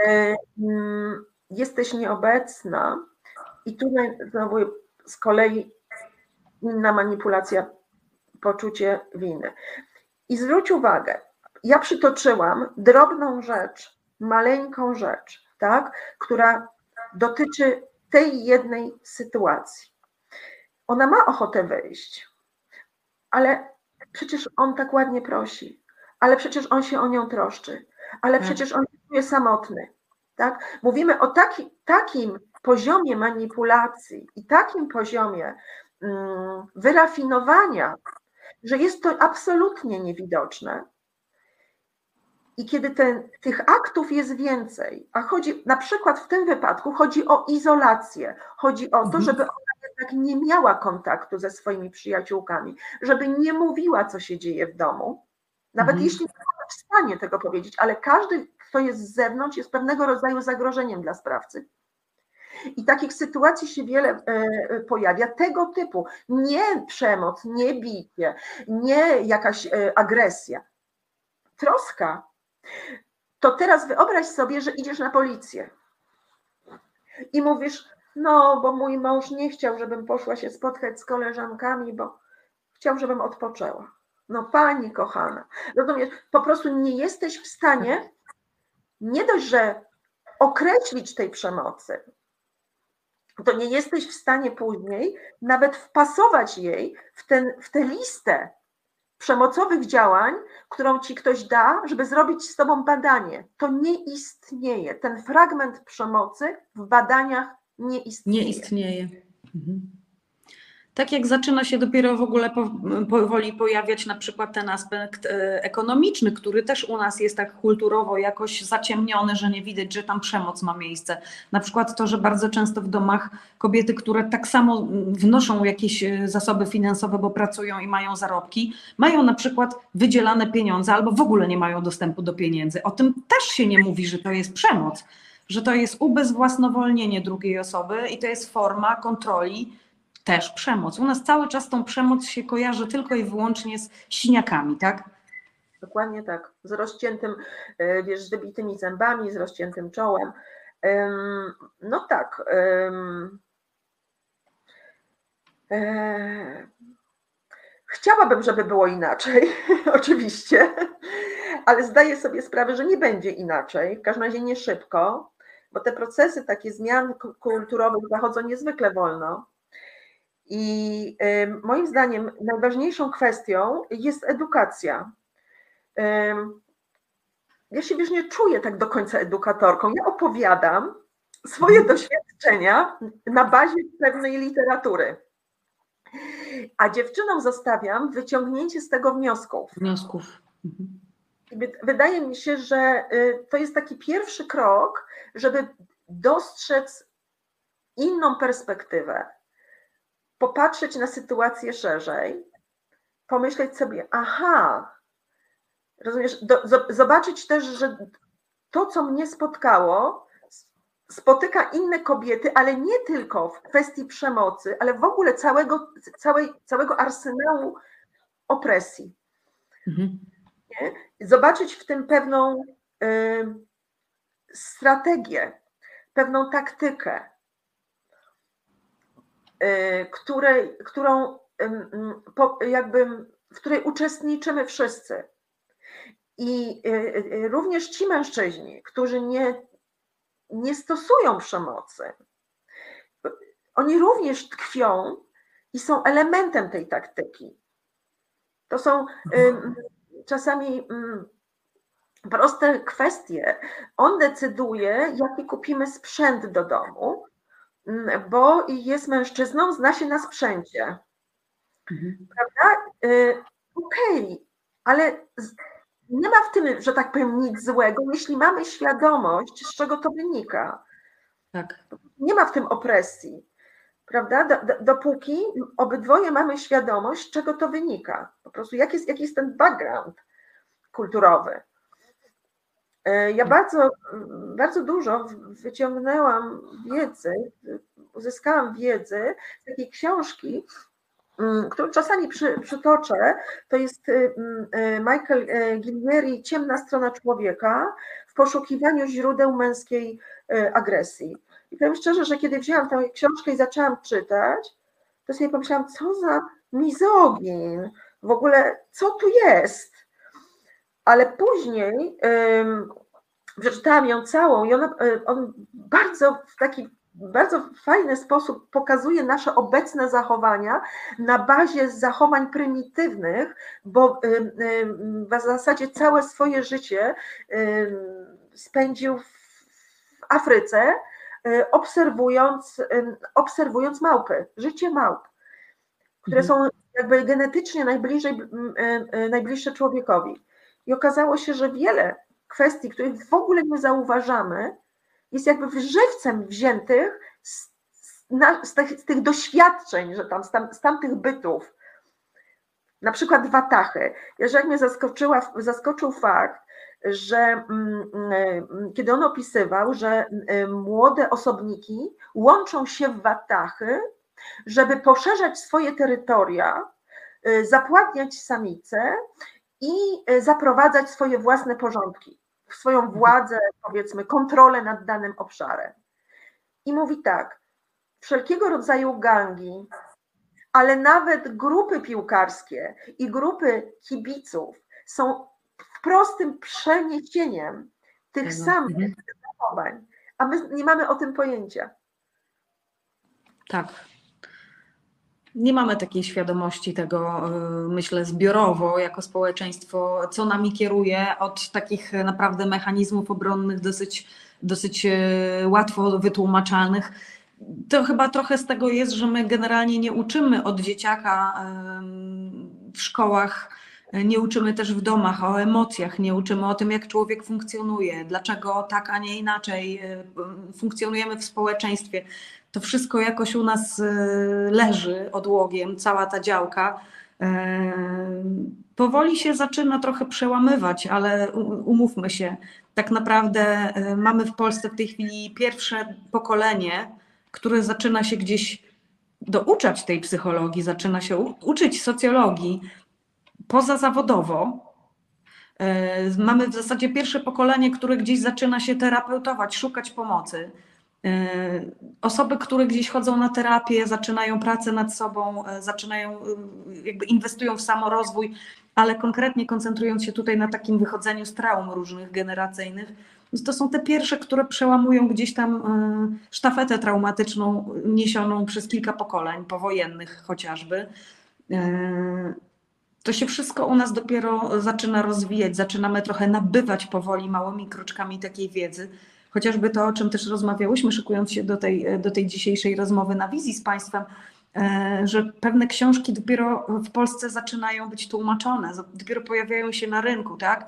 Jesteś nieobecna i tutaj znowu z kolei inna manipulacja, poczucie winy. I zwróć uwagę, ja przytoczyłam drobną rzecz, maleńką rzecz, tak, która dotyczy tej jednej sytuacji. Ona ma ochotę wyjść, ale przecież on tak ładnie prosi, ale przecież on się o nią troszczy, ale tak. przecież on się czuje samotny. Tak? Mówimy o taki, takim poziomie manipulacji i takim poziomie um, wyrafinowania, że jest to absolutnie niewidoczne. I kiedy ten, tych aktów jest więcej, a chodzi na przykład w tym wypadku chodzi o izolację, chodzi o to, żeby ona jednak nie miała kontaktu ze swoimi przyjaciółkami, żeby nie mówiła, co się dzieje w domu, nawet mhm. jeśli nie jest w stanie tego powiedzieć, ale każdy, kto jest z zewnątrz, jest pewnego rodzaju zagrożeniem dla sprawcy. I takich sytuacji się wiele e, pojawia, tego typu. Nie przemoc, nie bicie, nie jakaś e, agresja. Troska. To teraz wyobraź sobie, że idziesz na policję i mówisz, no bo mój mąż nie chciał, żebym poszła się spotkać z koleżankami, bo chciał, żebym odpoczęła. No pani kochana, rozumiesz, po prostu nie jesteś w stanie nie dość, że określić tej przemocy, to nie jesteś w stanie później nawet wpasować jej w, ten, w tę listę przemocowych działań, którą ci ktoś da, żeby zrobić z tobą badanie. To nie istnieje. Ten fragment przemocy w badaniach nie istnieje. Nie istnieje. Mhm. Tak jak zaczyna się dopiero w ogóle powoli pojawiać na przykład ten aspekt ekonomiczny, który też u nas jest tak kulturowo jakoś zaciemniony, że nie widać, że tam przemoc ma miejsce. Na przykład to, że bardzo często w domach kobiety, które tak samo wnoszą jakieś zasoby finansowe, bo pracują i mają zarobki, mają na przykład wydzielane pieniądze albo w ogóle nie mają dostępu do pieniędzy. O tym też się nie mówi, że to jest przemoc, że to jest ubezwłasnowolnienie drugiej osoby i to jest forma kontroli. Też przemoc. U nas cały czas tą przemoc się kojarzy tylko i wyłącznie z siniakami, tak? Dokładnie tak. Z rozciętym, wiesz, z wybitymi zębami, z rozciętym czołem. No tak. Chciałabym, żeby było inaczej, oczywiście, ale zdaję sobie sprawę, że nie będzie inaczej, w każdym razie nie szybko, bo te procesy takie zmian kulturowych zachodzą niezwykle wolno. I moim zdaniem najważniejszą kwestią jest edukacja. Ja się wiesz, nie czuję tak do końca edukatorką. Ja opowiadam swoje doświadczenia na bazie pewnej literatury. A dziewczynom zostawiam wyciągnięcie z tego wniosków. Wniosków. Wydaje mi się, że to jest taki pierwszy krok, żeby dostrzec inną perspektywę. Popatrzeć na sytuację szerzej, pomyśleć sobie, aha, rozumiesz, do, zobaczyć też, że to, co mnie spotkało, spotyka inne kobiety, ale nie tylko w kwestii przemocy, ale w ogóle całego, całej, całego arsenału opresji. Mhm. Nie? Zobaczyć w tym pewną y, strategię, pewną taktykę, Której, którą jakby, w której uczestniczymy wszyscy. I również ci mężczyźni, którzy nie, nie stosują przemocy, oni również tkwią i są elementem tej taktyki. To są czasami proste kwestie. On decyduje, jaki kupimy sprzęt do domu, bo jest mężczyzną, zna się na sprzęcie. Mhm. Prawda? Okej, okay, ale nie ma w tym, że tak powiem, nic złego, jeśli mamy świadomość, z czego to wynika. Tak. Nie ma w tym opresji. Prawda? Do, do, dopóki obydwoje mamy świadomość, z czego to wynika. Po prostu jaki jest, jaki jest ten background kulturowy. Ja bardzo, bardzo dużo wyciągnęłam wiedzy, uzyskałam wiedzy z takiej książki, którą czasami przy, przytoczę. To jest Michael Guillieri „Ciemna strona człowieka w poszukiwaniu źródeł męskiej agresji”. I powiem szczerze, że kiedy wzięłam tę książkę i zaczęłam czytać, to sobie pomyślałam, co za mizogin, w ogóle co tu jest? Ale później um, przeczytałam ją całą i ona, on bardzo w taki bardzo fajny sposób pokazuje nasze obecne zachowania na bazie zachowań prymitywnych, bo um, um, w zasadzie całe swoje życie um, spędził w Afryce, um, obserwując, um, obserwując małpy, życie małp, które mhm. są jakby genetycznie najbliżej, um, um, najbliższe człowiekowi. I okazało się, że wiele kwestii, których w ogóle nie zauważamy, jest jakby żywcem wziętych z, na, z, tych, z tych doświadczeń, że tam, z, tam, z tamtych bytów. Na przykład watachy. Jeżeli mnie zaskoczyła, zaskoczył fakt, że mm, kiedy on opisywał, że młode osobniki łączą się w watachy, żeby poszerzać swoje terytoria, zapładniać samice i zaprowadzać swoje własne porządki, swoją władzę, powiedzmy, kontrolę nad danym obszarem. I mówi tak, wszelkiego rodzaju gangi, ale nawet grupy piłkarskie i grupy kibiców są prostym przeniesieniem tych samych zachowań, a my nie mamy o tym pojęcia. Tak. Nie mamy takiej świadomości tego, myślę, zbiorowo jako społeczeństwo, co nami kieruje od takich naprawdę mechanizmów obronnych dosyć, dosyć łatwo wytłumaczalnych. To chyba trochę z tego jest, że my generalnie nie uczymy od dzieciaka w szkołach, nie uczymy też w domach o emocjach, nie uczymy o tym, jak człowiek funkcjonuje, dlaczego tak, a nie inaczej funkcjonujemy w społeczeństwie. To wszystko jakoś u nas leży odłogiem, cała ta działka. Powoli się zaczyna trochę przełamywać, ale umówmy się, tak naprawdę mamy w Polsce w tej chwili pierwsze pokolenie, które zaczyna się gdzieś douczać tej psychologii, zaczyna się uczyć socjologii pozazawodowo. Mamy w zasadzie pierwsze pokolenie, które gdzieś zaczyna się terapeutować, szukać pomocy. Osoby, które gdzieś chodzą na terapię, zaczynają pracę nad sobą, zaczynają, jakby inwestują w samorozwój, ale konkretnie koncentrując się tutaj na takim wychodzeniu z traum różnych generacyjnych, to są te pierwsze, które przełamują gdzieś tam sztafetę traumatyczną niesioną przez kilka pokoleń, powojennych chociażby. To się wszystko u nas dopiero zaczyna rozwijać, zaczynamy trochę nabywać powoli małymi kroczkami takiej wiedzy. Chociażby to, o czym też rozmawiałyśmy, szykując się do tej, do tej dzisiejszej rozmowy na wizji z Państwem, że pewne książki dopiero w Polsce zaczynają być tłumaczone, dopiero pojawiają się na rynku, tak?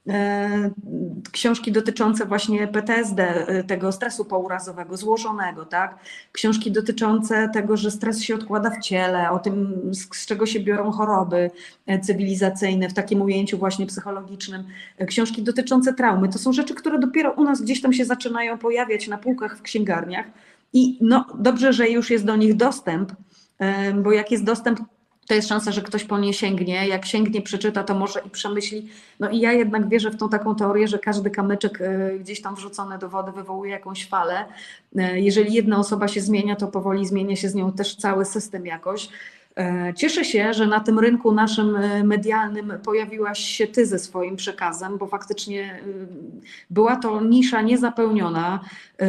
Książki dotyczące właśnie P T S D, tego stresu pourazowego, złożonego, tak? Książki dotyczące tego, że stres się odkłada w ciele, o tym, z, z czego się biorą choroby cywilizacyjne w takim ujęciu właśnie psychologicznym. Książki dotyczące traumy. To są rzeczy, które dopiero u nas gdzieś tam się zaczynają pojawiać na półkach w księgarniach i no dobrze, że już jest do nich dostęp, bo jak jest dostęp, to jest szansa, że ktoś po nie sięgnie. Jak sięgnie, przeczyta, to może i przemyśli. No i ja jednak wierzę w tą taką teorię, że każdy kamyczek gdzieś tam wrzucony do wody wywołuje jakąś falę. Jeżeli jedna osoba się zmienia, to powoli zmienia się z nią też cały system jakoś. Cieszę się, że na tym rynku naszym medialnym pojawiłaś się ty ze swoim przekazem, bo faktycznie była to nisza niezapełniona.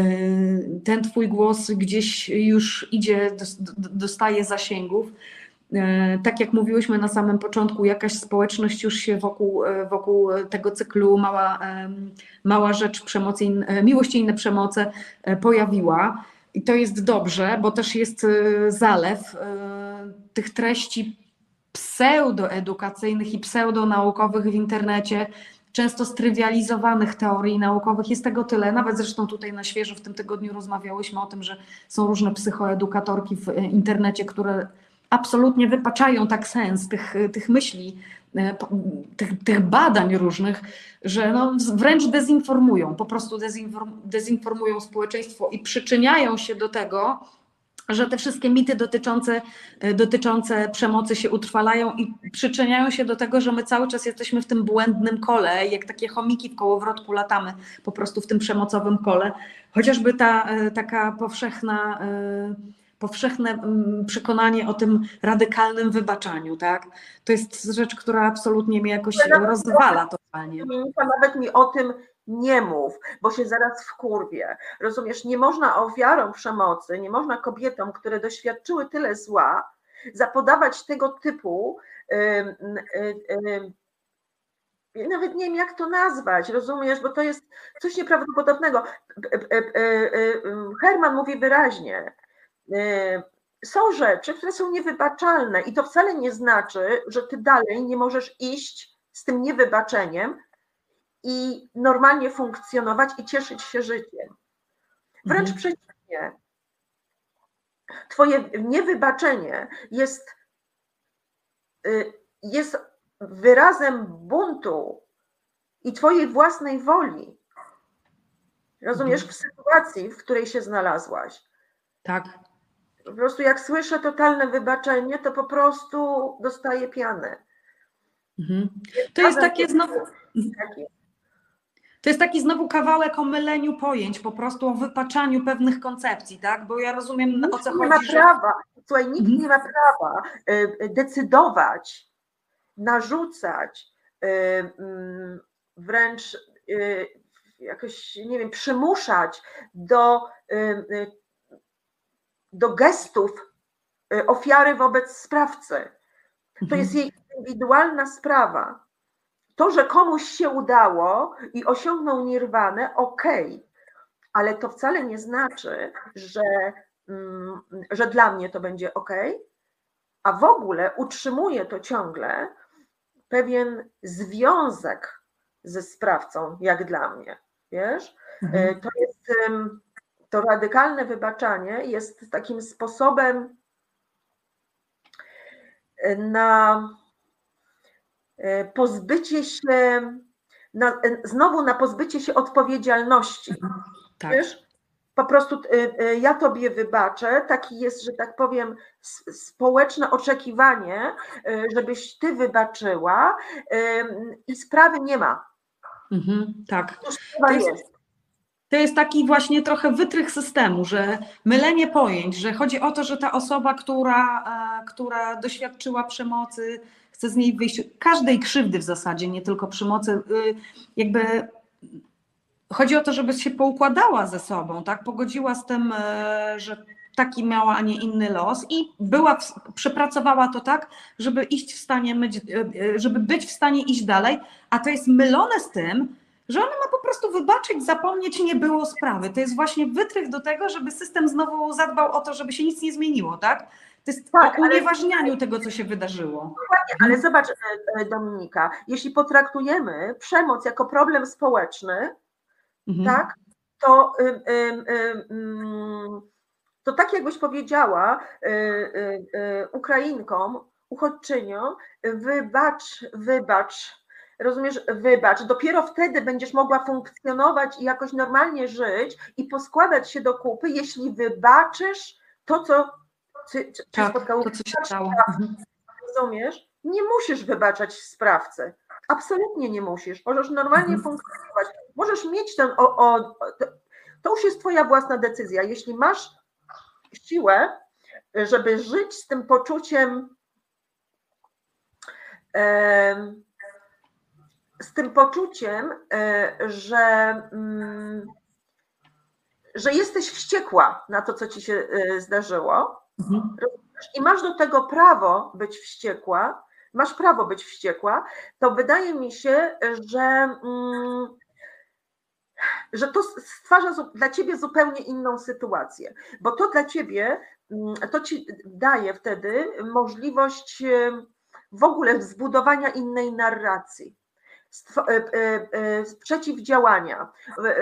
Ten twój głos gdzieś już idzie, dostaje zasięgów. Tak jak mówiłyśmy na samym początku, jakaś społeczność już się wokół, wokół tego cyklu Mała, mała rzecz, przemocy, miłość i inne przemoce pojawiła. I to jest dobrze, bo też jest zalew tych treści pseudoedukacyjnych i pseudonaukowych w internecie, często strywializowanych teorii naukowych. Jest tego tyle. Nawet zresztą tutaj na świeżo w tym tygodniu rozmawiałyśmy o tym, że są różne psychoedukatorki w internecie, które absolutnie wypaczają tak sens tych, tych myśli, tych, tych badań różnych, że no wręcz dezinformują, po prostu dezinform, dezinformują społeczeństwo i przyczyniają się do tego, że te wszystkie mity dotyczące, dotyczące przemocy się utrwalają i przyczyniają się do tego, że my cały czas jesteśmy w tym błędnym kole, jak takie chomiki w kołowrotku latamy po prostu w tym przemocowym kole. Chociażby ta taka powszechna powszechne przekonanie o tym radykalnym wybaczaniu, tak? To jest rzecz, która absolutnie mnie jakoś rozwala totalnie. Nawet mi o tym nie mów, bo się zaraz wkurwię. Rozumiesz, nie można ofiarom przemocy, nie można kobietom, które doświadczyły tyle zła, zapodawać tego typu yy, yy, yy, nawet nie wiem, jak to nazwać, rozumiesz, bo to jest coś nieprawdopodobnego. Herman mówi wyraźnie, są rzeczy, które są niewybaczalne i to wcale nie znaczy, że ty dalej nie możesz iść z tym niewybaczeniem i normalnie funkcjonować i cieszyć się życiem. Wręcz mhm. przeciwnie. Twoje niewybaczenie jest, jest wyrazem buntu i twojej własnej woli. Rozumiesz, mhm. w sytuacji, w której się znalazłaś. Tak. Po prostu jak słyszę totalne wybaczenie, to po prostu dostaję pianę. Mhm. To jest takie znowu... To jest taki znowu kawałek o myleniu pojęć, po prostu o wypaczaniu pewnych koncepcji, tak? Bo ja rozumiem, nikt o co nie chodzi. Ma że... prawa, słuchaj, nikt mhm. nie ma prawa decydować, narzucać, wręcz jakoś, nie wiem, przymuszać do, do gestów ofiary wobec sprawcy. To jest jej indywidualna sprawa. To, że komuś się udało i osiągnął nirwanę, okej, ale to wcale nie znaczy, że, że dla mnie to będzie okej, a w ogóle utrzymuje to ciągle pewien związek ze sprawcą, jak dla mnie, wiesz? Mhm. To jest, to radykalne wybaczanie jest takim sposobem na pozbycie się, na, znowu na pozbycie się odpowiedzialności. Tak. Wiesz? Po prostu ja tobie wybaczę, taki jest, że tak powiem, społeczne oczekiwanie, żebyś ty wybaczyła i sprawy nie ma. Mhm, tak. To jest, to jest taki właśnie trochę wytrych systemu, że mylenie pojęć, że chodzi o to, że ta osoba, która, która doświadczyła przemocy, chce z niej wyjść, każdej krzywdy w zasadzie, nie tylko przemocy, jakby chodzi o to, żeby się poukładała ze sobą, tak? Pogodziła z tym, że taki miała, a nie inny los i była, przepracowała to tak, żeby iść w stanie, żeby być w stanie iść dalej, a to jest mylone z tym, że ona ma po prostu wybaczyć, zapomnieć, nie było sprawy. To jest właśnie wytrych do tego, żeby system znowu zadbał o to, żeby się nic nie zmieniło, tak? To jest tak, o unieważnianiu ale... tego, co się wydarzyło. Ale zobacz, Dominika, jeśli potraktujemy przemoc jako problem społeczny, mhm. tak, to, y, y, y, to tak jakbyś powiedziała y, y, y, Ukrainkom, uchodźczyniom, wybacz, wybacz, rozumiesz, wybacz, dopiero wtedy będziesz mogła funkcjonować i jakoś normalnie żyć i poskładać się do kupy, jeśli wybaczysz to, co cię tak, spotkało. To, co się stało. Rozumiesz? Nie musisz wybaczać sprawcy. Absolutnie nie musisz. Możesz normalnie mhm. funkcjonować. Możesz mieć ten, o, o, to już jest twoja własna decyzja. Jeśli masz siłę, żeby żyć z tym poczuciem, e, z tym poczuciem, e, że, mm, że jesteś wściekła na to, co ci się e, zdarzyło, mhm. i masz do tego prawo być wściekła, masz prawo być wściekła, to wydaje mi się, że, mm, że to stwarza dla ciebie zupełnie inną sytuację, bo to dla ciebie, to ci daje wtedy możliwość w ogóle zbudowania innej narracji, przeciwdziałania,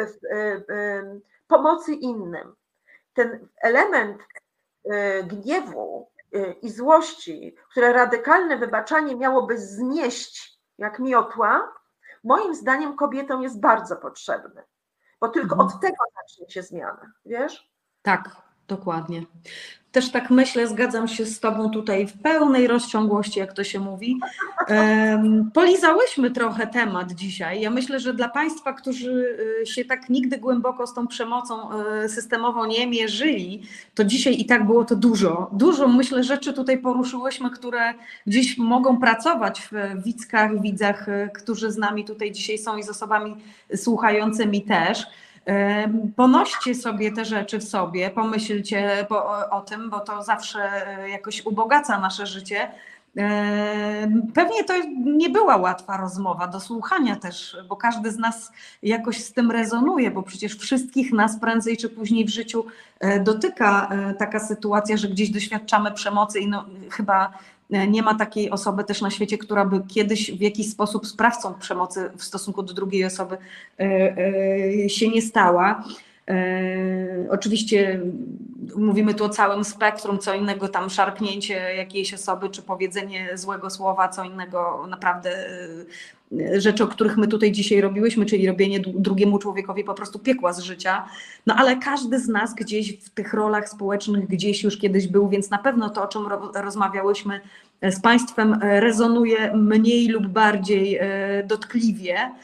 pomocy innym. Ten element gniewu i złości, które radykalne wybaczanie miałoby zmieść jak miotła, moim zdaniem kobietom jest bardzo potrzebny, bo tylko mhm. od tego zacznie się zmiana, wiesz? Tak, dokładnie. Też tak myślę, zgadzam się z tobą tutaj w pełnej rozciągłości, jak to się mówi. Um, polizałyśmy trochę temat dzisiaj. Ja myślę, że dla państwa, którzy się tak nigdy głęboko z tą przemocą systemową nie mierzyli, to dzisiaj i tak było to dużo. Dużo, myślę, rzeczy tutaj poruszyłyśmy, które gdzieś mogą pracować w widzkach, widzach, którzy z nami tutaj dzisiaj są i z osobami słuchającymi też. Ponoście sobie te rzeczy w sobie, pomyślcie po, o tym, bo to zawsze jakoś ubogaca nasze życie. Pewnie to nie była łatwa rozmowa do słuchania też, bo każdy z nas jakoś z tym rezonuje, bo przecież wszystkich nas prędzej czy później w życiu dotyka taka sytuacja, że gdzieś doświadczamy przemocy i no, chyba nie ma takiej osoby też na świecie, która by kiedyś w jakiś sposób sprawcą przemocy w stosunku do drugiej osoby się nie stała. Oczywiście mówimy tu o całym spektrum, co innego tam szarpnięcie jakiejś osoby, czy powiedzenie złego słowa, co innego naprawdę rzeczy, o których my tutaj dzisiaj robiłyśmy, czyli robienie drugiemu człowiekowi po prostu piekła z życia. No ale każdy z nas gdzieś w tych rolach społecznych gdzieś już kiedyś był, więc na pewno to, o czym rozmawiałyśmy z państwem, rezonuje mniej lub bardziej dotkliwie.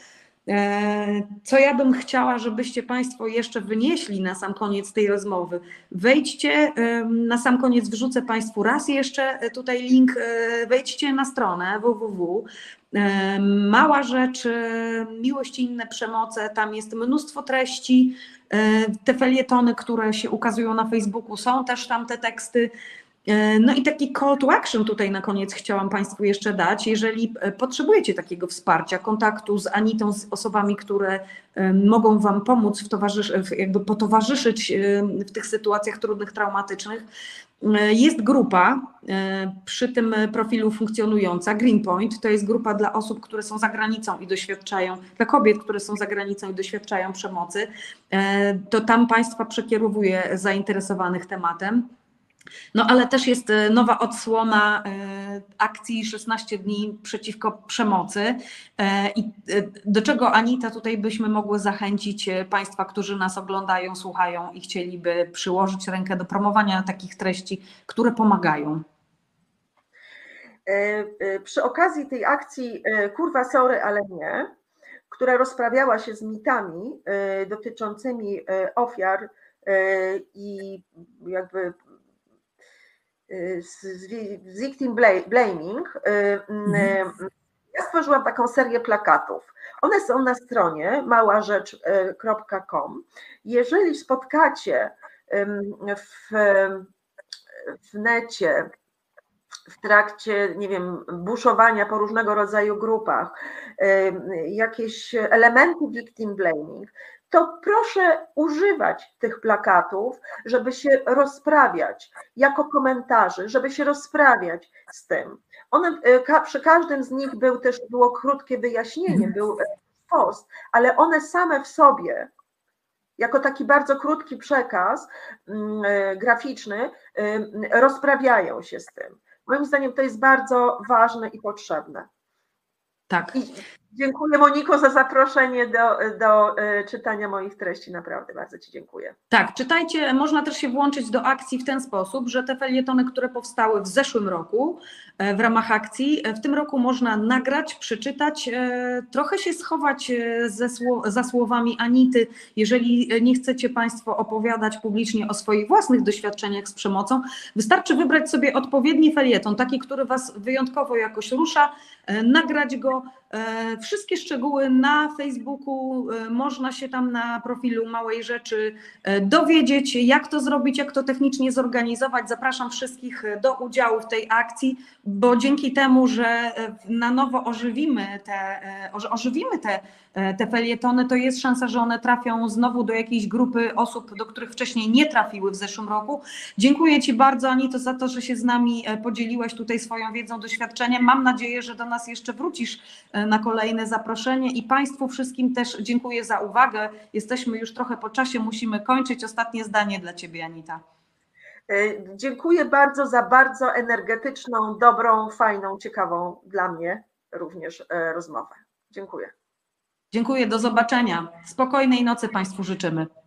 Co ja bym chciała, żebyście Państwo jeszcze wynieśli na sam koniec tej rozmowy? Wejdźcie, na sam koniec wrzucę Państwu raz jeszcze tutaj link, wejdźcie na stronę w w w. Mała rzecz, miłość i inne przemoce, tam jest mnóstwo treści, te felietony, które się ukazują na Facebooku, są też tam te teksty. No i taki call to action tutaj na koniec chciałam Państwu jeszcze dać. Jeżeli potrzebujecie takiego wsparcia, kontaktu z Anitą, z osobami, które mogą Wam pomóc w towarzysz- jakby potowarzyszyć w tych sytuacjach trudnych, traumatycznych, jest grupa przy tym profilu funkcjonująca, Greenpoint, to jest grupa dla osób, które są za granicą i doświadczają, dla kobiet, które są za granicą i doświadczają przemocy, to tam Państwa przekierowuje zainteresowanych tematem. No ale też jest nowa odsłona akcji szesnaście dni przeciwko przemocy i do czego, Anita, tutaj byśmy mogły zachęcić Państwa, którzy nas oglądają, słuchają i chcieliby przyłożyć rękę do promowania takich treści, które pomagają. Przy okazji tej akcji Kurwa sorry, ale nie, która rozprawiała się z mitami dotyczącymi ofiar i jakby z victim blaming, ja stworzyłam taką serię plakatów. One są na stronie mała rzecz kropka com. Jeżeli spotkacie w, w necie, w trakcie, nie wiem, buszowania po różnego rodzaju grupach, jakieś elementy victim blaming, to proszę używać tych plakatów, żeby się rozprawiać, jako komentarzy, żeby się rozprawiać z tym. One, przy każdym z nich był też, było krótkie wyjaśnienie, był post, ale one same w sobie, jako taki bardzo krótki przekaz graficzny, rozprawiają się z tym. Moim zdaniem to jest bardzo ważne i potrzebne. Tak. I dziękuję, Moniko, za zaproszenie do, do czytania moich treści. Naprawdę bardzo Ci dziękuję. Tak, czytajcie, można też się włączyć do akcji w ten sposób, że te felietony, które powstały w zeszłym roku w ramach akcji, w tym roku można nagrać, przeczytać, trochę się schować ze, za słowami Anity, jeżeli nie chcecie Państwo opowiadać publicznie o swoich własnych doświadczeniach z przemocą. Wystarczy wybrać sobie odpowiedni felieton, taki, który Was wyjątkowo jakoś rusza, nagrać go. Wszystkie szczegóły na Facebooku, można się tam na profilu Małej Rzeczy dowiedzieć, jak to zrobić, jak to technicznie zorganizować. Zapraszam wszystkich do udziału w tej akcji, bo dzięki temu, że na nowo ożywimy te, ożywimy te, te felietony, to jest szansa, że one trafią znowu do jakiejś grupy osób, do których wcześniej nie trafiły w zeszłym roku. Dziękuję Ci bardzo, Anito, za to, że się z nami podzieliłaś tutaj swoją wiedzą, doświadczeniem. Mam nadzieję, że do nas jeszcze wrócisz na kolejne zaproszenie i Państwu wszystkim też dziękuję za uwagę. Jesteśmy już trochę po czasie, musimy kończyć. Ostatnie zdanie dla Ciebie, Anita. Dziękuję bardzo za bardzo energetyczną, dobrą, fajną, ciekawą dla mnie również rozmowę. Dziękuję. Dziękuję, do zobaczenia. Spokojnej nocy Państwu życzymy.